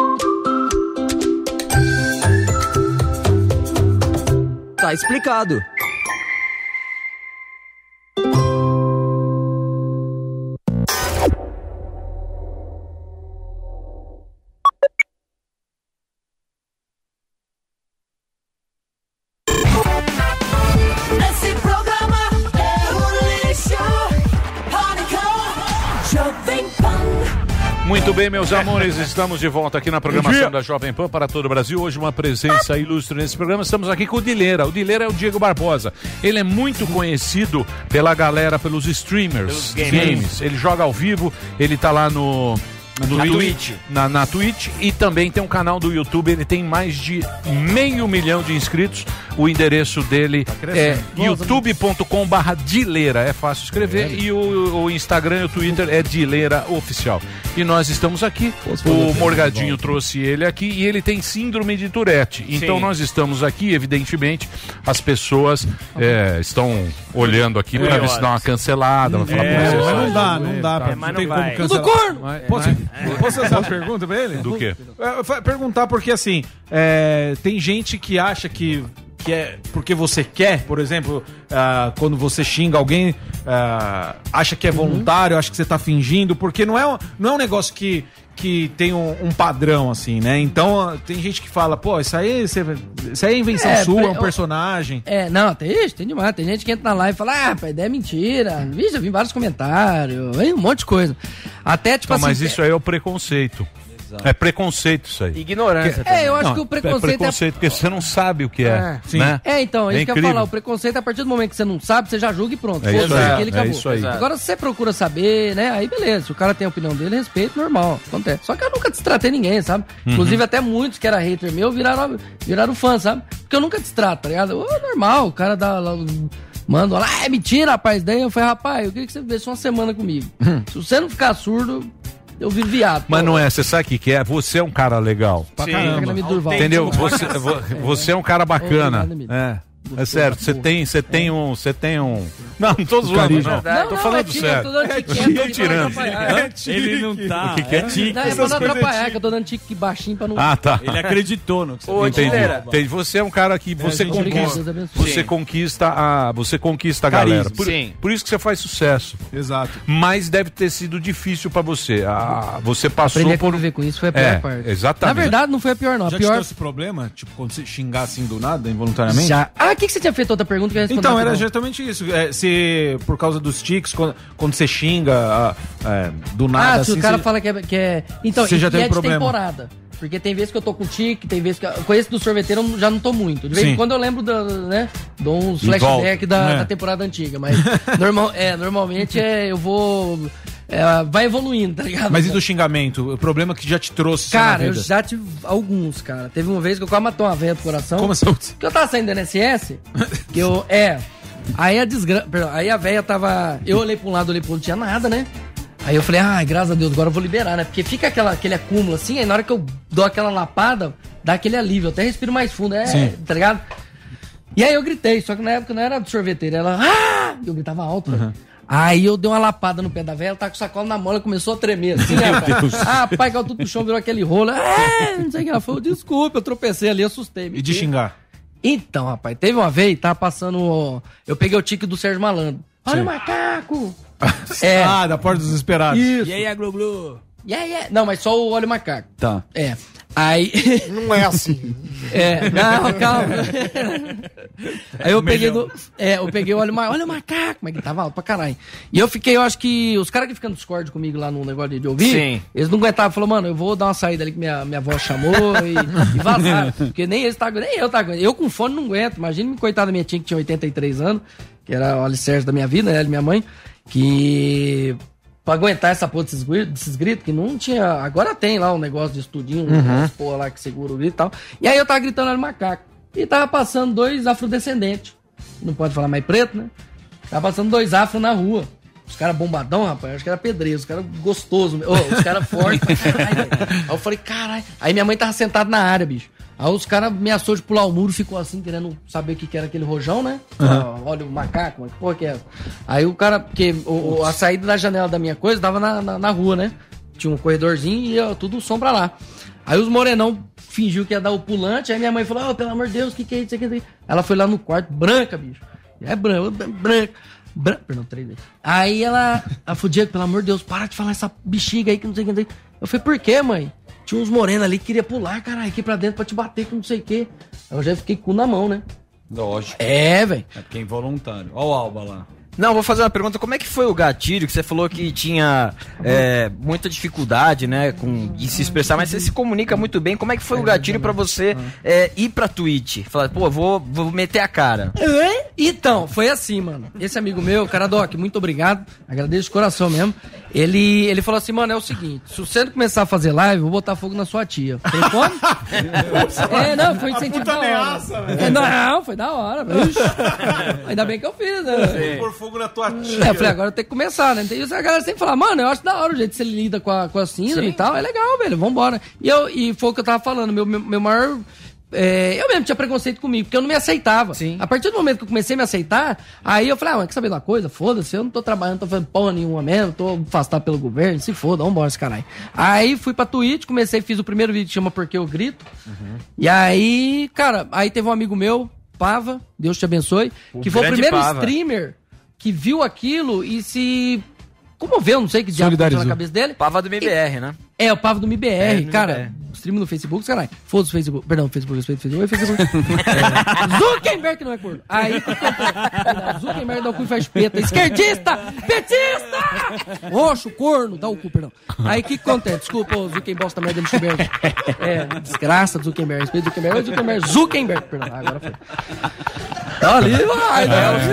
Tá explicado. Esse programa é um lixo. Jovem Pan. Muito bem, meus amores, estamos de volta aqui na programação da Jovem Pan para todo o Brasil. Hoje uma presença ilustre nesse programa. Estamos aqui com o Dileira. O Dileira é o Diego Barbosa. Ele é muito conhecido pela galera, pelos streamers, games. Ele joga ao vivo, ele tá lá no Twitch. Na Twitch, e também tem um canal do YouTube. Ele tem mais de 500 mil de inscritos. O endereço dele é youtube.com/Dileira. É fácil escrever. E o Instagram e o Twitter é Dileira Oficial. E nós estamos aqui. O Morgadinho trouxe ele aqui e ele tem síndrome de Tourette. Então nós estamos aqui, evidentemente, as pessoas estão olhando aqui para ver se dá uma cancelada. Mas não dá. Mas tem como cancelar. Posso fazer uma pergunta pra ele? Do quê? Perguntar porque, assim, tem gente que acha que é porque você quer, por exemplo, quando você xinga alguém, acha que é voluntário, acha que você tá fingindo, porque não é um negócio que tem um padrão, assim, né? Então, tem gente que fala, pô, isso aí é invenção sua, é um personagem. Não, tem demais. Tem gente que entra na live e fala, a ideia é mentira. Vixe, eu vi vários comentários, vem um monte de coisa. Até, tipo mas isso aí é o preconceito. É preconceito isso aí. Ignorância. Eu acho que o preconceito é preconceito, porque você não sabe o que é. Né? Então, isso que eu ia falar. O preconceito, a partir do momento que você não sabe, você já julga e pronto. Isso aí. Agora, se você procura saber, né? Aí beleza. Se o cara tem a opinião dele, respeito, normal. Acontece. Só que eu nunca destratei ninguém, sabe? Inclusive, até muitos que era hater meu viraram fã, sabe? Porque eu nunca destrato, tá ligado? Normal, o cara dá lá. Manda lá, é mentira, rapaz. Daí eu falei, rapaz, eu queria que você vivesse uma semana comigo. Se você não ficar surdo, eu viro viado. Mas não é, você sabe o que é? Você é um cara legal. Pra caramba. Entendeu? Você é um cara bacana. É sério, você tem um. Não tô zoando, não. Tô falando sério. Tô tirando. Ele não tá. O que é tique? Não, é pra não atrapalhar, que eu tô dando tique baixinho pra não. Tá. Ele acreditou no que você Entendi. Você é um cara que você conquista a galera. Por isso que você faz sucesso. Exato. Mas deve ter sido difícil pra você. Você passou por conviver com isso, foi a pior parte. Exatamente. Na verdade, não foi a pior, não. Já te deu esse problema? Tipo, quando você xingar assim do nada, involuntariamente? Já. O que você tinha feito outra pergunta que eu respondi? Então, era justamente isso. Se por causa dos tics, quando você xinga do nada. Se o cara fala que é. Então, você já tem problema. Temporada. Porque tem vezes que eu tô com tique, tem vezes que. Com esse do sorveteiro eu já não tô muito. De vez em quando eu lembro dou uns flashbacks da temporada antiga. Mas normalmente eu vou. Vai evoluindo, tá ligado? Mas e do xingamento? O problema que já te trouxe? Cara, eu já tive alguns, cara. Teve uma vez que eu quase matei uma velha pro coração. Como assim? Que eu tava saindo do NSS, que eu... Aí aí a velha tava... Eu olhei pra um lado, olhei pro outro, não tinha nada, né? Aí eu falei, graças a Deus, agora eu vou liberar, né? Porque fica aquele acúmulo assim, aí na hora que eu dou aquela lapada, dá aquele alívio. Eu até respiro mais fundo, tá ligado? E aí eu gritei, só que na época não era do sorveteiro, ela... Eu gritava alto, velho. Aí eu dei uma lapada no pé da velha, ela tá com o sacola na mão, ela começou a tremer assim, rapaz. Pai, caiu tudo pro chão, virou aquele rolo. Não sei o que ela falou, desculpa, eu tropecei ali, assustei. E de xingar? Então, rapaz, teve uma vez, tava passando, eu peguei o tique do Sérgio Malandro. Olha o macaco! Da Porta dos Esperados. Isso. E aí, Glu-Glu? Não, mas só o Olha o Macaco. Tá. Aí... Não é assim. Não, calma. Aí eu peguei eu peguei o Olha o Macaco, mas que tava alto pra caralho. E eu fiquei, eu acho que os caras que ficam no Discord comigo lá no negócio de ouvir, Sim. eles não aguentavam, falaram, mano, eu vou dar uma saída ali que minha avó chamou e vazaram. Porque nem eles estavam, nem eu tava aguentando. Eu com fone não aguento. Imagina, coitada da minha tia que tinha 83 anos, que era o alicerce da minha vida, ela e minha mãe, que... Pra aguentar essa porra desses gritos, que não tinha... Agora tem lá um negócio de estudinho, porra lá que segura o grito e tal. E aí eu tava gritando Olha o Macaco. E tava passando 2 afrodescendentes. Não pode falar mais preto, né? Tava passando 2 afro na rua. Os caras bombadão, rapaz. Acho que era pedreiro. Os caras gostosos. Os caras fortes. Aí eu falei, caralho. Aí minha mãe tava sentada na área, bicho. Aí os caras ameaçou de pular o muro, ficou assim, querendo saber o que era aquele rojão, né? Olha o macaco, mas que porra que é? Aí o cara, porque a saída da janela da minha coisa dava na rua, né? Tinha um corredorzinho e ia tudo sombra lá. Aí os morenão fingiu que ia dar o pulante, aí minha mãe falou, pelo amor de Deus, o que é isso aqui? Ela foi lá no quarto, branca, bicho. Branca. Perdão, 3 vezes. Aí ela falou, Diego, pelo amor de Deus, para de falar essa bexiga aí que não sei o que. Eu falei, por quê, mãe? Tinha uns morenos ali que queria pular, caralho, aqui pra dentro pra te bater com não sei o quê. Eu já fiquei com o cu na mão, né? Lógico. Velho. É porque é involuntário. Olha o Alba lá. Não, vou fazer uma pergunta. Como é que foi o gatilho? Que você falou que tinha muita dificuldade, né, de se expressar, mas você se comunica muito bem. Como é que foi o gatilho pra você ir pra Twitch? Falar, pô, vou meter a cara. Então, foi assim, mano. Esse amigo meu, Caradoc, muito obrigado. Agradeço de coração mesmo. Ele falou assim, mano, é o seguinte, se você não começar a fazer live, eu vou botar fogo na sua tia. Falei, como? Não, foi incentivo da hora. Não, foi da hora. Ainda bem que eu fiz, né? Fogo na tua tia. Eu falei, agora eu tenho que começar, né? E a galera sempre fala, mano, eu acho da hora o jeito que você lida com a síndrome e tal. É legal, velho, vambora. E foi o que eu tava falando, meu maior... eu mesmo tinha preconceito comigo, porque eu não me aceitava. Sim. A partir do momento que eu comecei a me aceitar, aí eu falei, quer saber de uma coisa? Foda-se, eu não tô trabalhando, não tô fazendo porra nenhuma mesmo, tô afastado pelo governo, se foda, vambora esse caralho. Aí fui pra Twitch, fiz o primeiro vídeo que chama Porque Eu Grito. E aí, cara, aí teve um amigo meu, Pava, Deus te abençoe, que foi o primeiro streamer que viu aquilo e se comoveu, não sei que diabo passou na cabeça dele. Pava do MBR, né? O Pava do MBR, cara. Stream no Facebook, caralho. Foda-se o Facebook. Perdão, Facebook, respeito o Facebook. Zuckerberg não é corno. Aí, Zuckerberg dá o cu e faz peta. Esquerdista! Petista! Roxo, corno, dá o cu, perdão. Aí, o que acontece? Desculpa, o Zuckerberg bosta merda do Zuckerberg. Desgraça do Zuckerberg. Respeito do Zuckerberg, perdão. Agora foi. Tá ali, vai,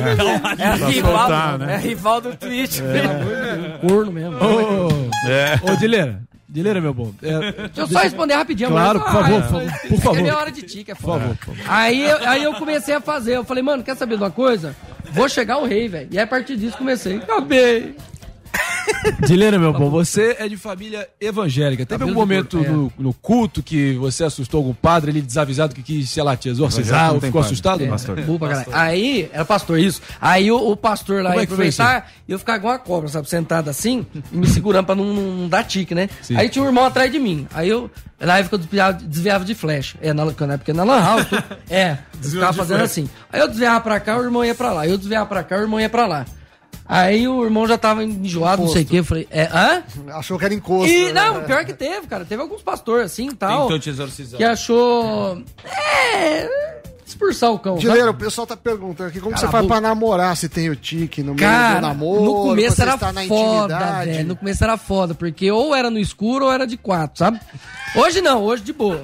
né? É rival do Twitch. Corno mesmo. Ô, Dileira, meu bom. Deixa eu só responder rapidinho. Claro, por favor. É meia hora de tica, é foda. Por favor. Aí eu comecei a fazer. Eu falei, mano, quer saber de uma coisa? Vou chegar ao rei, velho. E aí, a partir disso, comecei. Acabei. Dileira, meu bom, você é de família evangélica. Teve algum momento no culto que você assustou algum padre ali desavisado que quis, sei lá, te exorcizar ou ficou assustado? Pastor. Aí, era pastor, isso. Aí o pastor lá ia aproveitar e eu ficava igual uma cobra, sabe? Sentado assim e me segurando pra não dar tique, né? Sim. Aí tinha um irmão atrás de mim. Aí eu, na época eu desviava de flecha. Porque na lan house, ficava fazendo assim. Aí eu desviava pra cá, o irmão ia pra lá. Eu desviava pra cá, o irmão ia pra lá. Aí o irmão já tava enjoado, não sei o que. Eu falei, Achou que era encosto. Não, pior que teve, cara. Teve alguns pastores assim e tal. Tentou te exorcizar. Que achou. Expulsar o cão. Dileira, o pessoal tá perguntando aqui como você faz pra namorar se tem o tique no meio do namoro. No começo era foda, velho. No começo era foda, porque ou era no escuro ou era de 4, sabe? Hoje não, hoje de boa.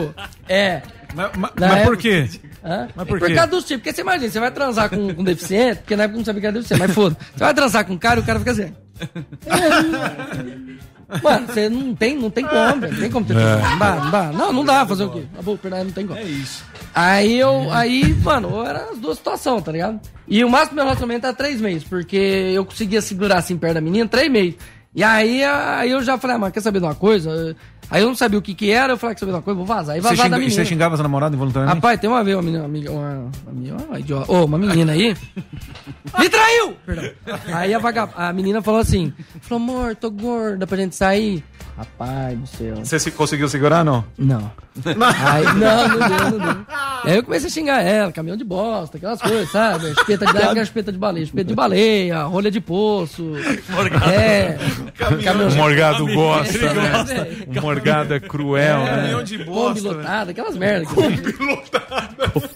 Mas por quê? Mas por causa dos tipos. Porque você imagina, você vai transar com um deficiente, porque na época não sabia que era deficiente, mas foda. Você vai transar com um cara e o cara fica assim. Mano, você não tem como, velho. Não tem como ter não dá. Não dá, fazer o quê? Não tem como. É isso. Aí, mano, era as duas situações, tá ligado? E o máximo do meu relacionamento era 3 meses, porque eu conseguia segurar assim perto da menina 3 meses. E aí eu já falei, mas quer saber de uma coisa? Aí eu não sabia o que era, eu falei, quer saber de uma coisa? Vou vazar. Aí vazar da menina. E você xingava sua namorada involuntariamente? Rapaz, tem uma vez uma menina aí me traiu! Perdão. Aí a menina falou assim, amor, tô gorda pra gente sair. Rapaz do céu. Você conseguiu segurar, não? Não. Aí, não deu. Aí eu comecei a xingar ela, caminhão de bosta, aquelas coisas, sabe? Espeta de baleia, rolha de poço. O Morgado gosta, né? O Morgado é cruel, né? Caminhão de bosta. Kombi lotada, aquelas merdas. Kombi lotada.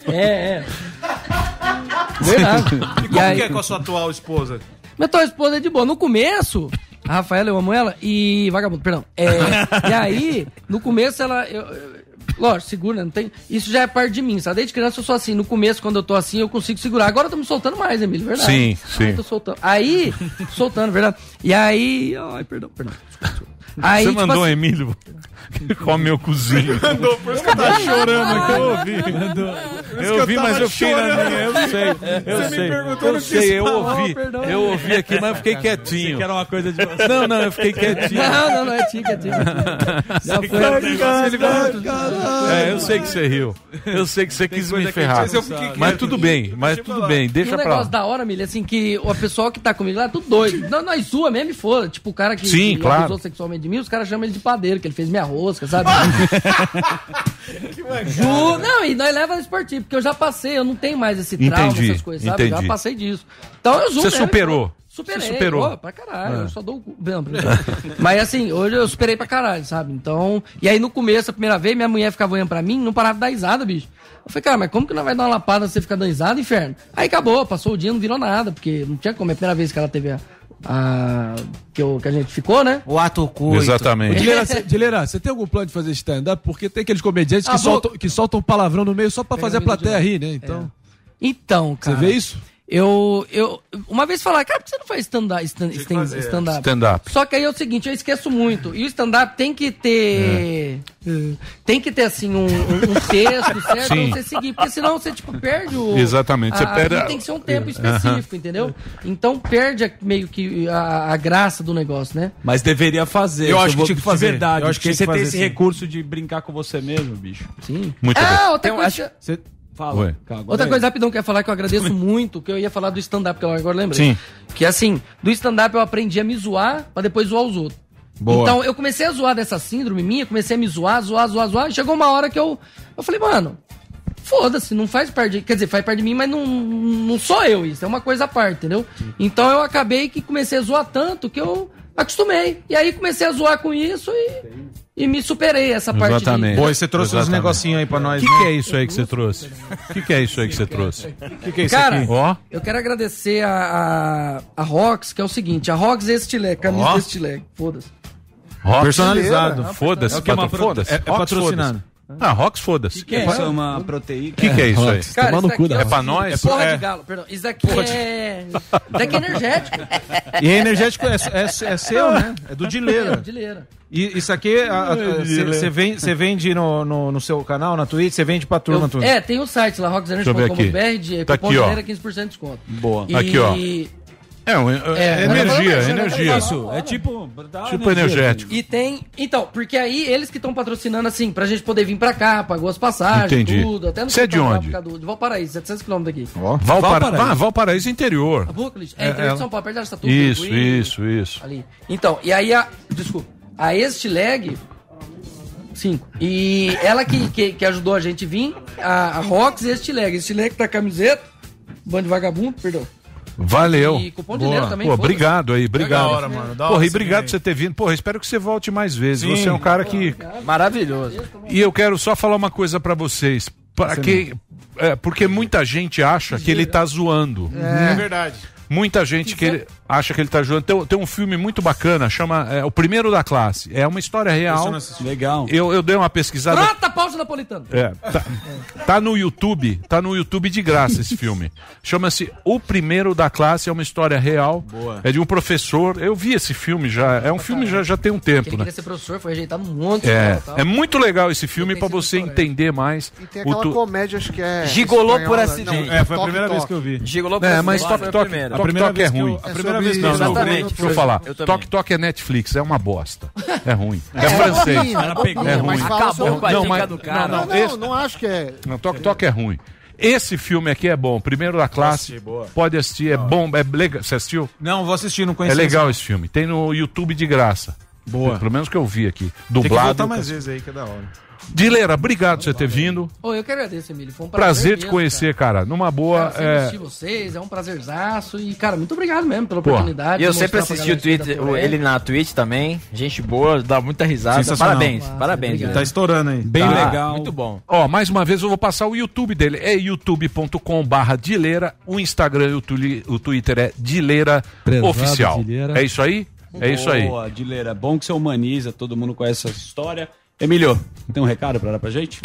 Verdade. E como que é com a sua atual esposa? Minha atual esposa é de boa. No começo, a Rafaela, eu amo ela, e... Vagabundo, perdão. E aí, no começo, ela... Lógico, segura, não tem... Isso já é parte de mim, sabe? Desde criança eu sou assim. No começo, quando eu tô assim, eu consigo segurar. Agora eu tô me soltando mais, Emílio, verdade. Sim. Tô soltando. Aí, soltando, verdade. E aí... Ai, perdão. Aí, você mandou assim, Emílio come meu cozinho. Mandou, por isso que eu tava chorando aqui. Eu ouvi. Eu ouvi, mas eu fiquei na minha. Eu sei. Eu ouvi aqui, mas eu fiquei quietinho. Você quer uma coisa de... Não, eu fiquei quietinho. Não, é tica. Eu sei que você riu. Eu sei que você quis me ferrar. Mas tudo bem, deixa pra lá. Um negócio da hora, Milha, assim, que o pessoal que tá comigo lá é tudo doido. Nós zoa mesmo e foda. Tipo, o cara que abusou sexualmente de mim, os caras chamam ele de padeiro, que ele fez minha rosca, sabe? Não, e nós leva no esportivo, porque eu já passei, eu não tenho mais esse trauma, essas coisas, sabe? Eu já passei disso. Então eu zoo. Você superou? Superou. Pô, pra caralho, eu só dou o cu. Mas assim, hoje eu superei pra caralho, sabe? Então, e aí no começo, a primeira vez, minha mulher ficava olhando pra mim, não parava de dar risada, bicho. Eu falei, cara, mas como que não vai dar uma lapada você ficar dando risada, inferno? Aí acabou, passou o dia, não virou nada, porque não tinha como, é a primeira vez que ela teve que a gente ficou, né? O ato coito. Exatamente. Dileira, você tem algum plano de fazer stand-up? Porque tem aqueles comediantes que soltam palavrão no meio só pra fazer a plateia rir, né? Então, cara... Você vê isso? Eu uma vez falar, cara, por que você não faz stand-up? Stand-up. Só que aí é o seguinte, eu esqueço muito. E o stand-up tem que ter... Tem que ter, assim, um texto, certo? Pra você seguir. Porque senão você, tipo, perde o... Exatamente. Você perde... Tem que ser um tempo específico, entendeu? Então perde meio que a graça do negócio, né? Mas deveria fazer. Eu acho que tinha que fazer. Verdade. Eu acho que você tem esse sim. recurso de brincar com você mesmo, bicho. Sim. Muito bem. Outra coisa... Fala. Outra coisa rapidão que eu ia falar, que eu agradeço muito, que eu ia falar do stand-up, que eu agora lembrei. Sim. Que assim, do stand-up eu aprendi a me zoar pra depois zoar os outros. Boa. Então eu comecei a zoar dessa síndrome minha, comecei a me zoar. E chegou uma hora que eu falei, mano, foda-se, não faz parte de... Quer dizer, faz parte de mim, mas não sou eu isso, é uma coisa à parte, entendeu? Então eu acabei que comecei a zoar tanto que eu acostumei. E aí comecei a zoar com isso e me superei essa parte. Exatamente. Pô, você trouxe uns negocinhos aí pra nós. O que é isso aí que você trouxe? O que é isso aí que você trouxe? O que é isso Cara, aqui? Eu quero agradecer a Rox, que é o seguinte, a Rox Estileg, camisa Estileg, foda-se. Personalizado. Foda-se. Foda-se. É patrocinado. Rox, foda-se. O que é isso? É uma proteína? O que é isso aí? Cara, isso é pra nós? É porra de galo, perdão. Isso aqui Isso aqui é energético. E é energético é seu, né? É do Dileira. E isso aqui, você vende no seu canal, na Twitch, você vende pra turma tudo. Tem o site lá, roxenergy.com.br, de cupom Dileira 15% de desconto. Boa. Aqui, ó. Energia. Isso, é tipo energético. E tem... Então, porque aí eles que estão patrocinando assim, pra gente poder vir pra cá, pagou as passagens, tudo. Até no Você é de onde? De Valparaíso, 700 km daqui. Valparaíso interior. Interior de São Paulo, perto da Estatuto. Isso. Ali. Então, e aí desculpa, a Estileg... 5. E ela que ajudou a gente vir, a Rox e a Estileg. Estileg tá camiseta, bando de vagabundo, perdão. Valeu. E cupom de dinheiro também. Pô, obrigado aí, obrigado. Da hora, mano. Porra, e obrigado por você ter vindo. Porra, espero que você volte mais vezes. Sim. Você é um cara que... Maravilhoso. E eu quero só falar uma coisa pra vocês. Porque muita gente acha que ele tá zoando. É verdade. Muita gente acha que ele tá zoando. Tem um filme muito bacana, chama O Primeiro da Classe. É uma história real. Legal. Eu dei uma pesquisada. Pronta, pausa napolitana. Tá no YouTube de graça esse filme. Chama-se O Primeiro da Classe, é uma história real. Boa. É de um professor. Eu vi esse filme já. É um filme já tem um tempo, ele né? queria ser professor, foi rejeitado um monte. É muito legal esse filme pra você entender mais. E tem aquela comédia, acho que é... Gigolô por acidente. Foi a primeira vez que eu vi. Gigolô por acidente. Mas Toque é ruim. A primeira primeira vez que eu Exatamente. Deixa eu falar. Toque é Netflix, é uma bosta. É ruim. É francês. É ruim. Acabou com a dica do cara. Não acho que é... Não, Toque é ruim. Esse filme aqui é bom. Primeiro da classe. Pode assistir, é bom, é legal. Você assistiu? Não, vou assistir, não conheço. É legal esse filme. Tem no YouTube de graça. Boa. Pelo menos que eu vi aqui. Tem que Dublado. voltar mais vezes aí, que é da hora. Dileira, obrigado por você ter vindo. Eu que agradeço, Emílio. Foi um prazer te conhecer, cara. Numa boa. Assistir vocês, é um prazerzaço. E, cara, muito obrigado mesmo pela oportunidade. E eu sempre assisti o Twitter, ele na Twitch também. Gente boa, dá muita risada. Parabéns. Parabéns. Tá estourando aí. Bem legal. Muito bom. Ó, mais uma vez eu vou passar o YouTube dele. É youtube.com/Dileira. O Instagram e o Twitter é Dileira Oficial. É isso aí? É isso aí. Boa, Dileira. Bom que você humaniza, todo mundo conhece essa história. Emílio, tem um recado pra dar pra gente?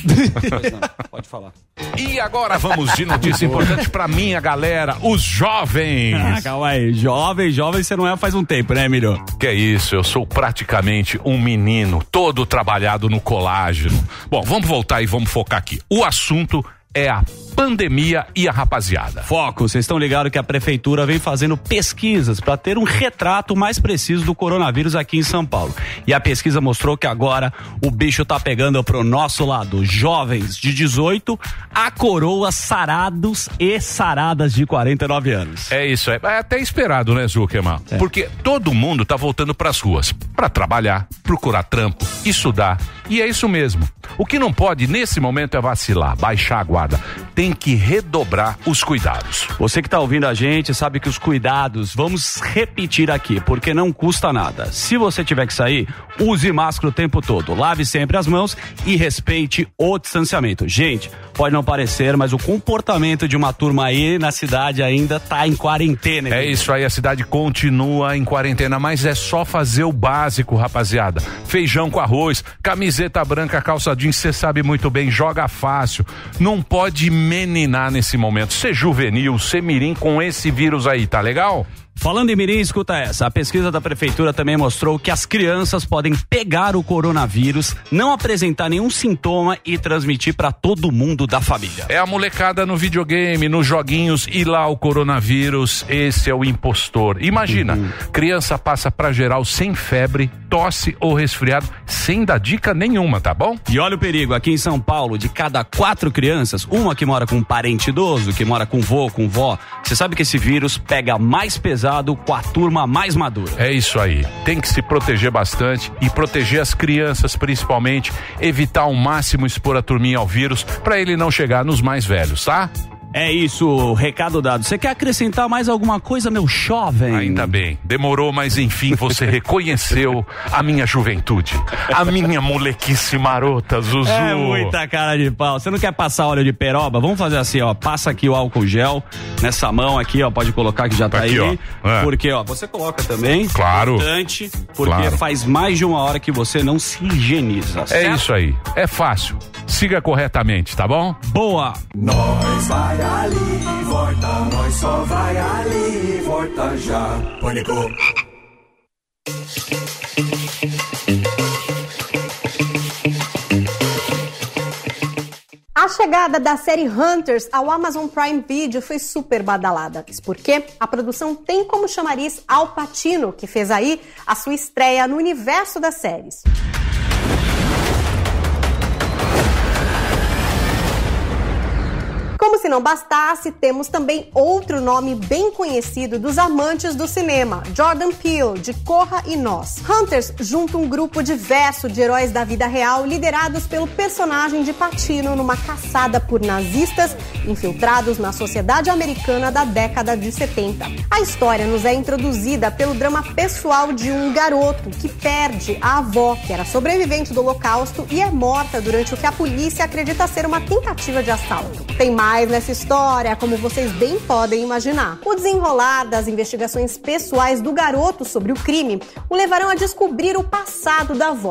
Pode falar. E agora vamos de notícia importante pra minha galera, os jovens. Calma aí, jovem você não é faz um tempo, né, Emílio? Que é isso, eu sou praticamente um menino, todo trabalhado no colágeno. Bom, vamos voltar e vamos focar aqui. O assunto é a pandemia e a rapaziada. Foco, vocês estão ligados que a prefeitura vem fazendo pesquisas para ter um retrato mais preciso do coronavírus aqui em São Paulo. E a pesquisa mostrou que agora o bicho tá pegando pro nosso lado. Jovens de 18 a coroas sarados e saradas de 49 anos. É isso, é até esperado, né, Zuckerman? Porque todo mundo tá voltando pras ruas para trabalhar, procurar trampo, estudar. E é isso mesmo. O que não pode nesse momento é vacilar, baixar a guarda. Tem que redobrar os cuidados. Você que tá ouvindo a gente sabe que os cuidados, vamos repetir aqui, porque não custa nada. Se você tiver que sair, use máscara o tempo todo. Lave sempre as mãos e respeite o distanciamento. Gente, pode não parecer, mas o comportamento de uma turma aí na cidade ainda tá em quarentena. É isso aí, a cidade continua em quarentena, mas é só fazer o básico, rapaziada. Feijão com arroz, camiseta branca, calça jeans, você sabe muito bem, joga fácil. Não pode meninar nesse momento. Ser juvenil, ser mirim com esse vírus aí, tá legal? Falando em mirim, escuta essa. A pesquisa da prefeitura também mostrou que as crianças podem pegar o coronavírus, não apresentar nenhum sintoma e transmitir para todo mundo da família. É a molecada no videogame, nos joguinhos e lá o coronavírus, esse é o impostor. Imagina, criança passa pra geral sem febre, tosse ou resfriado, sem dar dica nenhuma, tá bom? E olha o perigo, aqui em São Paulo, de cada 4 crianças, uma que mora com um parente idoso, que mora com vô, com vó, você sabe que esse vírus pega mais pesado com a turma mais madura. É isso aí, tem que se proteger bastante e proteger as crianças principalmente, evitar ao máximo expor a turminha ao vírus para ele não chegar nos mais velhos, tá? É isso, recado dado. Você quer acrescentar mais alguma coisa, meu jovem? Ainda bem, demorou, mas enfim você reconheceu a minha juventude, a minha molequice marota, Zuzu. É muita cara de pau. Você não quer passar óleo de peroba? Vamos fazer assim, ó, passa aqui o álcool gel nessa mão aqui, ó, pode colocar que já tá aqui, aí. Porque, ó, você coloca também. Claro. Importante, porque faz mais de 1 hora que você não se higieniza. Certo? É isso aí, é fácil. Siga corretamente, tá bom? Boa! Nós vai ali e volta, nós só vai ali e volta já. Pânico. A chegada da série Hunters ao Amazon Prime Video foi super badalada. Isso porque a produção tem como chamariz Al Pacino, que fez aí a sua estreia no universo das séries. Como se não bastasse, temos também outro nome bem conhecido dos amantes do cinema, Jordan Peele, de Corra e Nós. Hunters junta um grupo diverso de heróis da vida real, liderados pelo personagem de Pacino numa caçada por nazistas infiltrados na sociedade americana da década de 70. A história nos é introduzida pelo drama pessoal de um garoto que perde a avó, que era sobrevivente do Holocausto e é morta durante o que a polícia acredita ser uma tentativa de assalto. Tem mais nessa história, como vocês bem podem imaginar. O desenrolar das investigações pessoais do garoto sobre o crime o levarão a descobrir o passado da avó. O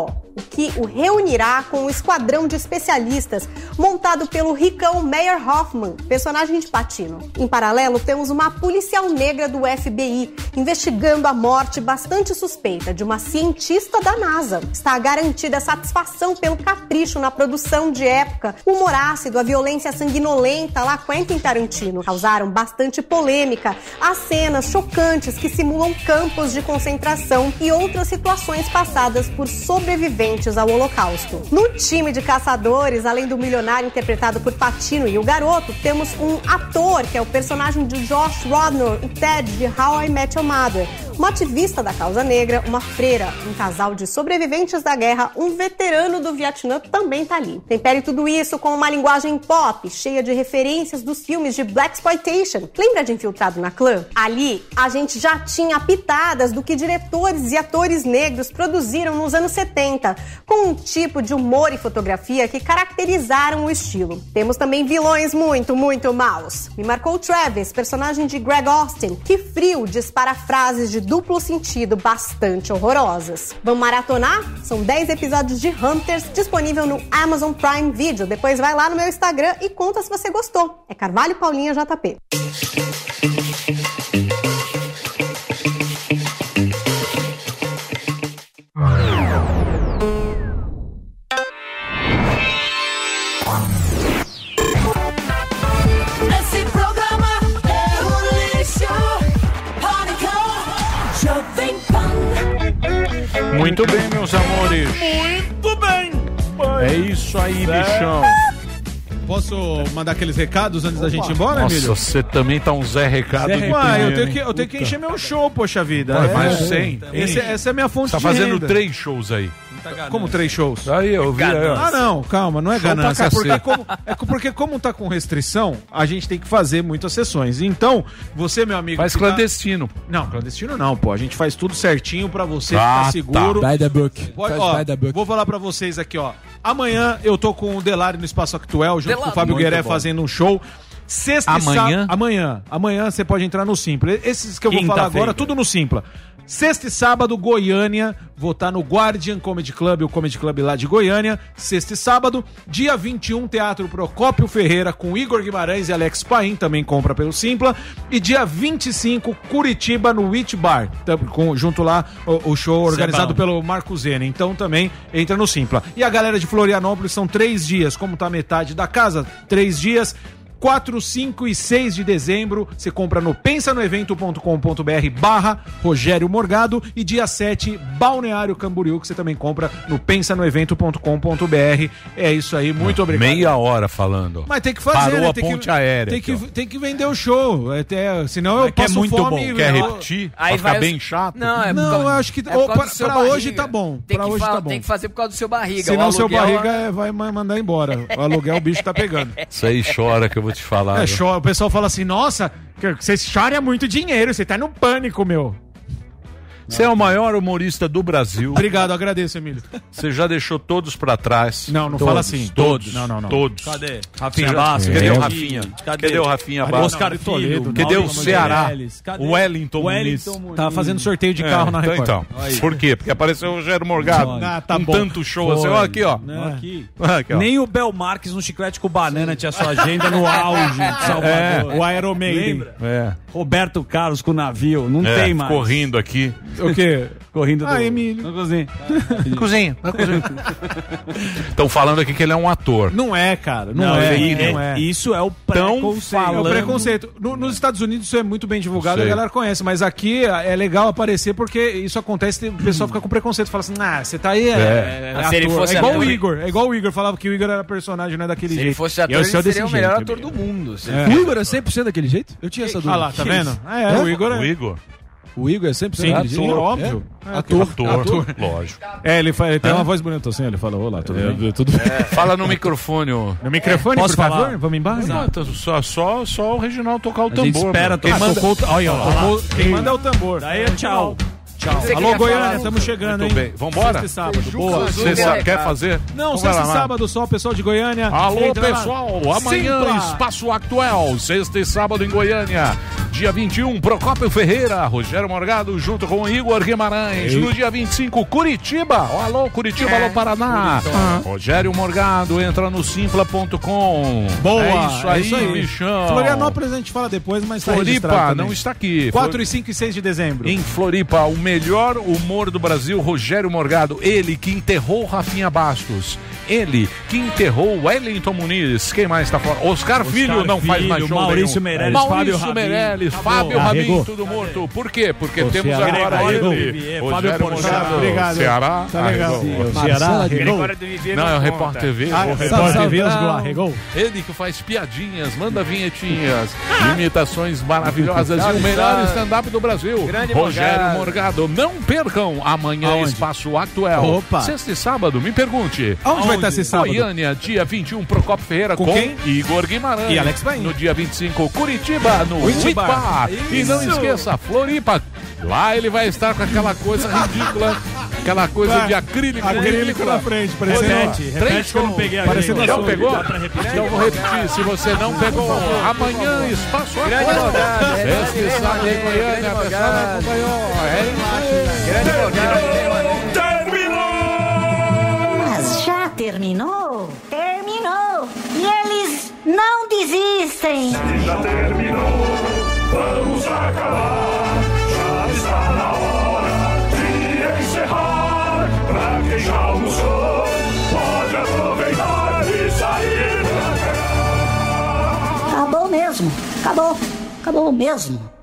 que o reunirá com um esquadrão de especialistas montado pelo ricão Meyer Hoffman, personagem de Patino. Em paralelo, temos uma policial negra do FBI investigando a morte bastante suspeita de uma cientista da NASA. Está garantida a satisfação pelo capricho na produção de época, o humor ácido, a violência sanguinolenta lá Quentin Tarantino. Causaram bastante polêmica as cenas chocantes que simulam campos de concentração e outras situações passadas por sobreviventes ao Holocausto. No time de caçadores, além do milionário interpretado por Patino e o garoto, temos um ator que é o personagem de Josh Radnor, o Ted de How I Met Your Mother, uma ativista da causa negra, uma freira, um casal de sobreviventes da guerra, um veterano do Vietnã também tá ali. Tempere tudo isso com uma linguagem pop, cheia de referências dos filmes de Blaxploitation. Lembra de Infiltrado na Clã? Ali, a gente já tinha pitadas do que diretores e atores negros produziram nos anos 70, com um tipo de humor e fotografia que caracterizaram o estilo. Temos também vilões muito, muito maus. Me marcou Travis, personagem de Greg Austin, que frio dispara frases de duplo sentido bastante horrorosas. Vamos maratonar? São 10 episódios de Hunters, disponível no Amazon Prime Video. Depois vai lá no meu Instagram e conta se você gostou. É Carvalho Paulinha JP. Muito bem, meus amores. Muito bem. É isso aí, bichão. Posso mandar aqueles recados antes da gente ir embora, Nossa, Emílio? você também tá um Zé Recado. Ué, eu tenho que encher meu show, poxa vida. Mais 100. Essa é a minha fonte tá de fazendo renda. 3 shows aí. Como 3 shows? Aí eu vi. Não, calma, não é Show ganância. pra Porque como tá com restrição, a gente tem que fazer muitas sessões. Então, você, meu amigo... Faz clandestino. Não, clandestino não, pô. A gente faz tudo certinho pra você ficar seguro. By the book. By the book. Vou falar pra vocês aqui, ó. Amanhã eu tô com o Delari no Espaço Actuel, junto com o Fábio Gueré fazendo um show. Sexta e sábado... Amanhã você pode entrar no Simpla. Esses que eu vou falar agora, tudo no Simpla. Sexta e sábado, Goiânia, vou estar no Guardian Comedy Club, o Comedy Club lá de Goiânia, sexta e sábado. Dia 21, Teatro Procópio Ferreira, com Igor Guimarães e Alex Paim, também compra pelo Simpla. E dia 25, Curitiba, no Witch Bar, junto lá o show organizado pelo Marco Zene. Então também entra no Simpla. E a galera de Florianópolis são 3 dias, como tá metade da casa, 3 dias... 4, 5 e 6 de dezembro, você compra no pensanoevento.com.br/Rogério Morgado e dia 7, Balneário Camboriú, que você também compra no pensanoevento.com.br. É isso aí, muito obrigado. Meia hora falando. Mas tem que fazer, Parou né? a ponte aérea. Tem que vender o show, senão eu passo muito fome. Bom. Quer repetir? Aí vai ficar bem chato? Não, eu acho que pra hoje tá bom. Tem que fazer por causa do seu barriga. Senão o seu barriga vai mandar embora. O aluguel o bicho tá pegando. Isso aí chora que eu vou te falar. Chora. O pessoal fala assim, nossa, você chora muito dinheiro, você tá no pânico, meu. Você é o maior humorista do Brasil. Obrigado, agradeço, Emílio. Você já deixou todos pra trás. Não fala assim. Todos. Não. Todos. Cadê? Rafinha Bastos. Cadê o Rafinha? Cadê o Rafinha Bastos? Oscar Filho. Cadê o Ceará? O Wellington Muniz. Tava fazendo sorteio de carro na Record. Então. Por quê? Porque apareceu o Rogério Morgado. Tá bom. Tanto show assim. Olha aqui, ó. Aqui, ó. Nem o Bel Marques no Chiclete com Banana tinha sua agenda no auge de Salvador. O Iron Maiden. Roberto Carlos com o navio. Não tem mais. Correndo aqui. O quê? Correndo do... Emílio. Na cozinha. Estão falando aqui que ele é um ator. Não é, cara. Não é. Isso é o preconceito. É o preconceito. Nos Estados Unidos isso é muito bem divulgado, a galera conhece. Mas aqui é legal aparecer porque isso acontece, o pessoal fica com preconceito. Fala assim, você tá aí, se ele fosse igual ator, o Igor. É igual o Igor. Falava que o Igor era personagem, não é daquele jeito. Se ele fosse ator, ele seria o melhor ator do mundo. O Igor é 100% daquele jeito? Eu tinha essa dúvida. Ah lá, tá vendo? O Igor. O Igor é 100% daquele jeito? Óbvio. Ator, lógico. Ele tem uma voz bonita assim, ele fala, olá, tudo bem? Tudo bem? Fala no microfone. No microfone, Posso por falar? favor? Vamos embora? Só o Reginaldo tocar o tambor. Espera, quem manda é o tambor. Daí tchau. Tchau. Alô, Goiânia, estamos chegando, hein? Bem. Vambora? Sexta e sábado. Boa. Você quer fazer? Não, sexta e sábado só, pessoal de Goiânia. Alô, pessoal. Amanhã, Espaço Actuel. Sexta e sábado em Goiânia. Dia 21, Procópio Ferreira, Rogério Morgado junto com Igor Guimarães. No dia 25, Curitiba. Alô, Curitiba, alô, Paraná. Rogério Morgado entra no simpla.com. Boa, é isso aí, bichão. Florianópolis a gente fala depois, mas Floripa não está aqui. 4, 5 e 6 de dezembro. Em Floripa, o melhor humor do Brasil, Rogério Morgado. Ele que enterrou Rafinha Bastos. Ele que enterrou Wellington Muniz. Quem mais está fora? Oscar Filho não faz mais show. Maurício Meirelles, Maurício Meirelles, Fábio Rabin, tudo morto. Por quê? Porque temos agora ele. Fábio Morgado. Obrigado. Ceará. Tá legal. Ceará. Não, é o Repórter TV. O Repórter TV arregou. Ele que faz piadinhas, manda vinhetinhas, imitações maravilhosas e o melhor stand-up do Brasil. Rogério Morgado. Não percam amanhã Espaço Actuel. Opa. Sexta e sábado, me pergunte. Aonde vai estar esse sábado? Goiânia, dia 21, Procópio Ferreira com quem? Igor Guimarães. E Alex Bain. No dia 25, Curitiba, no Uitbar. E não esqueça, Floripa. Lá ele vai estar com aquela coisa ridícula, aquela coisa de acrílico na frente, parecendo. Repete que eu não peguei a parecendo não pegou? Então vou repetir, se você não pegou, amanhã Espaço Actuel. Esse sábado em Goiânia, a pessoa acompanhou. É isso aí. Terminou! Mas já terminou? Terminou! E eles não desistem! Se já terminou, vamos acabar. Já está na hora de encerrar. Pra quem já almoçou, pode aproveitar e sair pra cá. Acabou mesmo. Acabou. Acabou mesmo.